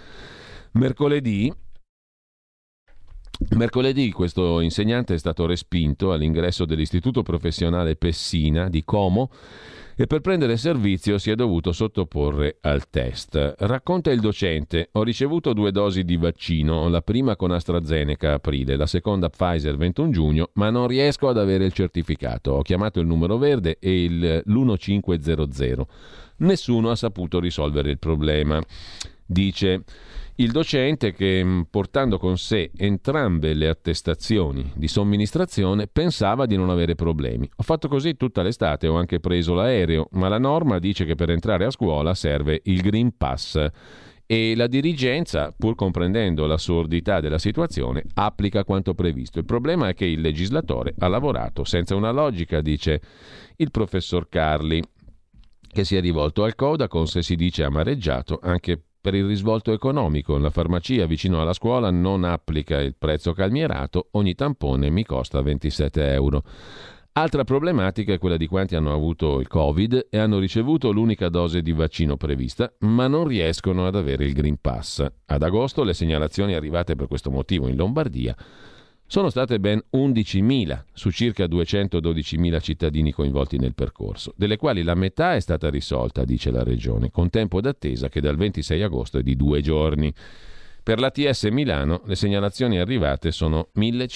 Mercoledì questo insegnante è stato respinto all'ingresso dell'Istituto Professionale Pessina di Como e per prendere servizio si è dovuto sottoporre al test. Racconta il docente: ho ricevuto 2 dosi di vaccino, la prima con AstraZeneca a aprile, la seconda Pfizer 21 giugno, ma non riesco ad avere il certificato. Ho chiamato il numero verde e l'1500. Nessuno ha saputo risolvere il problema. Dice il docente che, portando con sé entrambe le attestazioni di somministrazione, pensava di non avere problemi. Ho fatto così tutta l'estate, ho anche preso l'aereo, ma la norma dice che per entrare a scuola serve il Green Pass e la dirigenza, pur comprendendo l'assurdità della situazione, applica quanto previsto. Il problema è che il legislatore ha lavorato senza una logica, dice il professor Carli, che si è rivolto al Codacons e si dice amareggiato anche per il risvolto economico. La farmacia vicino alla scuola non applica il prezzo calmierato, ogni tampone mi costa 27 euro. Altra problematica è quella di quanti hanno avuto il Covid e hanno ricevuto l'unica dose di vaccino prevista, ma non riescono ad avere il Green Pass. Ad agosto le segnalazioni arrivate per questo motivo in Lombardia sono state ben 11.000 su circa 212.000 cittadini coinvolti nel percorso, delle quali la metà è stata risolta, dice la Regione, con tempo d'attesa che dal 26 agosto è di 2 giorni. Per l'ATS Milano le segnalazioni arrivate sono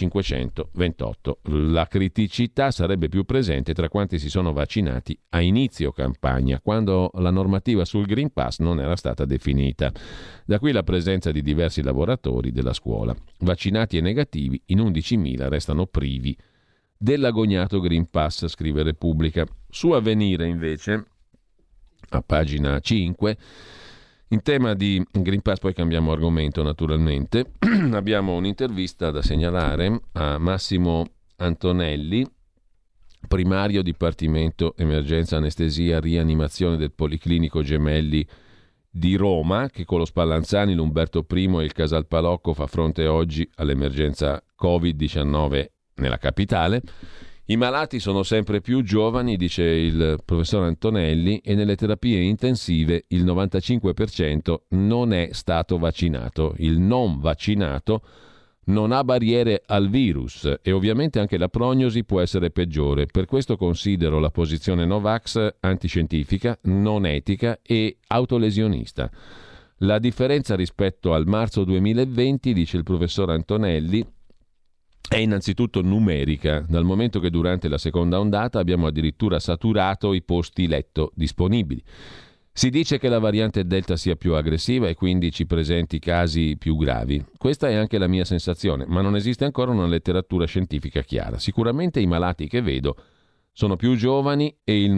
1.528. La criticità sarebbe più presente tra quanti si sono vaccinati a inizio campagna, quando la normativa sul Green Pass non era stata definita. Da qui la presenza di diversi lavoratori della scuola. Vaccinati e negativi in 11.000 restano privi dell'agognato Green Pass, scrive Repubblica. Su Avvenire invece, a pagina 5, in tema di Green Pass, poi cambiamo argomento naturalmente, abbiamo un'intervista da segnalare a Massimo Antonelli, primario Dipartimento Emergenza Anestesia Rianimazione del Policlinico Gemelli di Roma, che con lo Spallanzani, l'Umberto I e il Casal Palocco fa fronte oggi all'emergenza Covid-19 nella capitale. I malati sono sempre più giovani, dice il professor Antonelli, e nelle terapie intensive il 95% non è stato vaccinato. Il non vaccinato non ha barriere al virus e ovviamente anche la prognosi può essere peggiore. Per questo considero la posizione Novax antiscientifica, non etica e autolesionista. La differenza rispetto al marzo 2020, dice il professor Antonelli, è innanzitutto numerica, dal momento che durante la seconda ondata abbiamo addirittura saturato i posti letto disponibili. Si dice che la variante Delta sia più aggressiva e quindi ci presenti casi più gravi. Questa è anche la mia sensazione, ma non esiste ancora una letteratura scientifica chiara. Sicuramente i malati che vedo sono più giovani e il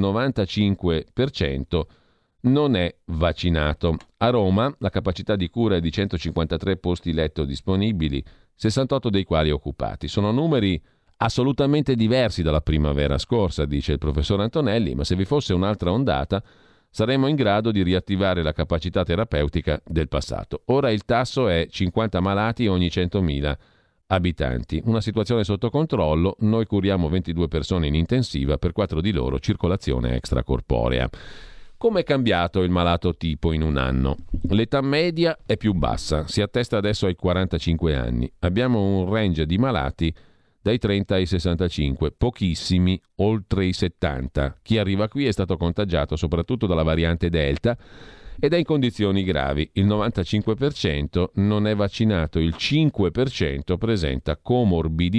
95% non è vaccinato. A Roma la capacità di cura è di 153 posti letto disponibili, 68 dei quali occupati. Sono numeri assolutamente diversi dalla primavera scorsa, dice il professor Antonelli, ma se vi fosse un'altra ondata saremmo in grado di riattivare la capacità terapeutica del passato. Ora il tasso è 50 malati ogni 100.000 abitanti. Una situazione sotto controllo, noi curiamo 22 persone in intensiva, per 4 di loro circolazione extracorporea. Come è cambiato il malato tipo in un anno? L'età media è più bassa, si attesta adesso ai 45 anni. Abbiamo un range di malati dai 30 ai 65, pochissimi oltre i 70. Chi arriva qui è stato contagiato soprattutto dalla variante Delta ed è in condizioni gravi. Il 95% non è vaccinato, il 5% presenta comorbidità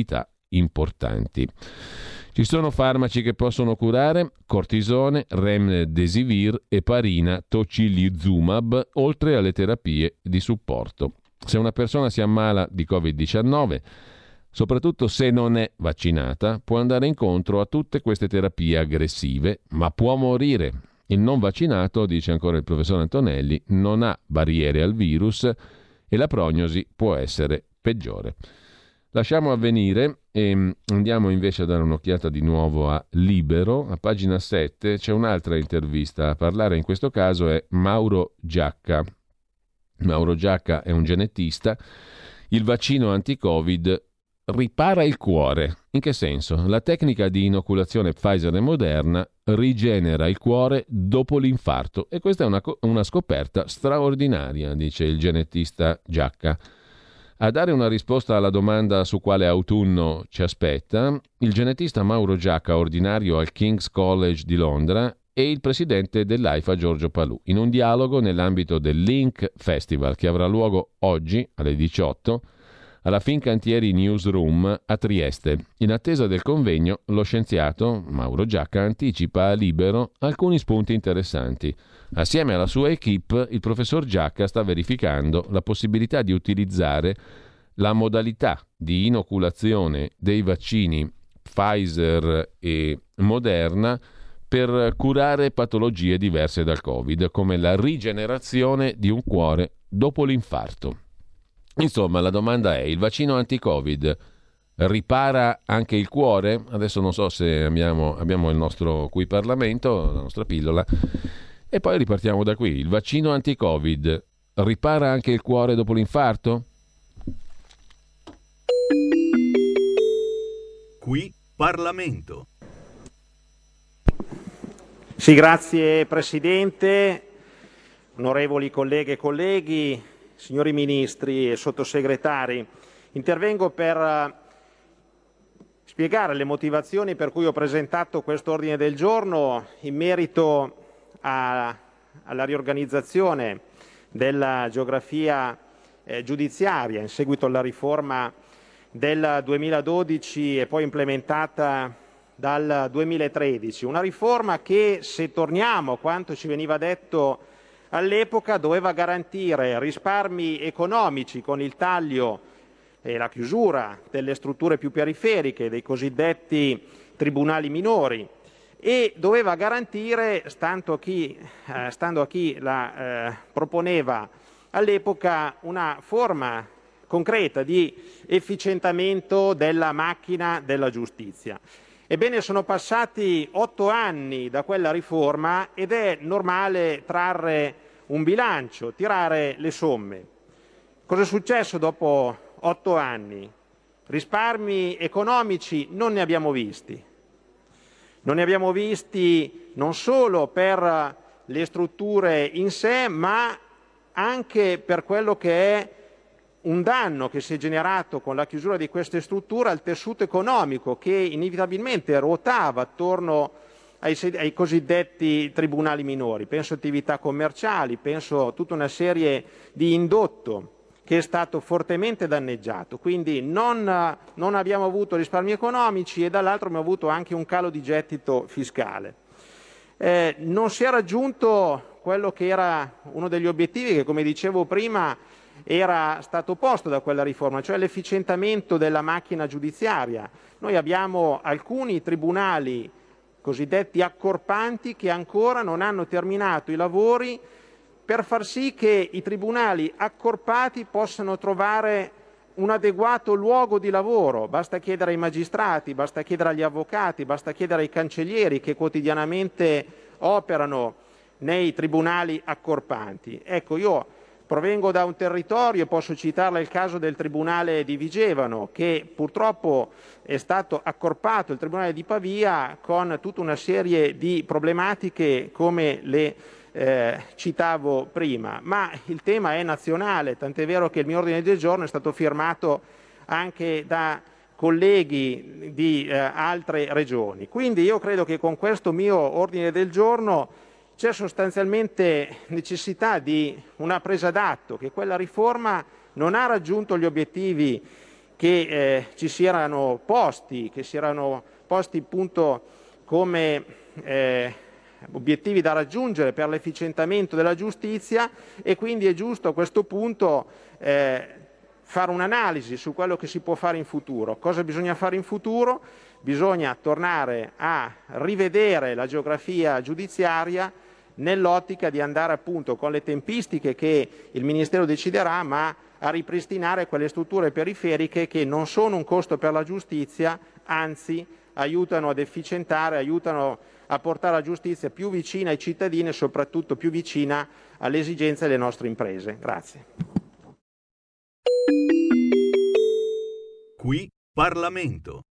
importanti. Ci sono farmaci che possono curare: cortisone, remdesivir, heparina, tocilizumab, oltre alle terapie di supporto. Se una persona si ammala di Covid-19, soprattutto se non è vaccinata, può andare incontro a tutte queste terapie aggressive, ma può morire. Il non vaccinato, dice ancora il professor Antonelli, non ha barriere al virus e la prognosi può essere peggiore. Lasciamo Avvenire e andiamo invece a dare un'occhiata di nuovo a Libero. A pagina 7 c'è un'altra intervista. A parlare in questo caso è Mauro Giacca. Mauro Giacca è un genetista. Il vaccino anti-Covid ripara il cuore. In che senso? La tecnica di inoculazione Pfizer e Moderna rigenera il cuore dopo l'infarto. E questa è una scoperta straordinaria, dice il genetista Giacca. A dare una risposta alla domanda su quale autunno ci aspetta, il genetista Mauro Giacca, ordinario al King's College di Londra, e il presidente dell'AIFA Giorgio Palù, in un dialogo nell'ambito del Link Festival che avrà luogo oggi alle 18 alla Fincantieri Newsroom a Trieste. In attesa del convegno, lo scienziato Mauro Giacca anticipa a Libero alcuni spunti interessanti. Assieme alla sua equipe, il professor Giacca sta verificando la possibilità di utilizzare la modalità di inoculazione dei vaccini Pfizer e Moderna per curare patologie diverse dal Covid, come la rigenerazione di un cuore dopo l'infarto. Insomma, la domanda è: il vaccino anti-Covid ripara anche il cuore? Adesso non so se abbiamo il nostro qui Parlamento, la nostra pillola, e poi ripartiamo da qui. Il vaccino anti-Covid ripara anche il cuore dopo l'infarto? Qui Parlamento. Sì, grazie Presidente, onorevoli colleghe e colleghi, signori ministri e sottosegretari. Intervengo per spiegare le motivazioni per cui ho presentato questo ordine del giorno in merito alla riorganizzazione della geografia giudiziaria in seguito alla riforma del 2012 e poi implementata dal 2013. Una riforma che, se torniamo a quanto ci veniva detto all'epoca, doveva garantire risparmi economici con il taglio e la chiusura delle strutture più periferiche, dei cosiddetti tribunali minori, e doveva garantire, stando a chi la proponeva all'epoca, una forma concreta di efficientamento della macchina della giustizia. Ebbene, sono passati 8 anni da quella riforma ed è normale trarre un bilancio, tirare le somme. Cosa è successo dopo 8 anni? Risparmi economici non ne abbiamo visti. Non ne abbiamo visti non solo per le strutture in sé, ma anche per quello che è un danno che si è generato con la chiusura di queste strutture al tessuto economico che inevitabilmente ruotava attorno ai cosiddetti tribunali minori. Penso a attività commerciali, penso a tutta una serie di indotto che è stato fortemente danneggiato. Quindi non abbiamo avuto risparmi economici e dall'altro abbiamo avuto anche un calo di gettito fiscale. Non si è raggiunto quello che era uno degli obiettivi che, come dicevo prima, era stato posto da quella riforma, cioè l'efficientamento della macchina giudiziaria. Noi abbiamo alcuni tribunali cosiddetti accorpanti che ancora non hanno terminato i lavori per far sì che i tribunali accorpati possano trovare un adeguato luogo di lavoro. Basta chiedere ai magistrati, basta chiedere agli avvocati, basta chiedere ai cancellieri che quotidianamente operano nei tribunali accorpanti. Ecco, io provengo da un territorio e posso citarle il caso del Tribunale di Vigevano, che purtroppo è stato accorpato, il Tribunale di Pavia, con tutta una serie di problematiche come le citavo prima. Ma il tema è nazionale, tant'è vero che il mio ordine del giorno è stato firmato anche da colleghi di altre regioni. Quindi io credo che con questo mio ordine del giorno c'è sostanzialmente necessità di una presa d'atto che quella riforma non ha raggiunto gli obiettivi che ci si erano posti appunto come obiettivi da raggiungere per l'efficientamento della giustizia, e quindi è giusto a questo punto fare un'analisi su quello che si può fare in futuro. Cosa bisogna fare in futuro? Bisogna tornare a rivedere la geografia giudiziaria nell'ottica di andare appunto con le tempistiche che il Ministero deciderà, ma a ripristinare quelle strutture periferiche che non sono un costo per la giustizia, anzi aiutano ad efficientare, aiutano a portare la giustizia più vicina ai cittadini e soprattutto più vicina alle esigenze delle nostre imprese. Grazie. Qui Parlamento.